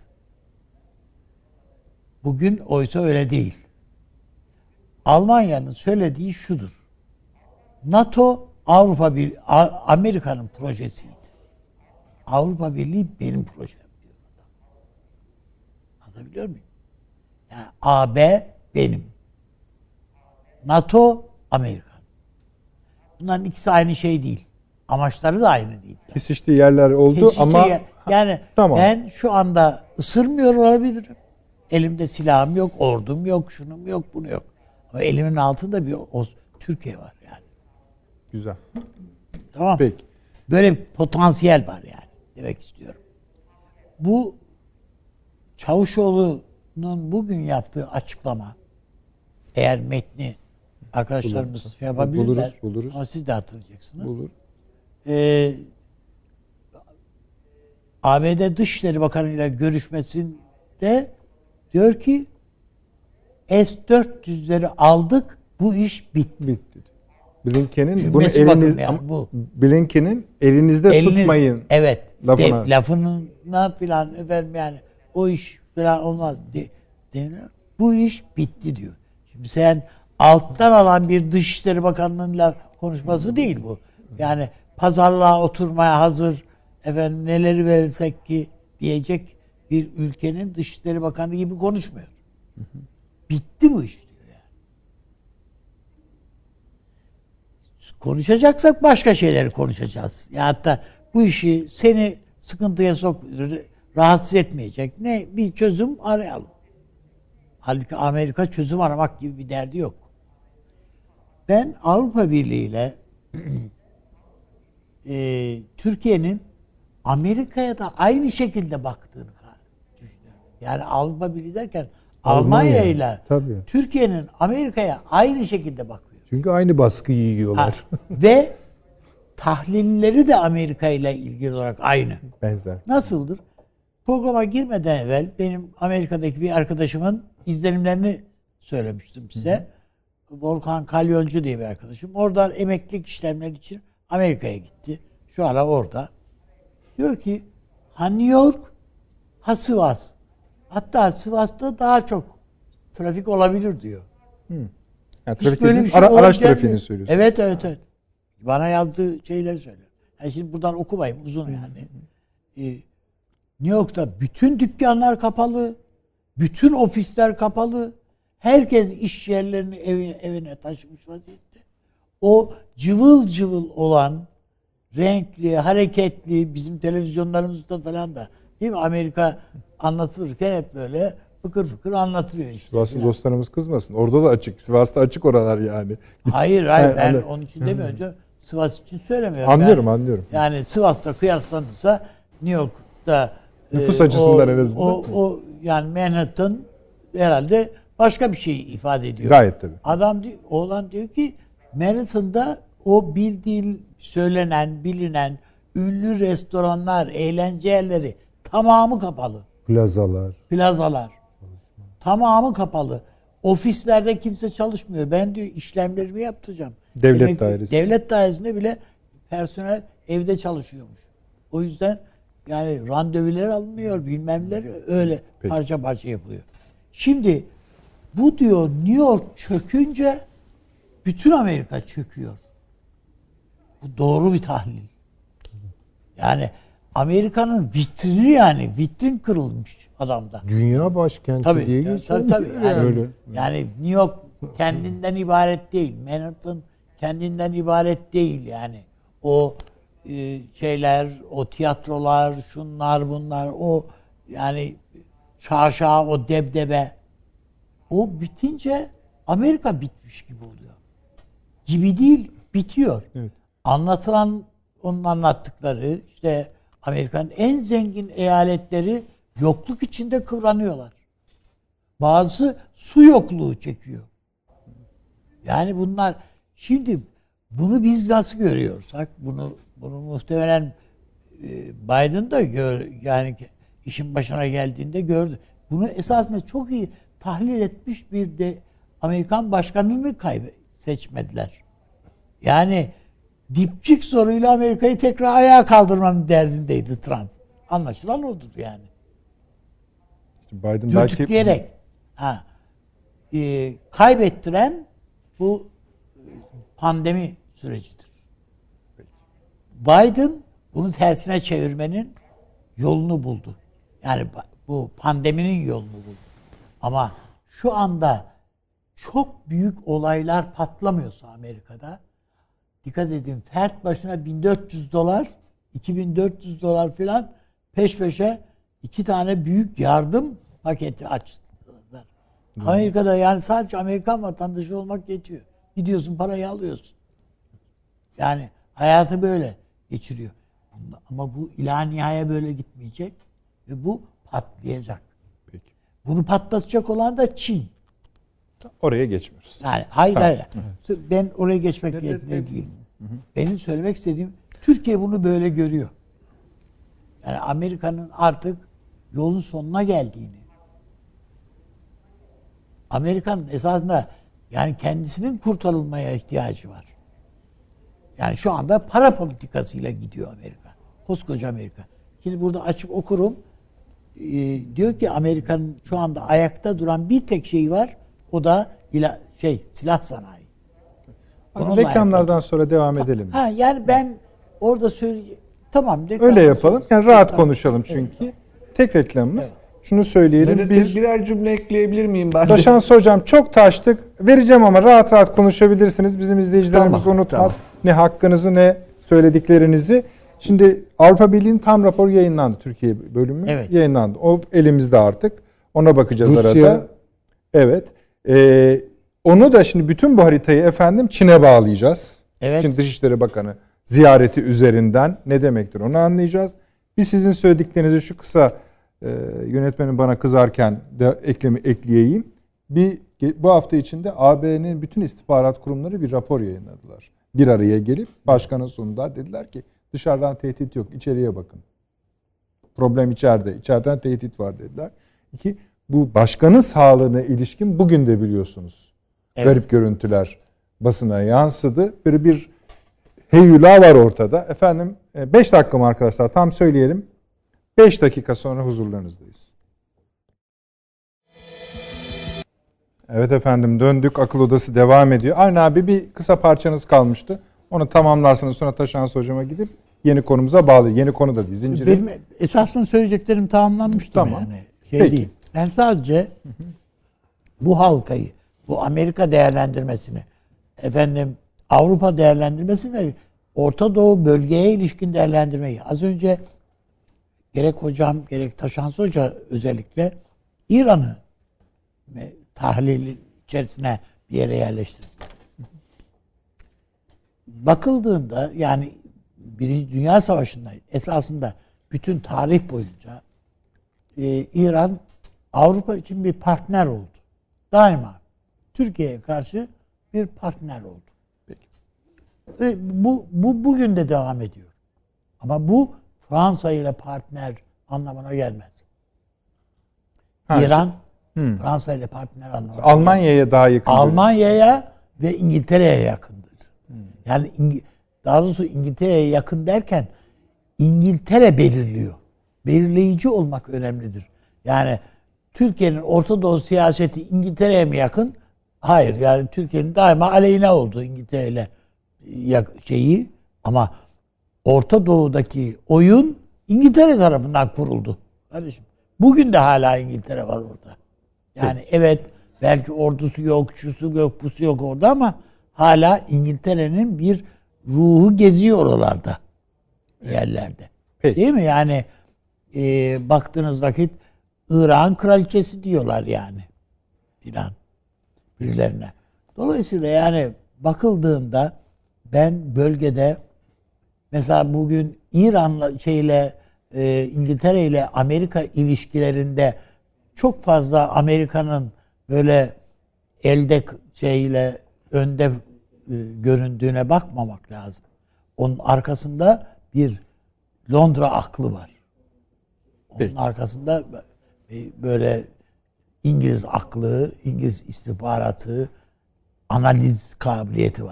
Bugün oysa öyle değil. Almanya'nın söylediği şudur. NATO Amerika'nın projesiydi. Avrupa Birliği benim projem diyor adam. Anlatabiliyor muyum? Yani AB benim. NATO Amerikan. Bunların ikisi aynı şey değil. Amaçları da aynı değil. Kesiştiği yerler oldu ama yani tamam. Ben şu anda ısırmıyor olabilirim. Elimde silahım yok, ordum yok, şunum yok, bunu yok. Ama elimin altında bir Türkiye var yani. Güzel. Tamam. Peki. Böyle bir potansiyel var yani demek istiyorum. Bu Çavuşoğlu'nun bugün yaptığı açıklama, eğer metni arkadaşlarımız şey yapabilirler. Buluruz. Ama siz de hatırlayacaksınız. Bulur. ABD Dışişleri Bakanı ile görüşmesinde diyor ki S-400'leri aldık, bu iş bitti. Blinken'in bunu Blinken'in elinizde tutmayın. Evet. Lafına. Lafına filan efendim yani o iş filan olmaz deniyor. Bu iş bitti diyor. Şimdi sen alttan alan bir Dışişleri Bakanlığı'nın konuşması değil bu. Yani pazarlığa oturmaya hazır efendim neleri verirsek ki diyecek bir ülkenin Dışişleri Bakanı gibi konuşmuyor. Bitti bu iş diyor yani. Konuşacaksak başka şeyleri konuşacağız. Ya hatta bu işi seni sıkıntıya rahatsız etmeyecek ne bir çözüm arayalım. Halbuki Amerika çözüm aramak gibi bir derdi yok. Ben Avrupa Birliği ile Türkiye'nin Amerika'ya da aynı şekilde baktığını düşünüyorum. Yani Avrupa Birliği derken Almanya ile Türkiye'nin Amerika'ya aynı şekilde bakıyor. Çünkü aynı baskıyı yiyorlar. Ve tahlilleri de Amerika ile ilgili olarak aynı. Benzer. Nasıldır? Programa girmeden evvel benim Amerika'daki bir arkadaşımın izlenimlerini söylemiştim size. Volkan Kalyoncu diye bir arkadaşım. Oradan emeklilik işlemleri için Amerika'ya gitti. Şu ara orada. Diyor ki ha New York, ha Sivas. Hatta Sivas'ta daha çok trafik olabilir diyor. Yani araç trafiğini söylüyorsun. Evet. Bana yazdığı şeyleri söylüyor. Yani şimdi buradan okumayayım uzun yani. New York'ta bütün dükkanlar kapalı. Bütün ofisler kapalı. Herkes iş yerlerini evine taşımış vaziyette. O cıvıl cıvıl olan renkli, hareketli bizim televizyonlarımızda falan da değil mi? Amerika anlatılırken hep böyle fıkır fıkır anlatılıyor işte. Sivaslı dostlarımız kızmasın. Orada da açık. Sivas'ta açık oralar yani. Hayır ben onun için demiyorum. Sivas için söylemiyorum. Anlıyorum. Yani Sivas'ta kıyaslanırsa New York'ta nüfus açısından en azından. O yani Manhattan herhalde başka bir şey ifade ediyor. Gayet tabii. Oğlan diyor ki Manhattan'da o söylenen, bilinen ünlü restoranlar, eğlence yerleri tamamı kapalı. Plazalar. Tamamı kapalı. Ofislerde kimse çalışmıyor. Ben diyor işlemlerimi yaptıracağım. Devlet dairesinde bile personel evde çalışıyormuş. O yüzden yani randevular alınmıyor, bilmemler öyle parça parça yapılıyor. Şimdi bu diyor New York çökünce bütün Amerika çöküyor. Bu doğru bir tahlil. Yani Amerika'nın vitrin kırılmış adamda. Dünya başkenti diye geçiyor. Tabii. Yani New York kendinden ibaret değil. Manhattan kendinden ibaret değil yani. O şeyler, o tiyatrolar, şunlar bunlar, o yani şaşa, o debdebe. O bitince Amerika bitmiş gibi oluyor. Gibi değil, bitiyor. Evet. Anlatılan, onun anlattıkları işte Amerika'nın en zengin eyaletleri yokluk içinde kıvranıyorlar. Bazı su yokluğu çekiyor. Yani bunlar şimdi bunu biz nasıl görüyoruz? Bunu muhtemelen Biden da yani işin başına geldiğinde gördü. Bunu esasında çok iyi tahlil etmiş bir de Amerikan başkanını seçmediler. Yani dipçik soruyla Amerika'yı tekrar ayağa kaldırmanın derdindeydi Trump. Anlaşılan odur yani. Biden Dürtükleyerek. Kaybettiren bu pandemi sürecidir. Biden bunu tersine çevirmenin yolunu buldu. Yani bu pandeminin yolunu buldu. Ama şu anda çok büyük olaylar patlamıyorsa Amerika'da, dikkat edin, fert başına $1.400, $2.400 falan peş peşe 2 tane büyük yardım paketi açtılar. Amerika'da yani sadece Amerikan vatandaşı olmak yetiyor. Gidiyorsun, parayı alıyorsun. Yani hayatı böyle geçiriyor. Ama bu nihaya böyle gitmeyecek ve bu patlayacak. Peki. Bunu patlatacak olan da Çin. Oraya geçmiyoruz. Yani hayır Tamam. hayır. Ben oraya geçmek niyetinde değilim. Benim söylemek istediğim, Türkiye bunu böyle görüyor. Yani Amerika'nın artık yolun sonuna geldiğini, Amerika'nın esasında yani kendisinin kurtarılmaya ihtiyacı var. Yani şu anda para politikasıyla gidiyor Amerika. Koskoca Amerika. Şimdi burada açıp okurum. Diyor ki Amerika'nın şu anda ayakta duran bir tek şeyi var. O da silah sanayi. Reklamlardan sonra devam edelim. Yani ben orada söyleyeceğim. Tamam. Öyle yapalım. Yani rahat konuşalım çünkü. Evet. Tek reklamımız. Evet. Şunu söyleyelim. Birer cümle ekleyebilir miyim ben? Taşans hocam, çok taştık. Vereceğim ama rahat rahat konuşabilirsiniz. Bizim izleyicilerimiz unutmaz. Tamam. Ne hakkınızı ne söylediklerinizi. Şimdi Avrupa Birliği'nin tam raporu yayınlandı. Türkiye bölümü yayınlandı. O elimizde artık. Ona bakacağız Rusya. Arada. Evet. Onu da şimdi bütün bu haritayı Çin'e bağlayacağız. Evet. Çin Dışişleri Bakanı ziyareti üzerinden ne demektir onu anlayacağız. Biz sizin söylediklerinizi şu kısa yönetmenin bana kızarken de ekleyeyim. Bu hafta içinde AB'nin bütün istihbarat kurumları bir rapor yayınladılar. Bir araya gelip başkana sundular. Dediler ki dışarıdan tehdit yok, içeriye bakın. Problem içeride. İçeriden tehdit var dediler. İki, bu başkanın sağlığına ilişkin bugün de biliyorsunuz. Evet. Garip görüntüler basına yansıdı. Bir heyula var ortada. 5 dakika mı arkadaşlar? Tam söyleyelim. 5 dakika sonra huzurlarınızdayız. Evet efendim, döndük. Akıl Odası devam ediyor. Aynı abi, bir kısa parçanız kalmıştı. Onu tamamlarsınız, sonra Taşans hocama gidip yeni konumuza bağlı. Yeni konu da değil. Zinciri. Benim esasında söyleyeceklerim tamamlanmıştı. Tamam. Yani. Değil. Ben sadece bu halkayı, bu Amerika değerlendirmesini, Avrupa değerlendirmesini ve Orta Doğu bölgeye ilişkin değerlendirmeyi, az önce gerek hocam gerek Taşans Hoca özellikle İran'ı tahlil içerisine bir yere yerleştirdi. Bakıldığında yani Birinci Dünya Savaşı'nda esasında bütün tarih boyunca İran Avrupa için bir partner oldu. Daima Türkiye'ye karşı bir partner oldu. Peki. Bu bugün de devam ediyor. Ama bu Fransa ile partner anlamına gelmez. İran Fransa ile partner anlamına gelmez. Almanya'ya daha yakın. Almanya'ya ve İngiltere'ye yakındır. Yani daha doğrusu İngiltere'ye yakın derken İngiltere belirliyor. Belirleyici olmak önemlidir. Yani Türkiye'nin Orta Doğu siyaseti İngiltere'ye mi yakın? Hayır. Yani Türkiye'nin daima aleyhine olduğu İngiltere'yle şeyi, ama Orta Doğu'daki oyun İngiltere tarafından kuruldu. Kardeşim, bugün de hala İngiltere var orada. Yani evet, belki ordusu yok, şusu yok, busu yok orada, ama hala İngiltere'nin bir ruhu geziyor oralarda, yerlerde. Peki. Değil mi? Yani baktığınız vakit İran kraliçesi diyorlar yani filan birilerine. Dolayısıyla yani bakıldığında ben bölgede mesela bugün İran'la İngiltere ile Amerika ilişkilerinde çok fazla Amerika'nın böyle elde önde göründüğüne bakmamak lazım. Onun arkasında bir Londra aklı var. Onun arkasında böyle İngiliz aklı, İngiliz istihbaratı, analiz kabiliyeti var.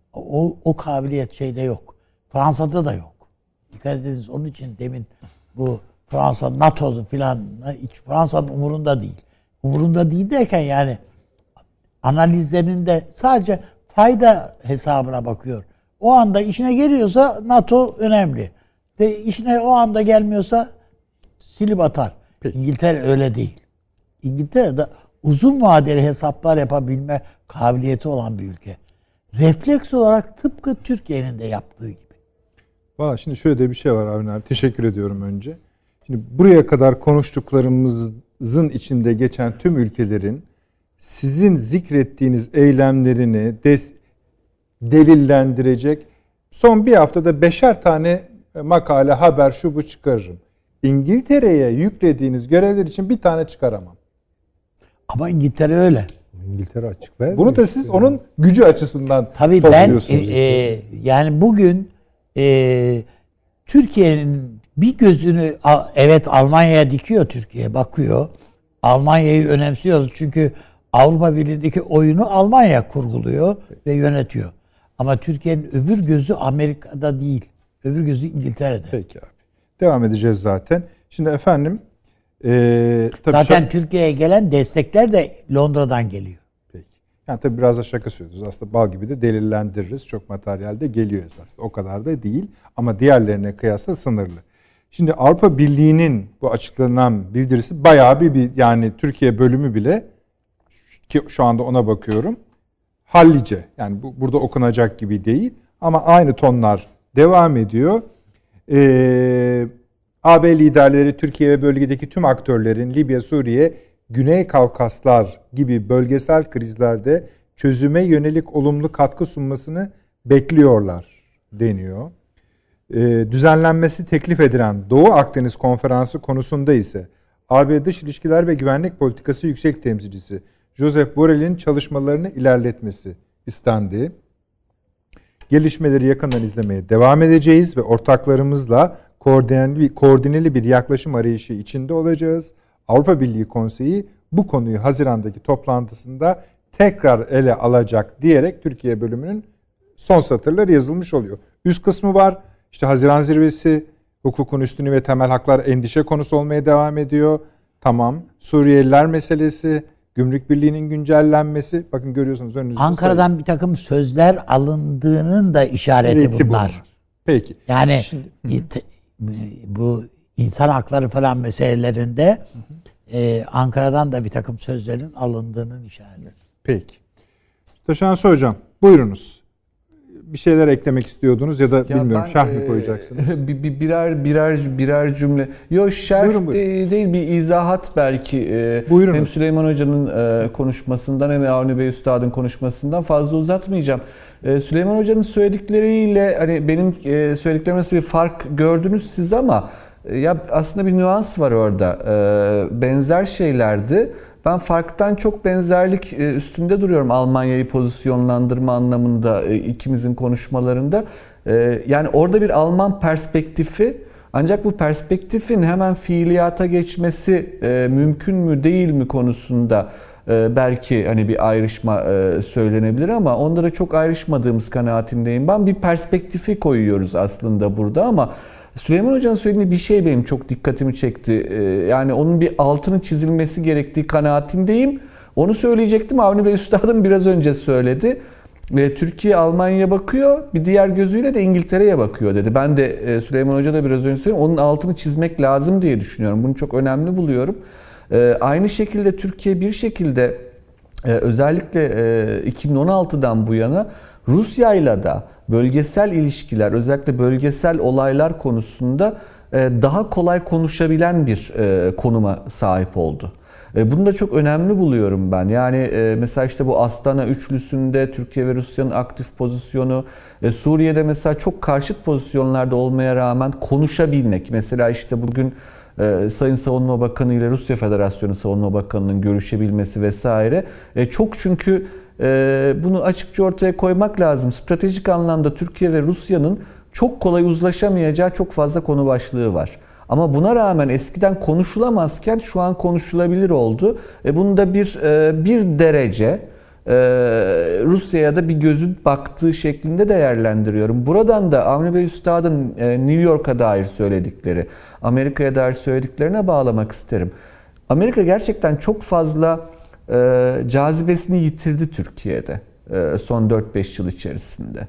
O kabiliyet şeyde yok. Fransa'da da yok. Dikkat ediniz, onun için demin bu Fransa NATO'su filan hiç Fransa'nın umurunda değil. Umurunda değil derken yani analizlerinde sadece fayda hesabına bakıyor. O anda işine geliyorsa NATO önemli. İşine o anda gelmiyorsa silip atar. Peki. İngiltere öyle değil. İngiltere'de uzun vadeli hesaplar yapabilme kabiliyeti olan bir ülke. Refleks olarak tıpkı Türkiye'nin de yaptığı gibi. Valla şimdi şöyle de bir şey var Avni abi. Teşekkür ediyorum önce. Şimdi buraya kadar konuştuklarımızın içinde geçen tüm ülkelerin sizin zikrettiğiniz eylemlerini delillendirecek son bir haftada 5'er tane makale, haber, şu bu çıkarırım. İngiltere'ye yüklediğiniz görevler için bir tane çıkaramam. Ama İngiltere öyle. İngiltere açık vermiyor. Bunu da siz onun gücü açısından tabii ben yani bugün Türkiye'nin bir gözünü evet Almanya'ya dikiyor, Türkiye bakıyor. Almanya'yı önemsiyoruz çünkü Avrupa Birliği'ndeki oyunu Almanya kurguluyor ve yönetiyor. Ama Türkiye'nin öbür gözü Amerika'da değil. Öbür gözü İngiltere'de. Peki abi. Devam edeceğiz zaten. Şimdi efendim tabii zaten Türkiye'ye gelen destekler de Londra'dan geliyor. Peki. Yani tabii biraz da şaka söylüyoruz. Aslında bal gibi de delillendiririz. Çok materyal de geliyor esasında. O kadar da değil. Ama diğerlerine kıyasla sınırlı. Şimdi Avrupa Birliği'nin bu açıklanan bildirisi bayağı bir yani Türkiye bölümü bile ki şu anda ona bakıyorum. Hallice. Yani burada okunacak gibi değil. Ama aynı tonlar devam ediyor. AB liderleri Türkiye ve bölgedeki tüm aktörlerin Libya, Suriye, Güney Kafkaslar gibi bölgesel krizlerde çözüme yönelik olumlu katkı sunmasını bekliyorlar deniyor. Düzenlenmesi teklif edilen Doğu Akdeniz Konferansı konusunda ise AB Dış İlişkiler ve Güvenlik Politikası Yüksek Temsilcisi Josep Borrell'in çalışmalarını ilerletmesi istendi. Gelişmeleri yakından izlemeye devam edeceğiz ve ortaklarımızla koordineli bir yaklaşım arayışı içinde olacağız. Avrupa Birliği Konseyi bu konuyu Haziran'daki toplantısında tekrar ele alacak diyerek Türkiye bölümünün son satırları yazılmış oluyor. Üst kısmı var. İşte Haziran zirvesi, hukukun üstünlüğü ve temel haklar endişe konusu olmaya devam ediyor. Tamam. Suriyeliler meselesi, Gümrük Birliği'nin güncellenmesi. Bakın görüyorsunuz önünüzde. Ankara'dan bir takım sözler alındığının da işareti bunlar. Peki. Yani bu insan hakları falan meselelerinde Ankara'dan da bir takım sözlerin alındığının işareti. Peki. Taşansı Hocam buyurunuz. Bir şeyler eklemek istiyordunuz ya da bilmiyorum şerh mi koyacaksınız? Birer cümle. Yok şerh buyurun. Değil bir izahat belki. Buyurun. Hem Süleyman Hoca'nın konuşmasından hem Avni Bey Üstad'ın konuşmasından fazla uzatmayacağım. Süleyman Hoca'nın söyledikleriyle hani benim söylediklerim arasında bir fark gördünüz siz ama ya aslında bir nüans var orada. Benzer şeylerdi. Ben farktan çok benzerlik üstünde duruyorum Almanya'yı pozisyonlandırma anlamında ikimizin konuşmalarında. Yani orada bir Alman perspektifi, ancak bu perspektifin hemen fiiliyata geçmesi mümkün mü değil mi konusunda belki hani bir ayrışma söylenebilir ama onda da çok ayrışmadığımız kanaatindeyim. Ben bir perspektifi koyuyoruz aslında burada ama Süleyman Hoca'nın söylediği bir şey benim çok dikkatimi çekti. Yani onun bir altını çizilmesi gerektiği kanaatindeyim. Onu söyleyecektim. Avni Bey Üstad'ım biraz önce söyledi. Türkiye Almanya'ya bakıyor, bir diğer gözüyle de İngiltere'ye bakıyor dedi. Ben de Süleyman Hoca da biraz önce söyledim. Onun altını çizmek lazım diye düşünüyorum. Bunu çok önemli buluyorum. Aynı şekilde Türkiye bir şekilde özellikle 2016'dan bu yana Rusya'yla da bölgesel ilişkiler, özellikle bölgesel olaylar konusunda daha kolay konuşabilen bir konuma sahip oldu. Bunu da çok önemli buluyorum ben. Yani mesela işte bu Astana üçlüsünde Türkiye ve Rusya'nın aktif pozisyonu, Suriye'de mesela çok karşıt pozisyonlarda olmaya rağmen konuşabilmek. Mesela işte bugün Sayın Savunma Bakanı ile Rusya Federasyonu Savunma Bakanı'nın görüşebilmesi vesaire. Çok çünkü bunu açıkça ortaya koymak lazım. Stratejik anlamda Türkiye ve Rusya'nın çok kolay uzlaşamayacağı çok fazla konu başlığı var. Ama buna rağmen eskiden konuşulamazken şu an konuşulabilir oldu. Bunda bir derece Rusya'ya da bir gözün baktığı şeklinde değerlendiriyorum. Buradan da Avni Bey Üstad'ın New York'a dair söyledikleri, Amerika'ya dair söylediklerine bağlamak isterim. Amerika gerçekten çok fazla cazibesini yitirdi Türkiye'de son 4-5 yıl içerisinde.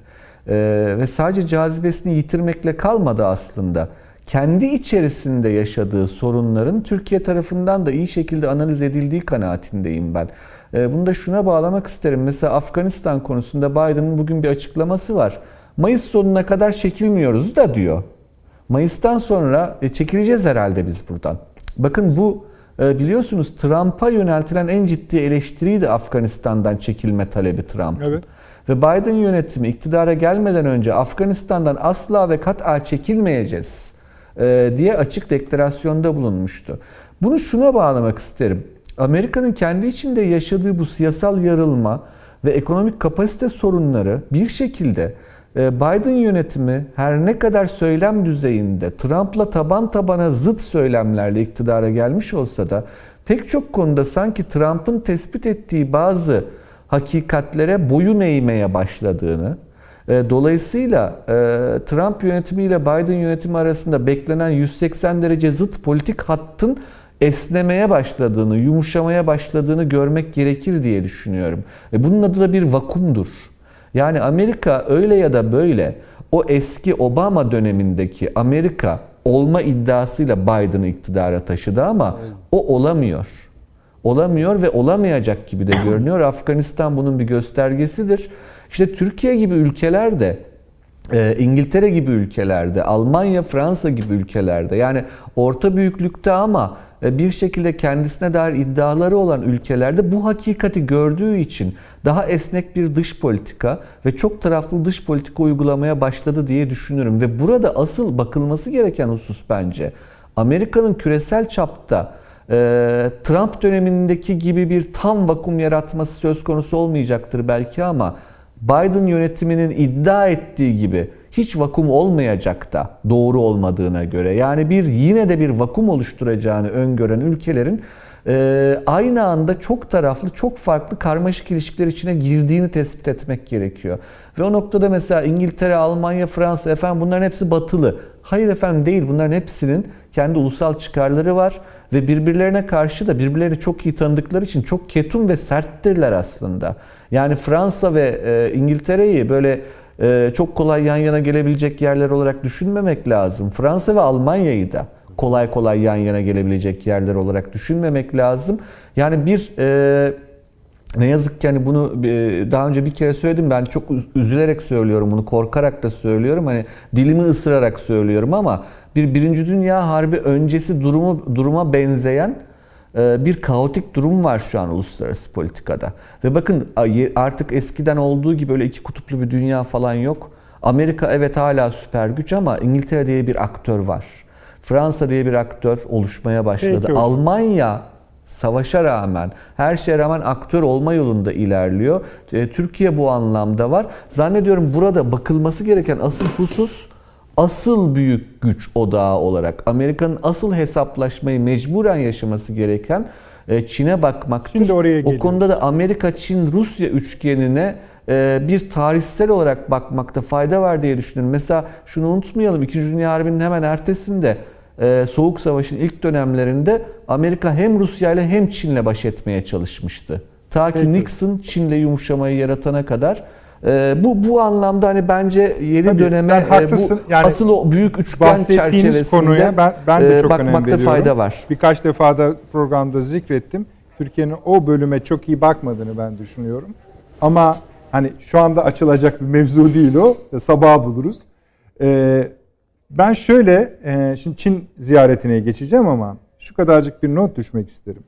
Ve sadece cazibesini yitirmekle kalmadı aslında. Kendi içerisinde yaşadığı sorunların Türkiye tarafından da iyi şekilde analiz edildiği kanaatindeyim ben. Bunu da şuna bağlamak isterim. Mesela Afganistan konusunda Biden'ın bugün bir açıklaması var. Mayıs sonuna kadar çekilmiyoruz da diyor. Mayıs'tan sonra çekileceğiz herhalde biz buradan. Bakın bu biliyorsunuz Trump'a yöneltilen en ciddi eleştiriydi Afganistan'dan çekilme talebi Trump'ın. Evet. Ve Biden yönetimi iktidara gelmeden önce Afganistan'dan asla ve kat'a çekilmeyeceğiz diye açık deklarasyonda bulunmuştu. Bunu şuna bağlamak isterim. Amerika'nın kendi içinde yaşadığı bu siyasal yarılma ve ekonomik kapasite sorunları bir şekilde Biden yönetimi her ne kadar söylem düzeyinde Trump'la taban tabana zıt söylemlerle iktidara gelmiş olsa da pek çok konuda sanki Trump'ın tespit ettiği bazı hakikatlere boyun eğmeye başladığını, dolayısıyla Trump yönetimiyle Biden yönetimi arasında beklenen 180 derece zıt politik hattın esnemeye başladığını, yumuşamaya başladığını görmek gerekir diye düşünüyorum. Bunun adı da bir vakumdur. Yani Amerika öyle ya da böyle o eski Obama dönemindeki Amerika olma iddiasıyla Biden'ı iktidara taşıdı ama o olamıyor. Olamıyor ve olamayacak gibi de görünüyor. Afganistan bunun bir göstergesidir. İşte Türkiye gibi ülkelerde, İngiltere gibi ülkelerde, Almanya, Fransa gibi ülkelerde yani orta büyüklükte ama bir şekilde kendisine dair iddiaları olan ülkelerde bu hakikati gördüğü için daha esnek bir dış politika ve çok taraflı dış politika uygulamaya başladı diye düşünürüm. Ve burada asıl bakılması gereken husus bence Amerika'nın küresel çapta Trump dönemindeki gibi bir tam vakum yaratması söz konusu olmayacaktır belki ama Biden yönetiminin iddia ettiği gibi hiç vakum olmayacak da doğru olmadığına göre yani yine de bir vakum oluşturacağını öngören ülkelerin aynı anda çok taraflı, çok farklı karmaşık ilişkiler içine girdiğini tespit etmek gerekiyor. Ve o noktada mesela İngiltere, Almanya, Fransa bunların hepsi batılı. Hayır efendim değil. Bunların hepsinin kendi ulusal çıkarları var ve birbirlerine karşı da birbirlerini çok iyi tanıdıkları için çok ketum ve serttirler aslında. Yani Fransa ve İngiltere'yi böyle çok kolay yan yana gelebilecek yerler olarak düşünmemek lazım. Fransa ve Almanya'yı da kolay kolay yan yana gelebilecek yerler olarak düşünmemek lazım. Yani ne yazık ki hani bunu daha önce bir kere söyledim. Ben çok üzülerek söylüyorum bunu, korkarak da söylüyorum. Hani dilimi ısırarak söylüyorum ama Birinci Dünya Harbi öncesi duruma benzeyen bir kaotik durum var şu an uluslararası politikada. Ve bakın artık eskiden olduğu gibi öyle iki kutuplu bir dünya falan yok. Amerika evet hala süper güç ama İngiltere diye bir aktör var. Fransa diye bir aktör oluşmaya başladı. Peki. Almanya savaşa rağmen, her şeye rağmen aktör olma yolunda ilerliyor. Türkiye bu anlamda var. Zannediyorum burada bakılması gereken asıl husus, asıl büyük güç odağı olarak Amerika'nın asıl hesaplaşmayı mecburen yaşaması gereken Çin'e bakmaktır. Şimdi oraya geliyoruz. O konuda da Amerika, Çin, Rusya üçgenine bir tarihsel olarak bakmakta fayda var diye düşünüyorum. Mesela şunu unutmayalım. İkinci Dünya Harbi'nin hemen ertesinde Soğuk Savaş'ın ilk dönemlerinde Amerika hem Rusya ile hem Çin'le baş etmeye çalışmıştı. Ta ki Nixon Çin'le yumuşamayı yaratana kadar. Bu anlamda hani bence yeni döneme bu yani asıl o büyük üçgen çerçevesinde konuya ben de çok bakmakta fayda var. Birkaç defa da programda zikrettim. Türkiye'nin o bölüme çok iyi bakmadığını ben düşünüyorum. Ama hani şu anda açılacak bir mevzu değil o. Sabaha buluruz. Ben şöyle, şimdi Çin ziyaretine geçeceğim ama şu kadarcık bir not düşmek isterim.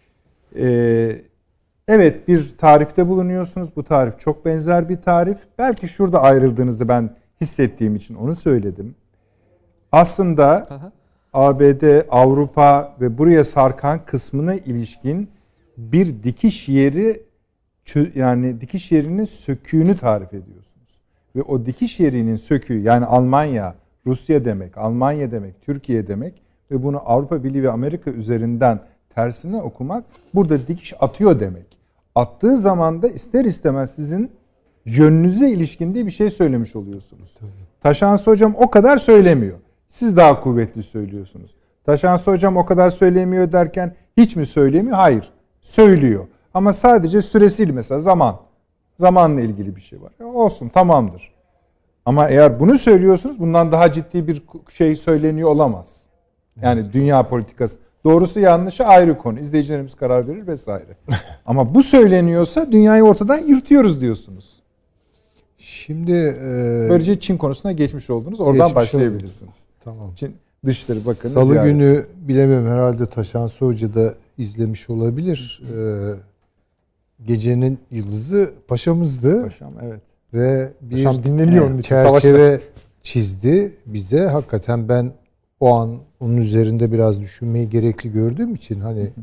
Evet, bir tarifte bulunuyorsunuz. Bu tarif çok benzer bir tarif. Belki şurada ayrıldığınızı ben hissettiğim için onu söyledim. Aslında ABD, Avrupa ve buraya sarkan kısmına ilişkin bir dikiş yeri, yani dikiş yerinin söküğünü tarif ediyorsunuz. Ve o dikiş yerinin söküğü, yani Almanya, Rusya demek, Almanya demek, Türkiye demek ve bunu Avrupa Birliği ve Amerika üzerinden tersine okumak burada dikiş atıyor demek. Attığı zaman da ister istemez sizin yönünüze ilişkin diye bir şey söylemiş oluyorsunuz. Taşansı hocam o kadar söylemiyor. Siz daha kuvvetli söylüyorsunuz. Taşansı hocam o kadar söylemiyor derken hiç mi söylemiyor? Hayır. Söylüyor. Ama sadece süresiyle, mesela zamanla ilgili bir şey var. Olsun, tamamdır. Ama eğer bunu söylüyorsunuz, bundan daha ciddi bir şey söyleniyor olamaz. Yani dünya politikası. Doğrusu yanlışı ayrı konu. İzleyicilerimiz karar verir vesaire. Ama bu söyleniyorsa dünyayı ortadan yırtıyoruz diyorsunuz. Şimdi böylece Çin konusuna geçmiş oldunuz. Oradan başlayabilirsiniz. Tamam. Çin Dışişleri Bakanı Salı ziyaret. günü bilemiyorum, herhalde Taşansı Hoca da izlemiş olabilir. Gecenin yıldızı paşamızdı. Paşam, evet. Ve bir Paşam dinleniyor onun için, çerçeve çizdi bize. Hakikaten ben o an onun üzerinde biraz düşünmeyi gerekli gördüğüm için hani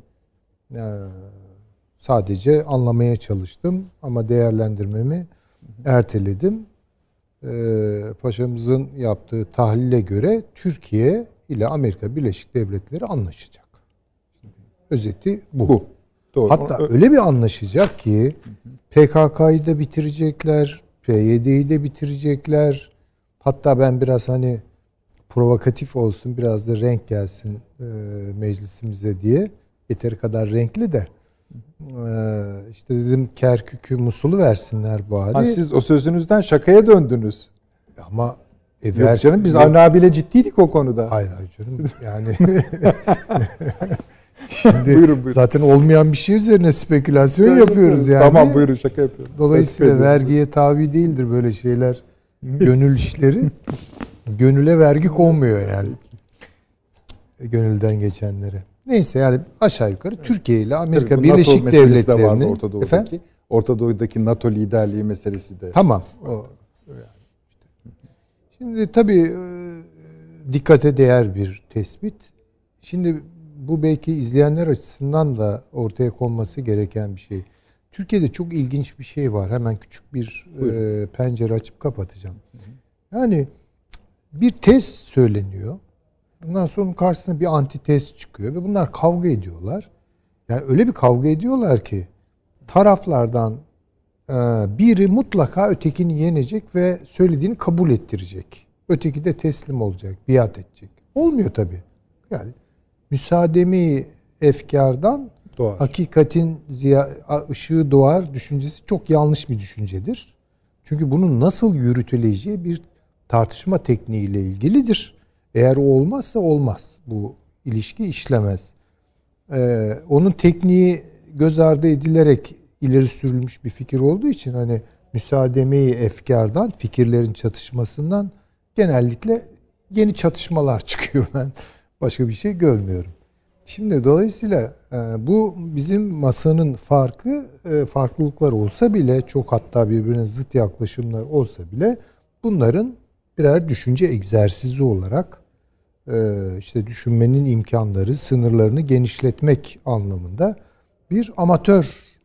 sadece anlamaya çalıştım ama değerlendirmemi erteledim. Paşamızın yaptığı tahlile göre Türkiye ile Amerika Birleşik Devletleri anlaşacak. Özeti bu. Doğru. Hatta öyle bir anlaşacak ki PKK'yı da bitirecekler, PYD'yi de bitirecekler. Hatta ben biraz hani provokatif olsun, biraz da renk gelsin meclisimize diye, yeteri kadar renkli de işte dedim Kerkük'ü, Musul'u versinler bari. Ha, siz o sözünüzden şakaya döndünüz. Ama Yok canım, biz Avni abiyle ciddiydik o konuda. Hayır canım yani şimdi buyurun. Zaten olmayan bir şey üzerine spekülasyon yapıyoruz yani. Tamam, buyurun, şaka yapıyorum. Dolayısıyla vergiye tabi değildir böyle şeyler. Gönül işleri. Gönüle vergi konmuyor yani. Gönülden geçenlere. Neyse, yani aşağı yukarı Türkiye ile Amerika Tabii, Birleşik Devletleri'nin Orta Doğu'daki NATO liderliği meselesi de. Tamam. Şimdi tabii dikkate değer bir tespit. Şimdi bu belki izleyenler açısından da ortaya konması gereken bir şey. Türkiye'de çok ilginç bir şey var. Hemen küçük bir pencere açıp kapatacağım. Yani bir tez söyleniyor. Ondan sonra karşısına bir antitez çıkıyor ve bunlar kavga ediyorlar. Yani öyle bir kavga ediyorlar ki taraflardan biri mutlaka ötekini yenecek ve söylediğini kabul ettirecek. Öteki de teslim olacak, biat edecek. Olmuyor tabii. Yani müsaademi efkardan hakikatin ışığı doğar düşüncesi çok yanlış bir düşüncedir. Çünkü bunun nasıl yürütüleceği bir tartışma tekniğiyle ilgilidir. Eğer o olmazsa olmaz. Bu ilişki işlemez. Onun tekniği göz ardı edilerek ileri sürülmüş bir fikir olduğu için hani müsaademi efkardan, fikirlerin çatışmasından genellikle yeni çatışmalar çıkıyor. Ben başka bir şey görmüyorum. Şimdi dolayısıyla bu bizim masanın farklılıklar olsa bile, çok hatta birbirine zıt yaklaşımlar olsa bile bunların birer düşünce egzersizi olarak işte düşünmenin imkanları, sınırlarını genişletmek anlamında bir amatör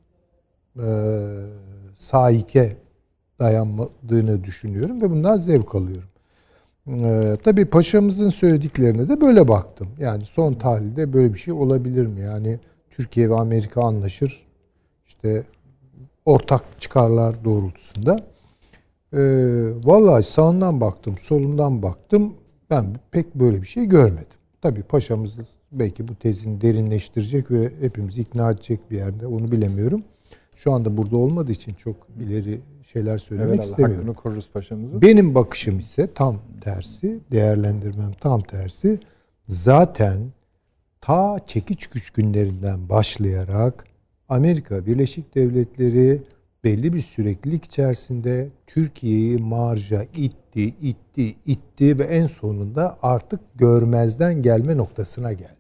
sahike dayanmadığını düşünüyorum ve bundan zevk alıyorum. Tabii paşamızın söylediklerine de böyle baktım. Yani son tahlilde böyle bir şey olabilir mi? Yani Türkiye ve Amerika anlaşır, işte ortak çıkarlar doğrultusunda. Vallahi sağından baktım, solundan baktım. Ben pek böyle bir şey görmedim. Tabii paşamız belki bu tezini derinleştirecek ve hepimizi ikna edecek bir yerde. Onu bilemiyorum. Şu anda burada olmadığı için çok ileri şeyler söylemek istemiyorum. Hakkını koruruz paşamızın. Benim bakışım ise tam tersi, değerlendirmem tam tersi. Zaten ta çekiç güç günlerinden başlayarak Amerika Birleşik Devletleri belli bir süreklilik içerisinde Türkiye'yi marja itti ve en sonunda artık görmezden gelme noktasına geldi.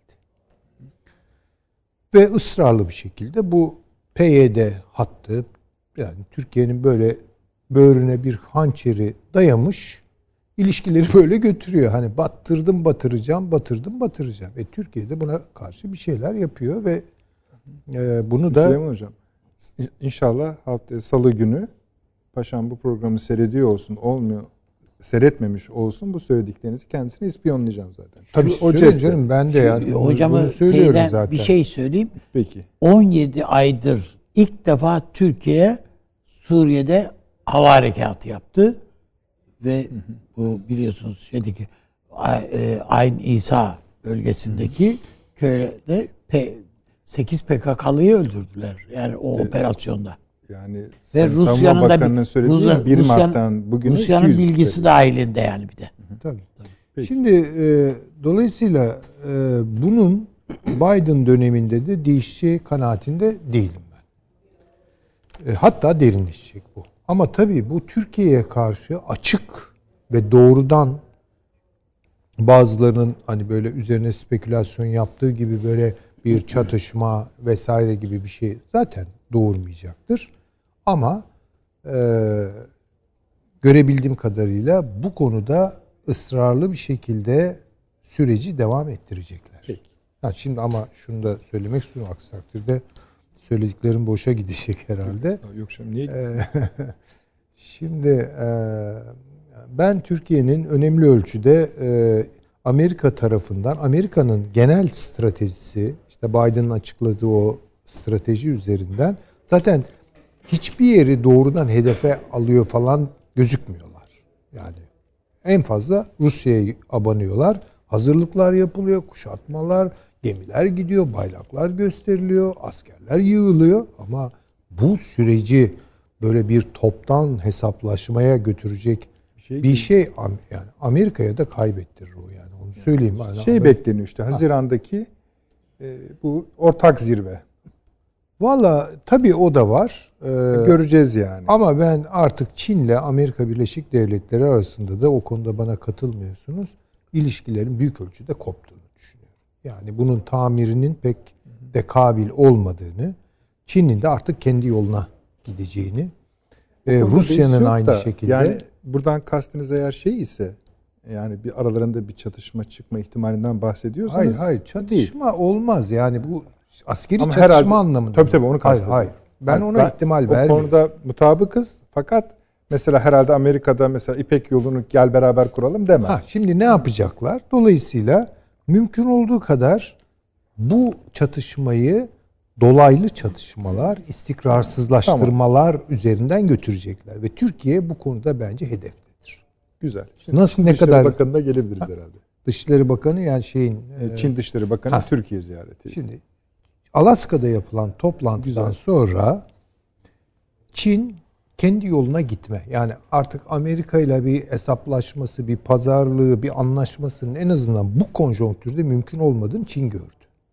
Ve ısrarlı bir şekilde bu PYD hattı, yani Türkiye'nin böyle böğrüne bir hançeri dayamış, ilişkileri böyle götürüyor. Hani batırdım batıracağım. Türkiye de buna karşı bir şeyler yapıyor ve bunu da Süleyman Hocam, İnşallah hafta Salı günü paşam bu programı seyrediyor olsun, seyretmemiş olsun, bu söylediklerinizi kendisine ispiyonlayacağım zaten. Tabii söyleyin canım, ben de yani hocamı bunu söylüyorum zaten. Bir şey söyleyeyim. Peki. 17 aydır ilk defa Türkiye Suriye'de hava harekatı yaptı ve bu biliyorsunuz şeydeki Ayn İsa bölgesindeki köyde 8 PKK'lıyı öldürdüler. Yani o operasyonda. Yani ve Rusya'nın da Bakanı'nın söylediği 1 Mart'tan bugüne Rusya'nın 200 bilgisi dahilinde yani bir de. Tabii. Peki. Şimdi dolayısıyla bunun Biden döneminde de değişeceği kanaatinde değilim ben. Hatta derinleşecek bu. Ama tabii bu Türkiye'ye karşı açık ve doğrudan bazılarının hani böyle üzerine spekülasyon yaptığı gibi böyle bir çatışma vesaire gibi bir şey zaten doğurmayacaktır. Ama görebildiğim kadarıyla bu konuda ısrarlı bir şekilde süreci devam ettirecekler. Peki. Ha, şimdi ama şunu da söylemek istiyorum. Aksi takdirde söylediklerim boşa gidecek herhalde. Yok şimdi niye gitsin? Şimdi ben Türkiye'nin önemli ölçüde Amerika tarafından, Amerika'nın genel stratejisi, işte Biden'ın açıkladığı o strateji üzerinden zaten hiçbir yeri doğrudan hedefe alıyor falan gözükmüyorlar. Yani en fazla Rusya'ya abanıyorlar. Hazırlıklar yapılıyor, kuşatmalar, gemiler gidiyor, bayraklar gösteriliyor, askerler yığılıyor. Ama bu süreci böyle bir toptan hesaplaşmaya götürecek bir şey yani Amerika'ya da kaybettirir o yani. Onu söyleyeyim. Yani bekleniyor işte Haziran'daki bu ortak zirve. Valla tabii o da var. Göreceğiz yani. Ama ben artık Çin'le Amerika Birleşik Devletleri arasında da o konuda bana katılmıyorsunuz. İlişkilerin büyük ölçüde koptuğunu düşünüyorum. Yani bunun tamirinin pek de kabil olmadığını, Çin'in de artık kendi yoluna gideceğini, Rusya'nın aynı şekilde. Yani buradan kastınız eğer şey ise, yani bir aralarında bir çatışma çıkma ihtimalinden bahsediyorsanız. Hayır çatışma değil. Olmaz yani bu askeri ama çatışma herhalde, anlamında. Tabii onu kastediyorum. Hayır. Ben ona ihtimal vermiyorum. O konuda mutabıkız fakat mesela herhalde Amerika'da mesela İpek yolunu gel beraber kuralım demez. Şimdi ne yapacaklar? Dolayısıyla mümkün olduğu kadar bu çatışmayı dolaylı çatışmalar, istikrarsızlaştırmalar üzerinden götürecekler. Ve Türkiye bu konuda bence hedeftedir. Güzel. Şimdi nasıl ne Dışişleri kadar Bakanı'na gelebiliriz herhalde. Dışişleri Bakanı yani Çin Dışişleri Bakanı Türkiye ziyareti. Şimdi Alaska'da yapılan toplantıdan sonra Çin kendi yoluna gitme. Yani artık Amerika ile bir hesaplaşması, bir pazarlığı, bir anlaşmasının en azından bu konjonktürde mümkün olmadığını Çin gördü.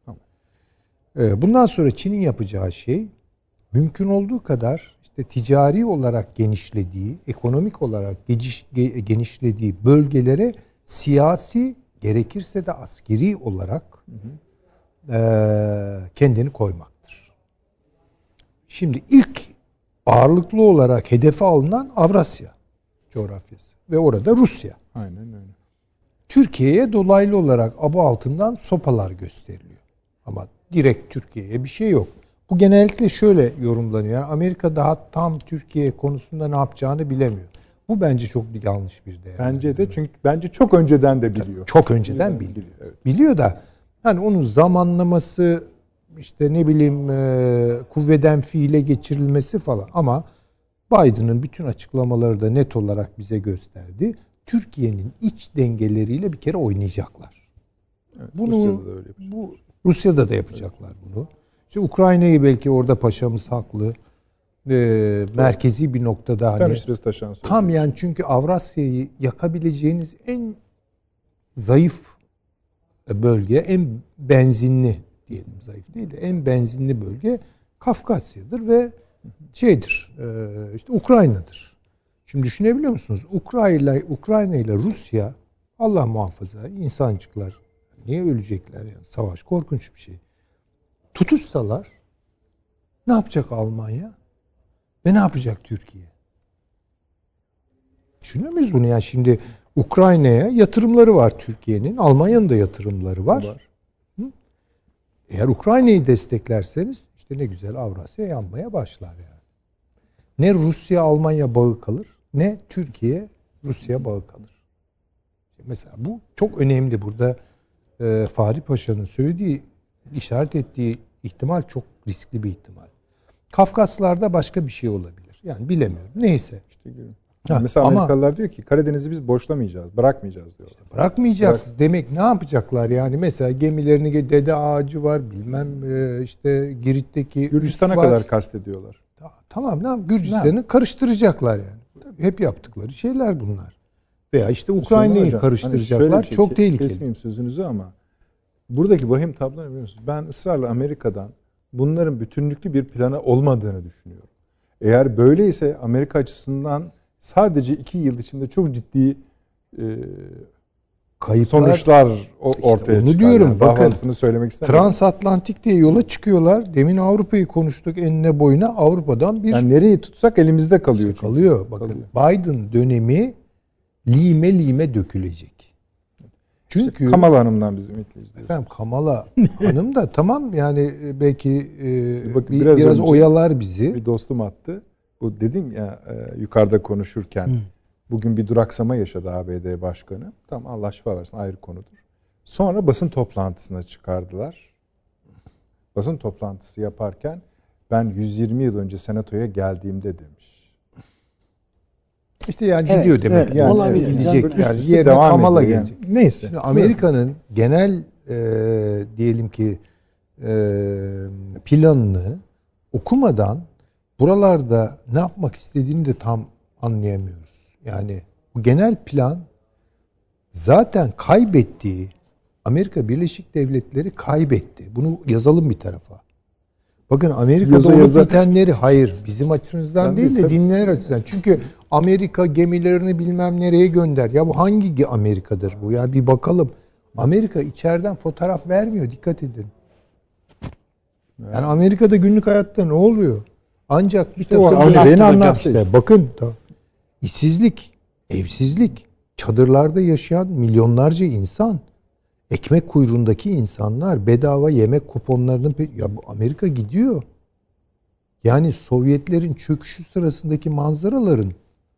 Bundan sonra Çin'in yapacağı şey mümkün olduğu kadar işte ticari olarak genişlediği, ekonomik olarak genişlediği bölgelere siyasi, gerekirse de askeri olarak kendini koymaktır. Şimdi ilk ağırlıklı olarak hedefe alınan Avrasya coğrafyası ve orada Rusya. Aynen öyle. Türkiye'ye dolaylı olarak aba altından sopalar gösteriliyor. Ama direkt Türkiye'ye bir şey yok. Bu genellikle şöyle yorumlanıyor. Yani Amerika daha tam Türkiye konusunda ne yapacağını bilemiyor. Bu bence çok yanlış bir değer. Bence de çünkü bence çok önceden de biliyor. Çok önceden biliyor. Evet. Biliyor da hani onun zamanlaması işte ne bileyim kuvveden fiile geçirilmesi falan ama Biden'ın bütün açıklamaları da net olarak bize gösterdi. Türkiye'nin iç dengeleriyle bir kere oynayacaklar. Evet, bunu Rusya'da da yapacaklar bunu. İşte Ukrayna'yı belki orada paşamız haklı. Merkezi bir noktada hani tam yani çünkü Avrasya'yı yakabileceğiniz en zayıf bölge, en benzinli diyelim, zayıf değil de en benzinli bölge Kafkasya'dır ve işte Ukrayna'dır. Şimdi düşünebiliyor musunuz? Ukrayna ile Rusya, Allah muhafaza, insancıklar niye ölecekler yani? Savaş korkunç bir şey. Tutuşsalar ne yapacak Almanya? Ve ne yapacak Türkiye? Düşünüyor muyuz bunu? Yani şimdi Ukrayna'ya yatırımları var Türkiye'nin. Almanya'nın da yatırımları var. Eğer Ukrayna'yı desteklerseniz işte ne güzel Avrasya yanmaya başlar yani. Ne Rusya-Almanya bağı kalır, ne Türkiye-Rusya bağı kalır. Mesela bu çok önemli. Burada Fahri Paşa'nın söylediği, işaret ettiği ihtimal çok riskli bir ihtimal. Kafkaslar'da başka bir şey olabilir. Yani bilemiyorum. Neyse. Mesela ama Amerikalılar diyor ki Karadeniz'i biz boşlamayacağız, bırakmayacağız diyorlar. Bırakmayacağız demek ne yapacaklar yani? Mesela gemilerini Dede Ağacı var, bilmem işte Girit'teki Gürcistan'a kadar kastediyorlar. Tamam, Gürcistan'ı karıştıracaklar yani. Hep yaptıkları şeyler bunlar. Veya işte Ukrayna'yı karıştıracaklar. Hani çok tehlikeli. Kesmeyeyim sözünüzü ama buradaki vahim tablo ne biliyor musunuz? Ben ısrarla Amerika'dan bunların bütünlüklü bir planı olmadığını düşünüyorum. Eğer böyleyse Amerika açısından sadece 2 yıl içinde çok ciddi sonuçlar ortaya onu çıkar. diyorum. Yani bakın söylemek istemiyorum. Transatlantik diye yola çıkıyorlar. Demin Avrupa'yı konuştuk enine boyuna. Avrupa'dan bir yani nereyi tutsak elimizde kalıyor. işte kalıyor. Bakın Biden dönemi lime dökülecek. Çünkü Kamala Hanım'dan biz ümitliyiz. Efendim Kamala Hanım da tamam yani belki Bakın, biraz önce oyalar bizi. Bir dostum attı. Bu dedim ya yukarıda konuşurken bugün bir duraksama yaşadı ABD Başkanı. Tamam Allah şifa versin ayrı konudur. Sonra basın toplantısına çıkardılar. Basın toplantısı yaparken ben 120 yıl önce senatoya geldiğimde demiş. İşte yani gidiyor demek. Evet, Yani olabilir. gidecek Yani yani yerine Kamala gelecek. Yani. Neyse. Şimdi Amerika'nın genel diyelim ki planını okumadan buralarda ne yapmak istediğini de tam anlayamıyoruz. Yani bu genel plan zaten kaybettiği Amerika Birleşik Devletleri kaybetti. Bunu yazalım bir tarafa. Bakın Amerika'da olup bitenleri hayır bizim açımızdan değil de dinleyenler açısından. Çünkü Amerika gemilerini bilmem nereye gönder. Ya bu hangi Amerika'dır bu? Ya bir bakalım. Amerika içeriden fotoğraf vermiyor. Dikkat edin. Yani Amerika'da günlük hayatta ne oluyor? Ancak bir takım anlattı işte. Bakın işsizlik, evsizlik, çadırlarda yaşayan milyonlarca insan, ekmek kuyruğundaki insanlar, bedava yemek kuponlarının ya bu Amerika gidiyor. Yani Sovyetlerin çöküşü sırasındaki manzaraların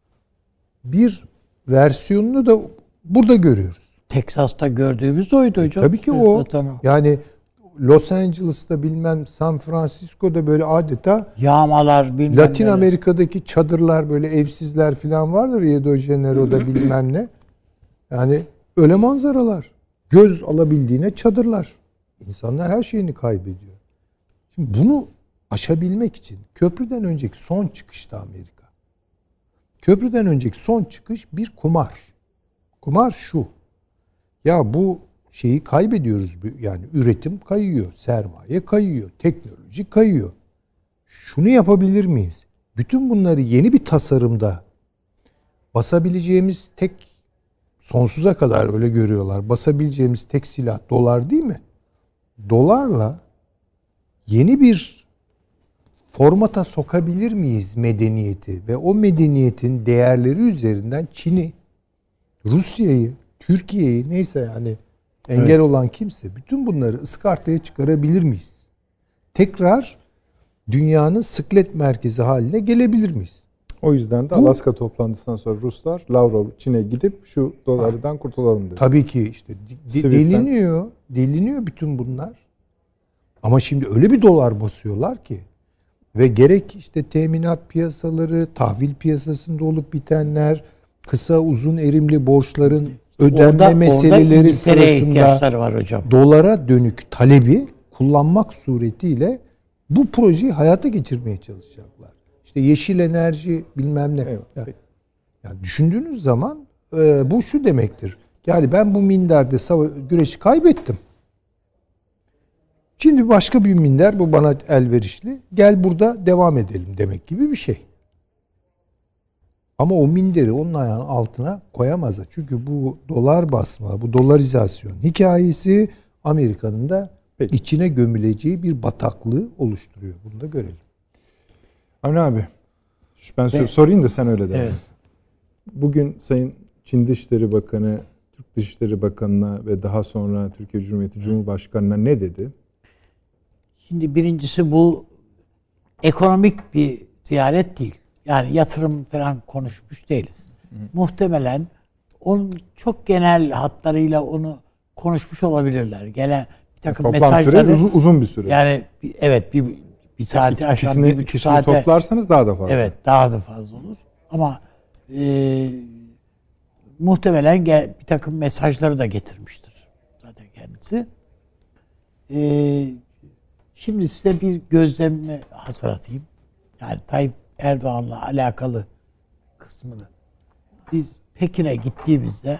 bir versiyonunu da burada görüyoruz. Teksas'ta gördüğümüz oydu hocam. Tabii ki o. Tamam. Yani Los Angeles'ta bilmem San Francisco'da böyle adeta yağmalar bilmem Latin neler. Amerika'daki çadırlar böyle evsizler falan vardır Rio de Janeiro'da bilmem ne. Yani öyle manzaralar. Göz alabildiğine çadırlar. İnsanlar her şeyini kaybediyor. Şimdi bunu aşabilmek için köprüden önceki son çıkışta Amerika. Köprüden önceki son çıkış bir kumar. Kumar şu. Ya bu şeyi kaybediyoruz. Yani üretim kayıyor, sermaye kayıyor, teknoloji kayıyor. Şunu yapabilir miyiz? Bütün bunları yeni bir tasarımda basabileceğimiz tek sonsuza kadar öyle görüyorlar. Basabileceğimiz tek silah dolar değil mi? Dolarla yeni bir formata sokabilir miyiz medeniyeti ve o medeniyetin değerleri üzerinden Çin'i, Rusya'yı, Türkiye'yi neyse yani engel olan kimse bütün bunları ıskartaya çıkarabilir miyiz? Tekrar dünyanın sıklet merkezi haline gelebilir miyiz? O yüzden de Alaska toplantısından sonra Ruslar Lavrov Çin'e gidip şu dolardan kurtulalım dedi. Tabii ki işte deliniyor bütün bunlar. Ama şimdi öyle bir dolar basıyorlar ki ve gerek işte teminat piyasaları, tahvil piyasasında olup bitenler, kısa uzun erimli borçların ödenme meseleleri sırasında var hocam. Dolara dönük talebi kullanmak suretiyle bu projeyi hayata geçirmeye çalışacaklar. İşte yeşil enerji bilmem ne. Evet. Yani düşündüğünüz zaman bu şu demektir. Yani ben bu minderde güreşi kaybettim. Şimdi başka bir minder bu bana elverişli. Gel burada devam edelim demek gibi bir şey. Ama o minderi onun ayağının altına koyamazlar. Çünkü bu dolar basma, bu dolarizasyon hikayesi Amerika'nın da içine gömüleceği bir bataklığı oluşturuyor. Bunu da görelim. Avni abi, ben sorayım da sen öyle de. Evet. Bugün Sayın Çin Dışişleri Bakanı, Türk Dışişleri Bakanı'na ve daha sonra Türkiye Cumhuriyeti Cumhurbaşkanı'na ne dedi? Şimdi birincisi bu ekonomik bir ziyaret değil. Yani yatırım falan konuşmuş değiliz. Muhtemelen onun çok genel hatlarıyla onu konuşmuş olabilirler. Gelen bir takım Toplam mesajları. süre uzun bir süre. Yani evet bir bir saati aşan, İkisini, 1,5 ikisini saate toplarsanız daha da fazla. evet daha da fazla olur. Ama muhtemelen bir takım mesajları da getirmiştir zaten kendisi. Şimdi size bir gözlemimi hatırlatayım. Yani Tayyip Erdoğan'la alakalı kısmını. Biz Pekin'e gittiğimizde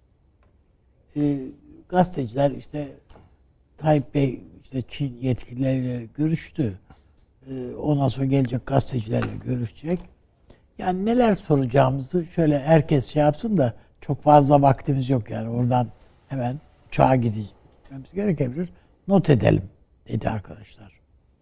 gazeteciler işte Tayyip Bey işte Çin yetkilileriyle görüştü. Ondan sonra gelecek gazetecilerle görüşecek. Yani neler soracağımızı şöyle herkes şey yapsın da çok fazla vaktimiz yok yani oradan hemen uçağa gitmemiz gerekebilir. Not edelim dedi arkadaşlar.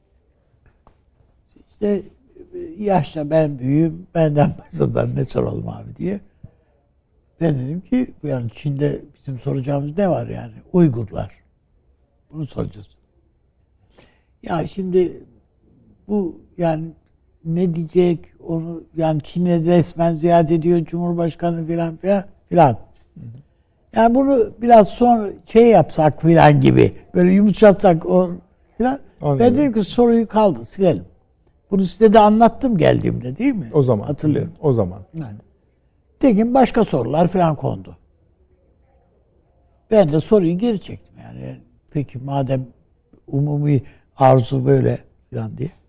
İşte yaşta ben büyüğüm, benden başladılar ne soralım abi diye. Ben dedim ki yani Çin'de bizim soracağımız ne var yani? Uygurlar. Bunu soracağız. Ya şimdi bu yani ne diyecek onu yani Çin'e resmen ziyaret ediyor Cumhurbaşkanı filan. Yani bunu biraz sonra şey yapsak filan gibi böyle yumuşatsak o filan. Ben dedim ki soruyu kaldı silelim. Bunu size de anlattım geldiğimde değil mi? O zaman. Hatırlıyorum. O zaman. Yani. Tekin başka sorular filan kondu. Ben de soruyu geri çektim yani. Peki madem umumi arzu böyle filan diye.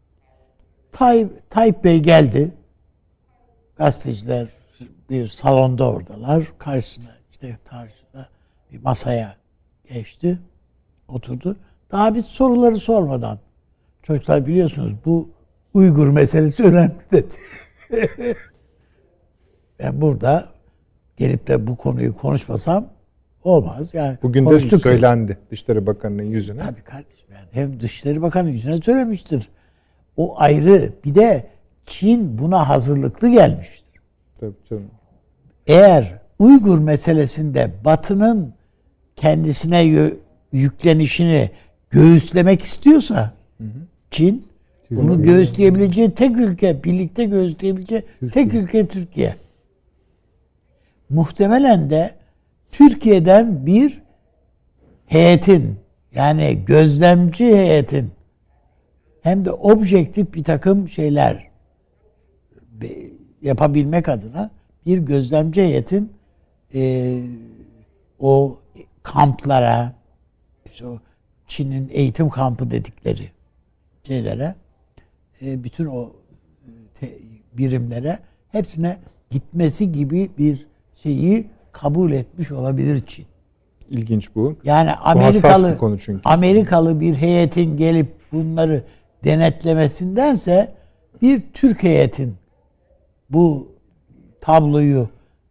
Tayyip Bey geldi. Gazeteciler bir salonda oradalar. Karşısına bir masaya geçti. Oturdu. Daha biz soruları sormadan. Çocuklar biliyorsunuz bu Uygur meselesi önemli dedi. Ben burada gelip de bu konuyu konuşmasam olmaz. Yani bugün de söylendi Dışişleri Bakanı'nın yüzüne. Tabii kardeşim. Yani hem Dışişleri Bakanı yüzüne söylemiştir. O ayrı. Bir de Çin buna hazırlıklı gelmiştir. Tabii canım. Eğer Uygur meselesinde Batı'nın kendisine yüklenişini göğüslemek istiyorsa Çin bunu göğüsleyebileceği tek ülke, birlikte göğüsleyebileceği tek ülke Türkiye. Muhtemelen de Türkiye'den bir heyetin yani gözlemci heyetin hem de objektif bir takım şeyler yapabilmek adına bir gözlemci heyetin o kamplara işte o Çin'in eğitim kampı dedikleri şeylere bütün o birimlere hepsine gitmesi gibi bir şeyi kabul etmiş olabilir Çin. İlginç bu. Yani bu hassas bir konu çünkü. Amerikalı bir heyetin gelip bunları denetlemesindense bir Türk heyetin bu tabloyu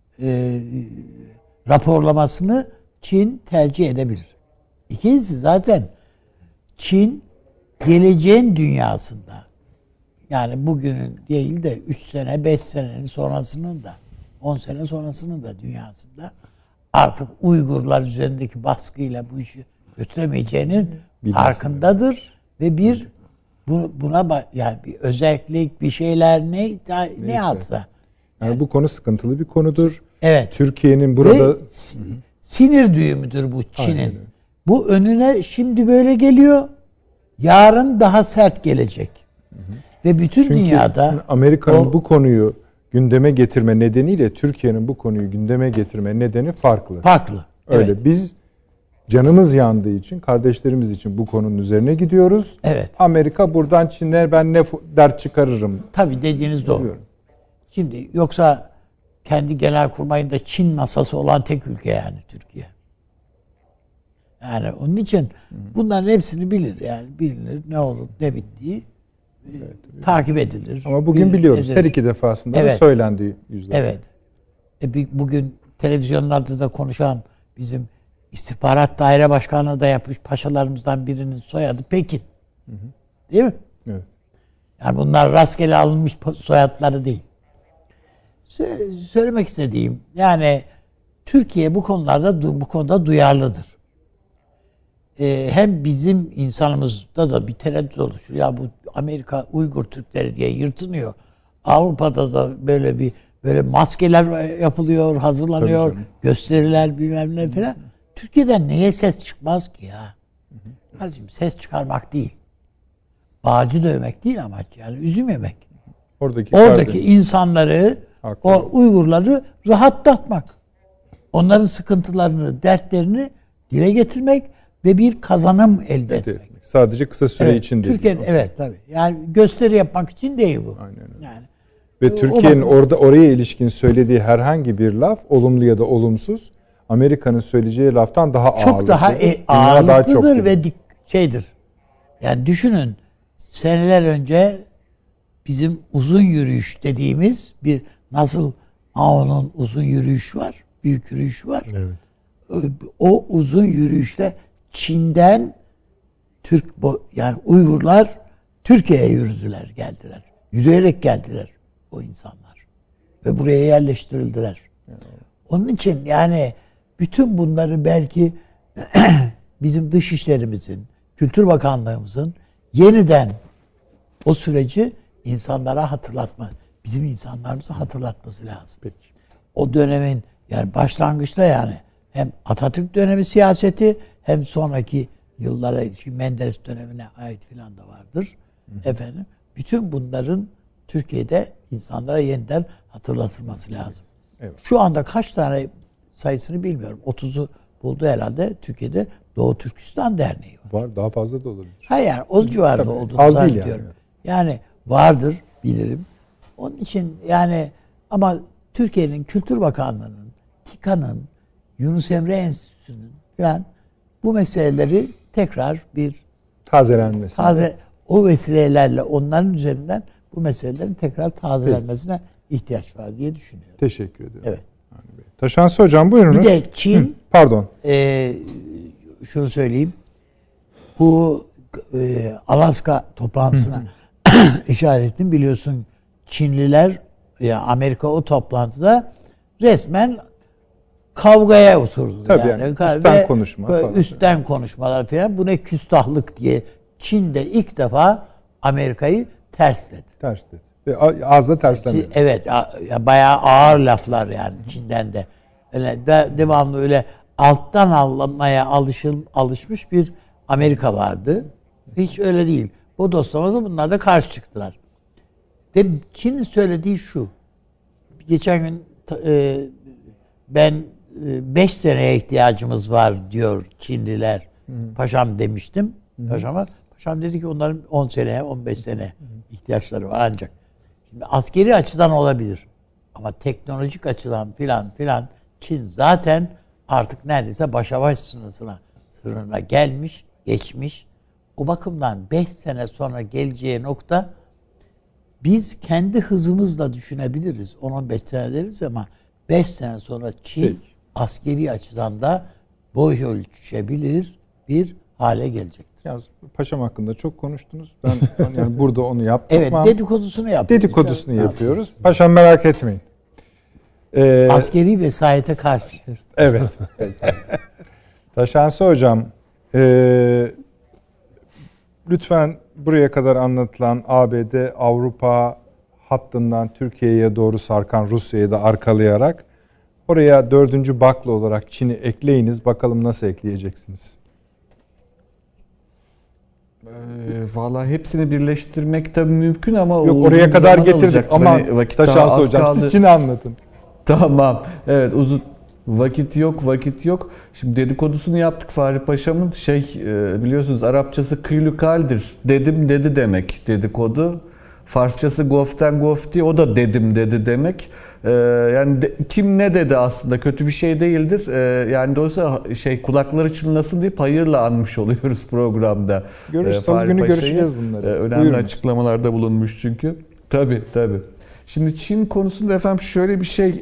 raporlamasını Çin tercih edebilir. İkincisi zaten Çin geleceğin dünyasında yani bugünün değil de 3 sene 5 senenin sonrasının da 10 sene sonrasının da dünyasında artık Uygurlar üzerindeki baskıyla bu işi götüremeyeceğinin farkındadır ve bir buna yani bir özellik bir şeyler ne alsa. Yani bu konu sıkıntılı bir konudur. Evet. Türkiye'nin burada ve sinir düğümüdür bu Çin'in. Bu önüne şimdi böyle geliyor. Yarın daha sert gelecek. Ve bütün çünkü dünyada Amerika'nın bu konuyu gündeme getirme nedeniyle Türkiye'nin bu konuyu gündeme getirme nedeni farklı. Farklı. Öyle. Evet. Biz canımız yandığı için, kardeşlerimiz için bu konunun üzerine gidiyoruz. Evet. Amerika buradan Çin'e ben ne dert çıkarırım. Tabii dediğiniz doğru. Diyorum. Şimdi yoksa kendi genelkurmayında Çin masası olan tek ülke yani Türkiye. Yani onun için bunların hepsini bilir yani bilinir ne olur ne bittiği takip edilir. Ama bugün biliyoruz her iki defasında da söylendi yüzlerce. Evet. Bugün televizyonlarda da konuşan bizim istihbarat daire başkanlığı da yapmış paşalarımızdan birinin soyadı Pekin. Değil mi? Evet. Yani bunlar rastgele alınmış soyadları değil. Söylemek istediğim yani Türkiye bu konuda duyarlıdır. Hem bizim insanımızda da bir tereddüt oluşur. Ya bu Amerika Uygur Türkleri diye yırtınıyor. Avrupa'da da böyle maskeler yapılıyor, hazırlanıyor, gösteriler bilmem ne falan. Türkiye'den neye ses çıkmaz ki ya? Kardeşim ses çıkarmak değil. Bağcı dövmek değil amaç, yani üzüm yemek. Oradaki insanları, haklı. o Uygurları rahatlatmak. Onların sıkıntılarını, dertlerini dile getirmek ve bir kazanım elde etmek. Sadece kısa süre için değil. Türkiye'nin, evet tabii. Yani gösteri yapmak için değil bu. Aynen öyle. Yani ve Türkiye'nin oraya ilişkin söylediği herhangi bir laf, olumlu ya da olumsuz, Amerika'nın söyleyeceği laftan daha ağırlıklıdır. Çok daha ağırlıklıdır ve şeydir. Yani düşünün, seneler önce bizim uzun yürüyüş dediğimiz bir, nasıl Mao'nun uzun yürüyüş var, büyük yürüyüş var. Evet. O uzun yürüyüşte Çin'den yani Uygurlar Türkiye'ye yürüdüler, geldiler. Yürüyerek geldiler o insanlar. Ve buraya yerleştirildiler. Onun için yani bütün bunları belki bizim Dışişlerimizin, Kültür Bakanlığımızın yeniden o süreci insanlara bizim insanlarımıza hatırlatması lazım. Peki. O dönemin, yani başlangıçta, yani hem Atatürk dönemi siyaseti hem sonraki yıllara, Menderes dönemine ait filan da vardır. Efendim, bütün bunların Türkiye'de insanlara yeniden hatırlatılması lazım. Evet. Şu anda kaç tane sayısını bilmiyorum. 30'u buldu herhalde Türkiye'de Doğu Türkistan Derneği var. Var, daha fazla da olabilir. Hayır, yani o civarda olduğunu az değil zannediyorum. Yani vardır, bilirim. Onun için yani, ama Türkiye'nin Kültür Bakanlığı'nın, TİKA'nın, Yunus Emre Enstitüsü'nün falan bu meseleleri tekrar bir Tazelenmesi. o vesilelerle onların üzerinden bu meselelerin tekrar tazelenmesine ihtiyaç var diye düşünüyorum. Teşekkür ederim. Evet. Taşansı Hocam, buyurunuz. Bir de Çin, pardon. Şunu söyleyeyim. Bu Alaska toplantısına işaret ettim. Biliyorsun Çinliler, ya Amerika o toplantıda resmen kavgaya oturdu. Tabii yani üstten konuşma falan. Üstten konuşmalar falan. Bu ne küstahlık diye Çin'de ilk defa Amerika'yı tersledi. Tersledi. Ve az da terslemedi. Evet. Bayağı ağır laflar yani Çin'den de. Öyle devamlı öyle alttan almaya alışmış bir Amerika vardı. Hiç öyle değil. Bu dostlarımız bunlar da karşı çıktılar. Ve Çin'in söylediği şu. Geçen gün ben 5 seneye ihtiyacımız var diyor Çinliler. Paşam demiştim. Paşam dedi ki onların 10 seneye 15 sene ihtiyaçları var ancak. Şimdi askeri açıdan olabilir. Ama teknolojik açıdan filan Çin zaten artık neredeyse başa baş sınırına geçmiş. O bakımdan 5 sene sonra geleceği nokta, biz kendi hızımızla düşünebiliriz. 10-15 sene deriz ama 5 sene sonra Çin askeri açıdan da boy ölçebilir bir hale gelecektir. Yalnız Paşam hakkında çok konuştunuz. Ben yani burada onu yaptım. Evet, dedikodusunu yapıyoruz. Dedikodusunu yapıyoruz. Paşam merak etmeyin. Askeri vesayete karşıyız. Evet. Taşansı Hocam, lütfen buraya kadar anlatılan ABD, Avrupa hattından Türkiye'ye doğru sarkan Rusya'yı da arkalayarak oraya 4. bakla olarak Çin'i ekleyiniz. Bakalım nasıl ekleyeceksiniz? Vallahi hepsini birleştirmek de mümkün ama yok, oraya kadar getirdik ama Taşansı Hocam siz Çin'i anlatın. Tamam. Evet, uzun vakit yok. Şimdi dedikodusunu yaptık Fahri Paşam'ın. Biliyorsunuz Arapçası kıylükaldir. Dedim dedi demek dedikodu. Farsçası goften gofti, o da dedim dedi demek. Yani kim ne dedi aslında kötü bir şey değildir. Yani dolayısıyla kulakları çınlasın deyip hayırla anmış oluyoruz programda. Salı günü görüşeceğiz bunları. Önemli Buyurun. Açıklamalarda bulunmuş çünkü. Tabii. Şimdi Çin konusunda efendim şöyle bir şey.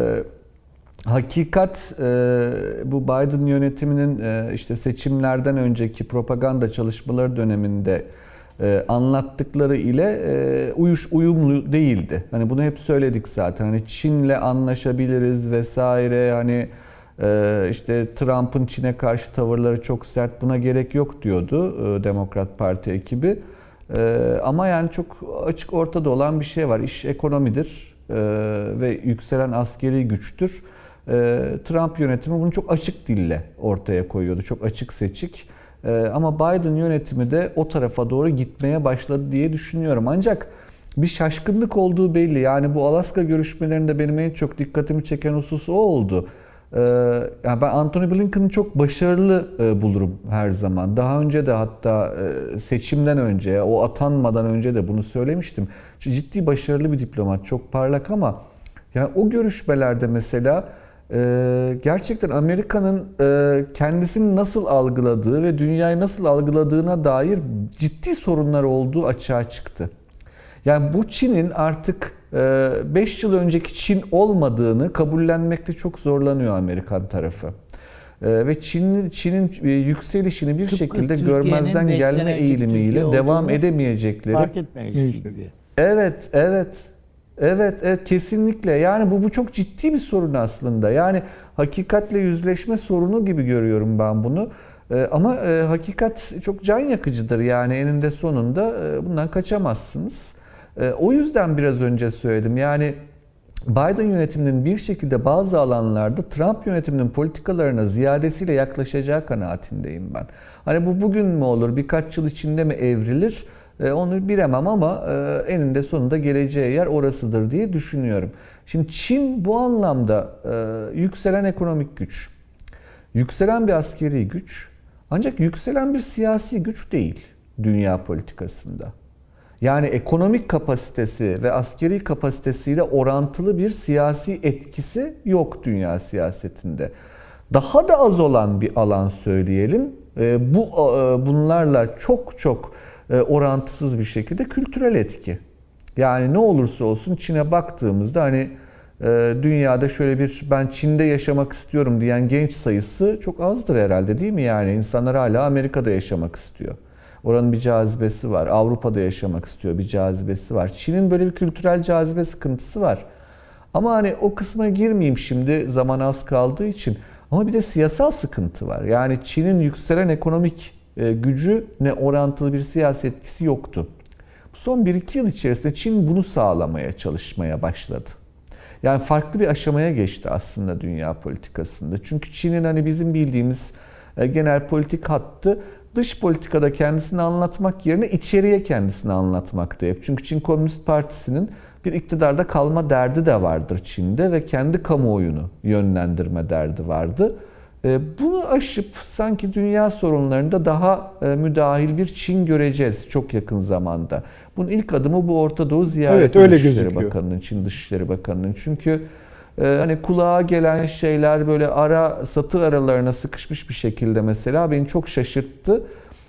Hakikat bu Biden yönetiminin işte seçimlerden önceki propaganda çalışmaları döneminde anlattıkları ile uyumlu değildi. Hani bunu hep söyledik zaten. Hani Çin'le anlaşabiliriz vesaire. Hani işte Trump'ın Çin'e karşı tavırları çok sert. Buna gerek yok diyordu Demokrat Parti ekibi. Ama yani çok açık ortada olan bir şey var. İş ekonomidir ve yükselen askeri güçtür. Trump yönetimi bunu çok açık dille ortaya koyuyordu. Çok açık seçik. Ama Biden yönetimi de o tarafa doğru gitmeye başladı diye düşünüyorum. Ancak bir şaşkınlık olduğu belli. Yani bu Alaska görüşmelerinde benim en çok dikkatimi çeken husus o oldu. Yani ben Antony Blinken'ı çok başarılı bulurum her zaman. Daha önce de hatta seçimden önce, o atanmadan önce de bunu söylemiştim. Ciddi başarılı bir diplomat, çok parlak ama yani o görüşmelerde mesela gerçekten Amerika'nın kendisini nasıl algıladığı ve dünyayı nasıl algıladığına dair ciddi sorunlar olduğu açığa çıktı. Yani bu Çin'in artık 5 yıl önceki Çin olmadığını kabullenmekte çok zorlanıyor Amerikan tarafı. Ve Çin'in yükselişini bir şekilde görmezden gelme eğilimiyle devam edemeyecekleri. Fark etmeyecek gibi. Evet, evet. Evet, kesinlikle. Yani bu çok ciddi bir sorun aslında. Yani hakikatle yüzleşme sorunu gibi görüyorum ben bunu. Ama hakikat çok can yakıcıdır. Yani eninde sonunda bundan kaçamazsınız. O yüzden biraz önce söyledim. Yani Biden yönetiminin bir şekilde bazı alanlarda Trump yönetiminin politikalarına ziyadesiyle yaklaşacağı kanaatindeyim ben. Hani bu bugün mü olur, birkaç yıl içinde mi evrilir? Onu bilemem ama eninde sonunda geleceği yer orasıdır diye düşünüyorum. Şimdi Çin bu anlamda yükselen ekonomik güç, yükselen bir askeri güç, ancak yükselen bir siyasi güç değil dünya politikasında. Yani ekonomik kapasitesi ve askeri kapasitesiyle orantılı bir siyasi etkisi yok dünya siyasetinde. Daha da az olan bir alan söyleyelim. Bunlarla çok orantısız bir şekilde kültürel etki. Yani ne olursa olsun Çin'e baktığımızda hani dünyada şöyle bir ben Çin'de yaşamak istiyorum diyen genç sayısı çok azdır herhalde, değil mi? Yani insanlar hala Amerika'da yaşamak istiyor. Oranın bir cazibesi var. Avrupa'da yaşamak istiyor, bir cazibesi var. Çin'in böyle bir kültürel cazibe sıkıntısı var. Ama hani o kısma girmeyeyim şimdi, zaman az kaldığı için. Ama bir de siyasal sıkıntı var. Yani Çin'in yükselen ekonomik gücüne orantılı bir siyasi etkisi yoktu. Son 1-2 yıl içerisinde Çin bunu sağlamaya çalışmaya başladı. Yani farklı bir aşamaya geçti aslında dünya politikasında. Çünkü Çin'in hani bizim bildiğimiz genel politik hattı dış politikada kendisini anlatmak yerine içeriye kendisini anlatmakta hep. Çünkü Çin Komünist Partisi'nin bir iktidarda kalma derdi de vardır Çin'de ve kendi kamuoyunu yönlendirme derdi vardı. Bunu aşıp sanki dünya sorunlarında daha müdahil bir Çin göreceğiz çok yakın zamanda. Bunun ilk adımı bu Orta Doğu ziyareti, evet, Dışişleri Bakanı'nın, Çin Dışişleri Bakanı'nın. Çünkü hani kulağa gelen şeyler böyle satır aralarına sıkışmış bir şekilde mesela beni çok şaşırttı.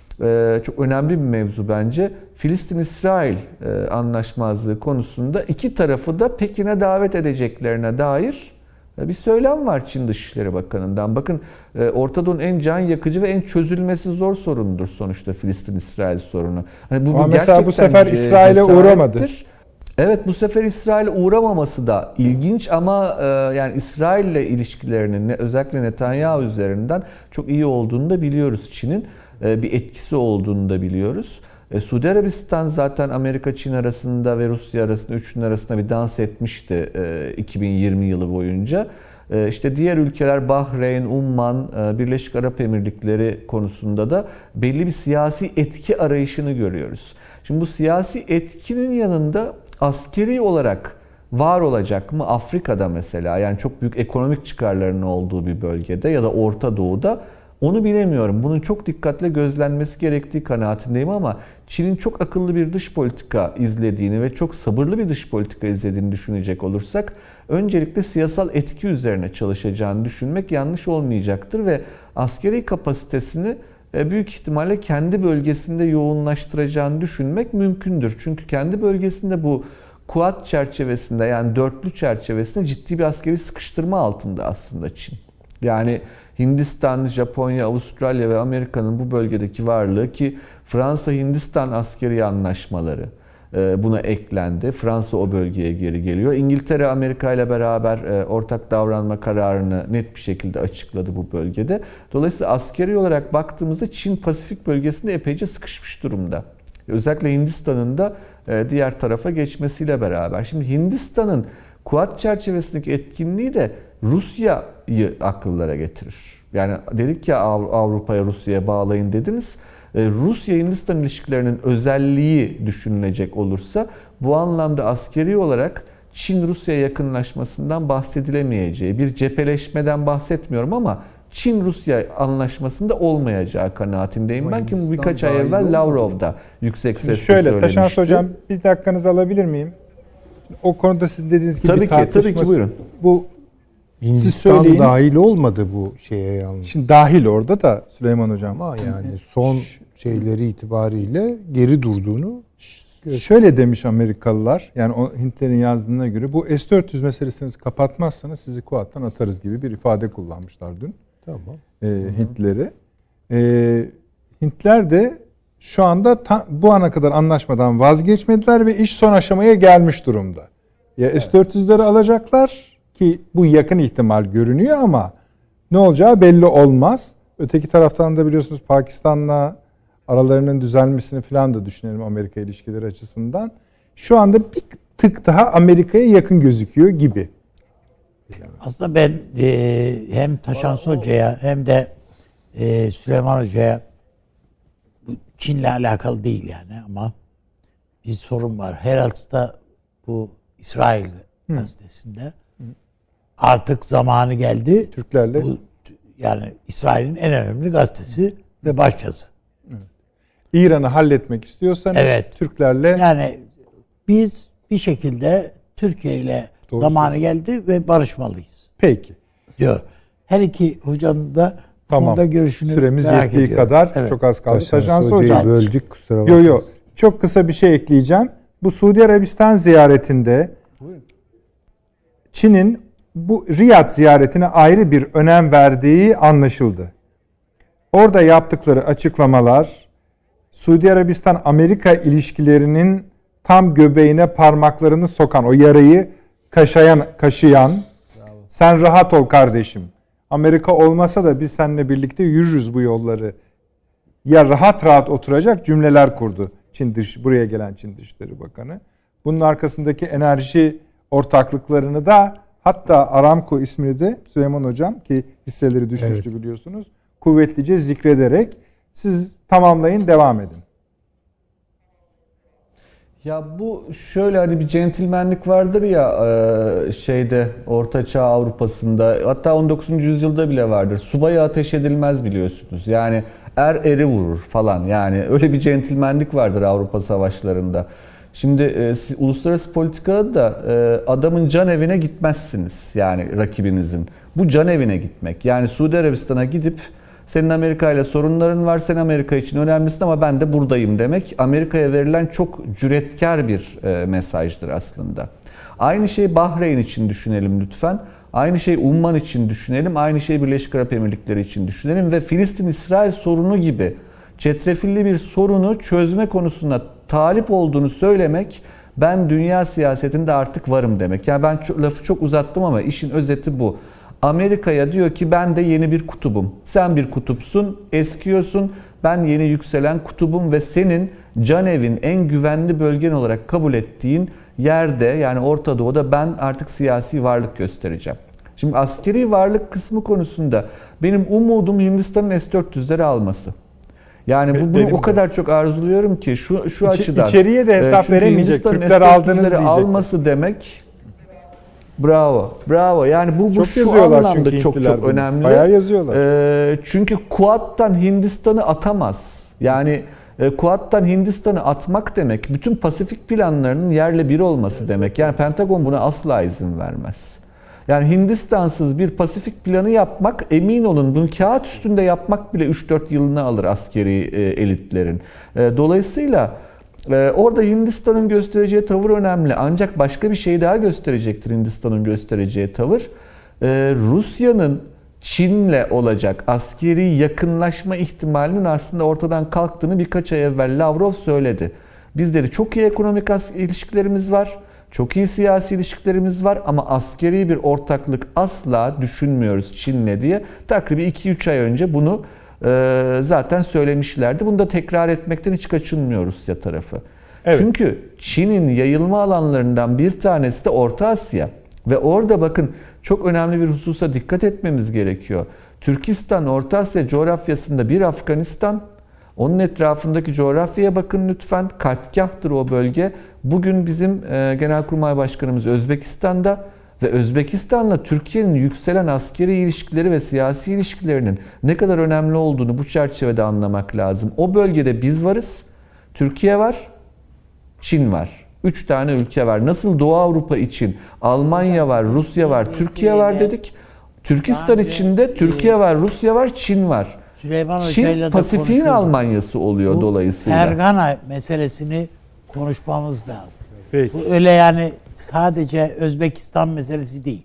Çok önemli bir mevzu bence. Filistin-İsrail anlaşmazlığı konusunda iki tarafı da Pekin'e davet edeceklerine dair bir söylem var Çin Dışişleri Bakanı'ndan. Bakın Orta Doğu'nun en can yakıcı ve en çözülmesi zor sorunudur sonuçta Filistin-İsrail sorunu. Hani bu mesela bu sefer İsrail'e uğramadı. Evet, bu sefer İsrail'e uğramaması da ilginç ama yani İsrail'le ilişkilerinin özellikle Netanyahu üzerinden çok iyi olduğunu da biliyoruz Çin'in. Bir etkisi olduğunu da biliyoruz. Suudi Arabistan zaten Amerika-Çin arasında ve Rusya arasında, üçünün arasında bir dans etmişti 2020 yılı boyunca. İşte diğer ülkeler Bahreyn, Umman, Birleşik Arap Emirlikleri konusunda da belli bir siyasi etki arayışını görüyoruz. Şimdi bu siyasi etkinin yanında askeri olarak var olacak mı Afrika'da mesela, yani çok büyük ekonomik çıkarlarının olduğu bir bölgede ya da Orta Doğu'da, onu bilemiyorum. Bunun çok dikkatle gözlenmesi gerektiği kanaatindeyim ama Çin'in çok akıllı bir dış politika izlediğini ve çok sabırlı bir dış politika izlediğini düşünecek olursak öncelikle siyasal etki üzerine çalışacağını düşünmek yanlış olmayacaktır ve askeri kapasitesini büyük ihtimalle kendi bölgesinde yoğunlaştıracağını düşünmek mümkündür. Çünkü kendi bölgesinde bu Quad çerçevesinde, yani dörtlü çerçevesinde ciddi bir askeri sıkıştırma altında aslında Çin. Yani Hindistan, Japonya, Avustralya ve Amerika'nın bu bölgedeki varlığı, ki Fransa-Hindistan askeri anlaşmaları buna eklendi. Fransa o bölgeye geri geliyor. İngiltere, Amerika ile beraber ortak davranma kararını net bir şekilde açıkladı bu bölgede. Dolayısıyla askeri olarak baktığımızda Çin Pasifik bölgesinde epeyce sıkışmış durumda. Özellikle Hindistan'ın da diğer tarafa geçmesiyle beraber. Şimdi Hindistan'ın Quad çerçevesindeki etkinliği de Rusya akıllara getirir. Yani dedik ya Avrupa'ya, Rusya'ya bağlayın dediniz. Rusya-Hindistan ilişkilerinin özelliği düşünülecek olursa bu anlamda askeri olarak Çin-Rusya yakınlaşmasından bahsedilemeyeceği, bir cepheleşmeden bahsetmiyorum ama Çin-Rusya anlaşmasında olmayacağı kanaatindeyim. Ama Ben ki Hindistan bu birkaç ay dahil evvel olmadı. Lavrov'da yüksek sesle Şöyle söylemişti. Taşans Hocam bir dakikanızı alabilir miyim? O konuda sizin dediğiniz gibi Tabii bir ki, tabii tartışma. ki, buyurun. Bu Hindistan söyleyin. dahil olmadı bu şeye yalnız. şimdi dahil orada da Süleyman Hocam. Ama yani son şeyleri itibariyle geri durduğunu Şöyle demiş Amerikalılar, yani o Hintlerin yazdığına göre bu S-400 meselesini kapatmazsanız sizi Kuat'tan atarız gibi bir ifade kullanmışlar dün. tamam. Hintleri. Hintler de şu anda bu ana kadar anlaşmadan vazgeçmediler ve iş son aşamaya gelmiş durumda. Ya S-400'leri alacaklar ki bu yakın ihtimal görünüyor ama ne olacağı belli olmaz. Öteki taraftan da biliyorsunuz Pakistan'la aralarının düzelmesini falan da düşünelim Amerika ilişkileri açısından. Şu anda bir tık daha Amerika'ya yakın gözüküyor gibi. Aslında ben hem Taşans Hoca'ya hem de Süleyman Hoca'ya, bu Çin'le alakalı değil yani ama bir sorun var. Herald'da, bu İsrail gazetesinde artık zamanı geldi. Türklerle Bu, yani İsrail'in en önemli gazetesi ve başyazı. İran'ı halletmek istiyorsanız Evet. Türklerle Yani biz bir şekilde Türkiye ile Doğru zamanı geldi ve barışmalıyız peki. diyor. Her iki hocanın da bu Tamam. konuda görüşünü Süremiz merak yettiği ediyorum. kadar Evet. çok az kaldı. Taşans Taşans Hoca'yı Hocam. böldük, kusura Yo bakmayın. yo. Çok kısa bir şey ekleyeceğim. Bu Suudi Arabistan ziyaretinde Çin'in bu Riyad ziyaretine ayrı bir önem verdiği anlaşıldı. Orada yaptıkları açıklamalar Suudi Arabistan-Amerika ilişkilerinin tam göbeğine parmaklarını sokan, o yarayı kaşıyan, sen rahat ol kardeşim. Amerika olmasa da biz seninle birlikte yürürüz bu yolları. Ya rahat rahat oturacak cümleler kurdu buraya gelen Çin Dışişleri Bakanı. Bunun arkasındaki enerji ortaklıklarını da, hatta Aramco ismini de Süleyman Hocam, ki hisseleri düşmüştü biliyorsunuz, kuvvetlice zikrederek siz tamamlayın, devam edin. Ya bu şöyle, hani bir centilmenlik vardır ya şeyde, Orta Çağ Avrupa'sında, hatta 19. yüzyılda bile vardır. Subaya ateş edilmez biliyorsunuz. Yani eri vurur falan. Yani öyle bir centilmenlik vardır Avrupa savaşlarında. Şimdi uluslararası politikada da adamın can evine gitmezsiniz, yani rakibinizin. Bu can evine gitmek. Yani Suudi Arabistan'a gidip senin Amerika ile sorunların var, sen Amerika için önemlisin ama ben de buradayım demek, Amerika'ya verilen çok cüretkar bir mesajdır aslında. Aynı şeyi Bahreyn için düşünelim lütfen. Aynı şeyi Umman için düşünelim. Aynı şeyi Birleşik Arap Emirlikleri için düşünelim. Ve Filistin-İsrail sorunu gibi çetrefilli bir sorunu çözme konusunda talip olduğunu söylemek, ben dünya siyasetinde artık varım demek. Yani ben lafı çok uzattım ama işin özeti bu. Amerika'ya diyor ki ben de yeni bir kutubum. Sen bir kutupsun, eskiyorsun. Ben yeni yükselen kutubum ve senin can evin, en güvenli bölgen olarak kabul ettiğin yerde, yani Orta Doğu'da ben artık siyasi varlık göstereceğim. Şimdi askeri varlık kısmı konusunda benim umudum Hindistan'ın S-400'leri alması. Yani bunu o kadar çok arzuluyorum ki şu açıdan. İçeriye de hesap veremeyecek. Türkler aldınız diyecek. Alması demek. Bravo. Bravo. Yani bu çok şu anlamda çok önemli. Bayağı yazıyorlar. Çünkü Kuat'tan Hindistan'ı atamaz. Yani Kuat'tan Hindistan'ı atmak demek bütün Pasifik planlarının yerle bir olması demek. Yani Pentagon buna asla izin vermez. Yani Hindistan'sız bir Pasifik planı yapmak, emin olun bunu kağıt üstünde yapmak bile 3-4 yılını alır askeri elitlerin. Dolayısıyla orada Hindistan'ın göstereceği tavır önemli. Ancak başka bir şey daha gösterecektir Hindistan'ın göstereceği tavır. Rusya'nın Çin'le olacak askeri yakınlaşma ihtimalinin aslında ortadan kalktığını birkaç ay evvel Lavrov söyledi. Bizleri çok iyi ekonomik ilişkilerimiz var. Çok iyi siyasi ilişkilerimiz var ama askeri bir ortaklık asla düşünmüyoruz Çin'le diye. Takribi 2-3 ay önce bunu zaten söylemişlerdi. Bunu da tekrar etmekten hiç kaçınmıyor Rusya tarafı. Evet. Çünkü Çin'in yayılma alanlarından bir tanesi de Orta Asya. Ve orada bakın çok önemli bir hususa dikkat etmemiz gerekiyor. Türkistan, Orta Asya coğrafyasında bir Afganistan, onun etrafındaki coğrafyaya bakın lütfen. Kalpgahtır o bölge. Bugün bizim Genelkurmay Başkanımız Özbekistan'da ve Özbekistan'la Türkiye'nin yükselen askeri ilişkileri ve siyasi ilişkilerinin ne kadar önemli olduğunu bu çerçevede anlamak lazım. O bölgede biz varız, Türkiye var, Çin var. 3 tane ülke var. Nasıl Doğu Avrupa için Almanya var, Rusya var, Türkiye var dedik. Türkistan içinde Türkiye var, Rusya var, Çin var. Çin Pasifik'in Almanyası oluyor bu dolayısıyla. Fergana meselesini konuşmamız lazım. Peki. Bu öyle yani sadece Özbekistan meselesi değil.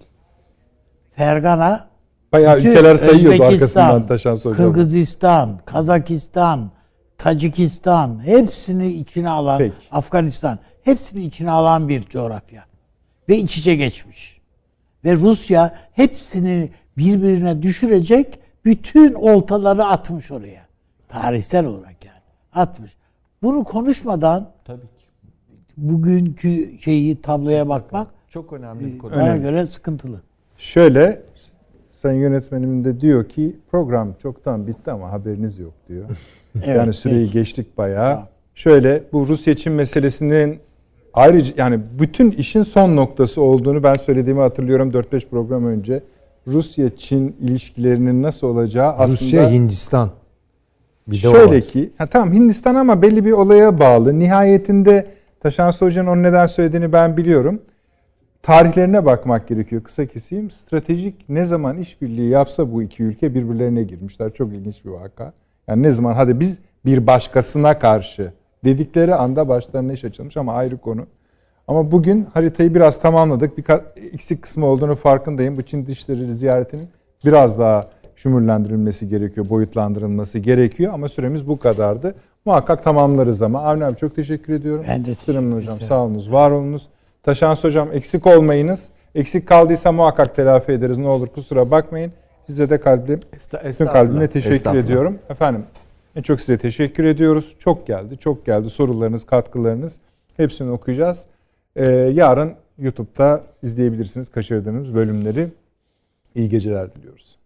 Fergana Bayağı ülkeler sayıyordu arkasından Özbekistan, Taşan Hocam. Kırgızistan, Kazakistan, Tacikistan hepsini içine alan, Peki. Afganistan hepsini içine alan bir coğrafya. Ve iç içe geçmiş. Ve Rusya hepsini birbirine düşürecek bütün oltaları atmış oraya. Tarihsel olarak yani. Atmış. Bunu konuşmadan Tabii ki. bugünkü tabloya bakmak Çok önemli bir konu. bana göre sıkıntılı. Şöyle, Sayın Yönetmenim de diyor ki program çoktan bitti ama haberiniz yok diyor. Evet, Yani süreyi peki. geçtik bayağı. Tamam. Şöyle, bu Rusya-Çin meselesinin ayrıca yani bütün işin son noktası olduğunu ben söylediğimi hatırlıyorum 4-5 program önce. Rusya-Çin ilişkilerinin nasıl olacağı aslında... Rusya-Hindistan. Bir de şöyle ki, tamam Hindistan ama belli bir olaya bağlı. Nihayetinde Taşan Hoca'nın onu neden söylediğini ben biliyorum. Tarihlerine bakmak gerekiyor. Kısa keseyim. Stratejik ne zaman işbirliği yapsa bu iki ülke birbirlerine girmişler. Çok ilginç bir vaka. Yani ne zaman hadi biz bir başkasına karşı dedikleri anda başlarına iş açılmış ama ayrı konu. Ama bugün haritayı biraz tamamladık. Birkaç eksik kısmı olduğunu farkındayım. Bu Çin Dışişleri ziyaretinin biraz daha şümürlendirilmesi gerekiyor, boyutlandırılması gerekiyor. Ama süremiz bu kadardı. Muhakkak tamamlarız ama. Avni abi çok teşekkür ediyorum. Ben de teşekkür Süleyman Hocam sağ olunuz, var olunuz. Taşans Hocam eksik olmayınız. Eksik kaldıysa muhakkak telafi ederiz. Ne olur kusura bakmayın. Size de tüm kalbimle teşekkür ediyorum. Efendim en çok size teşekkür ediyoruz. Çok geldi. Sorularınız, katkılarınız hepsini okuyacağız. Yarın YouTube'da izleyebilirsiniz kaçırdığınız bölümleri. İyi geceler diliyoruz.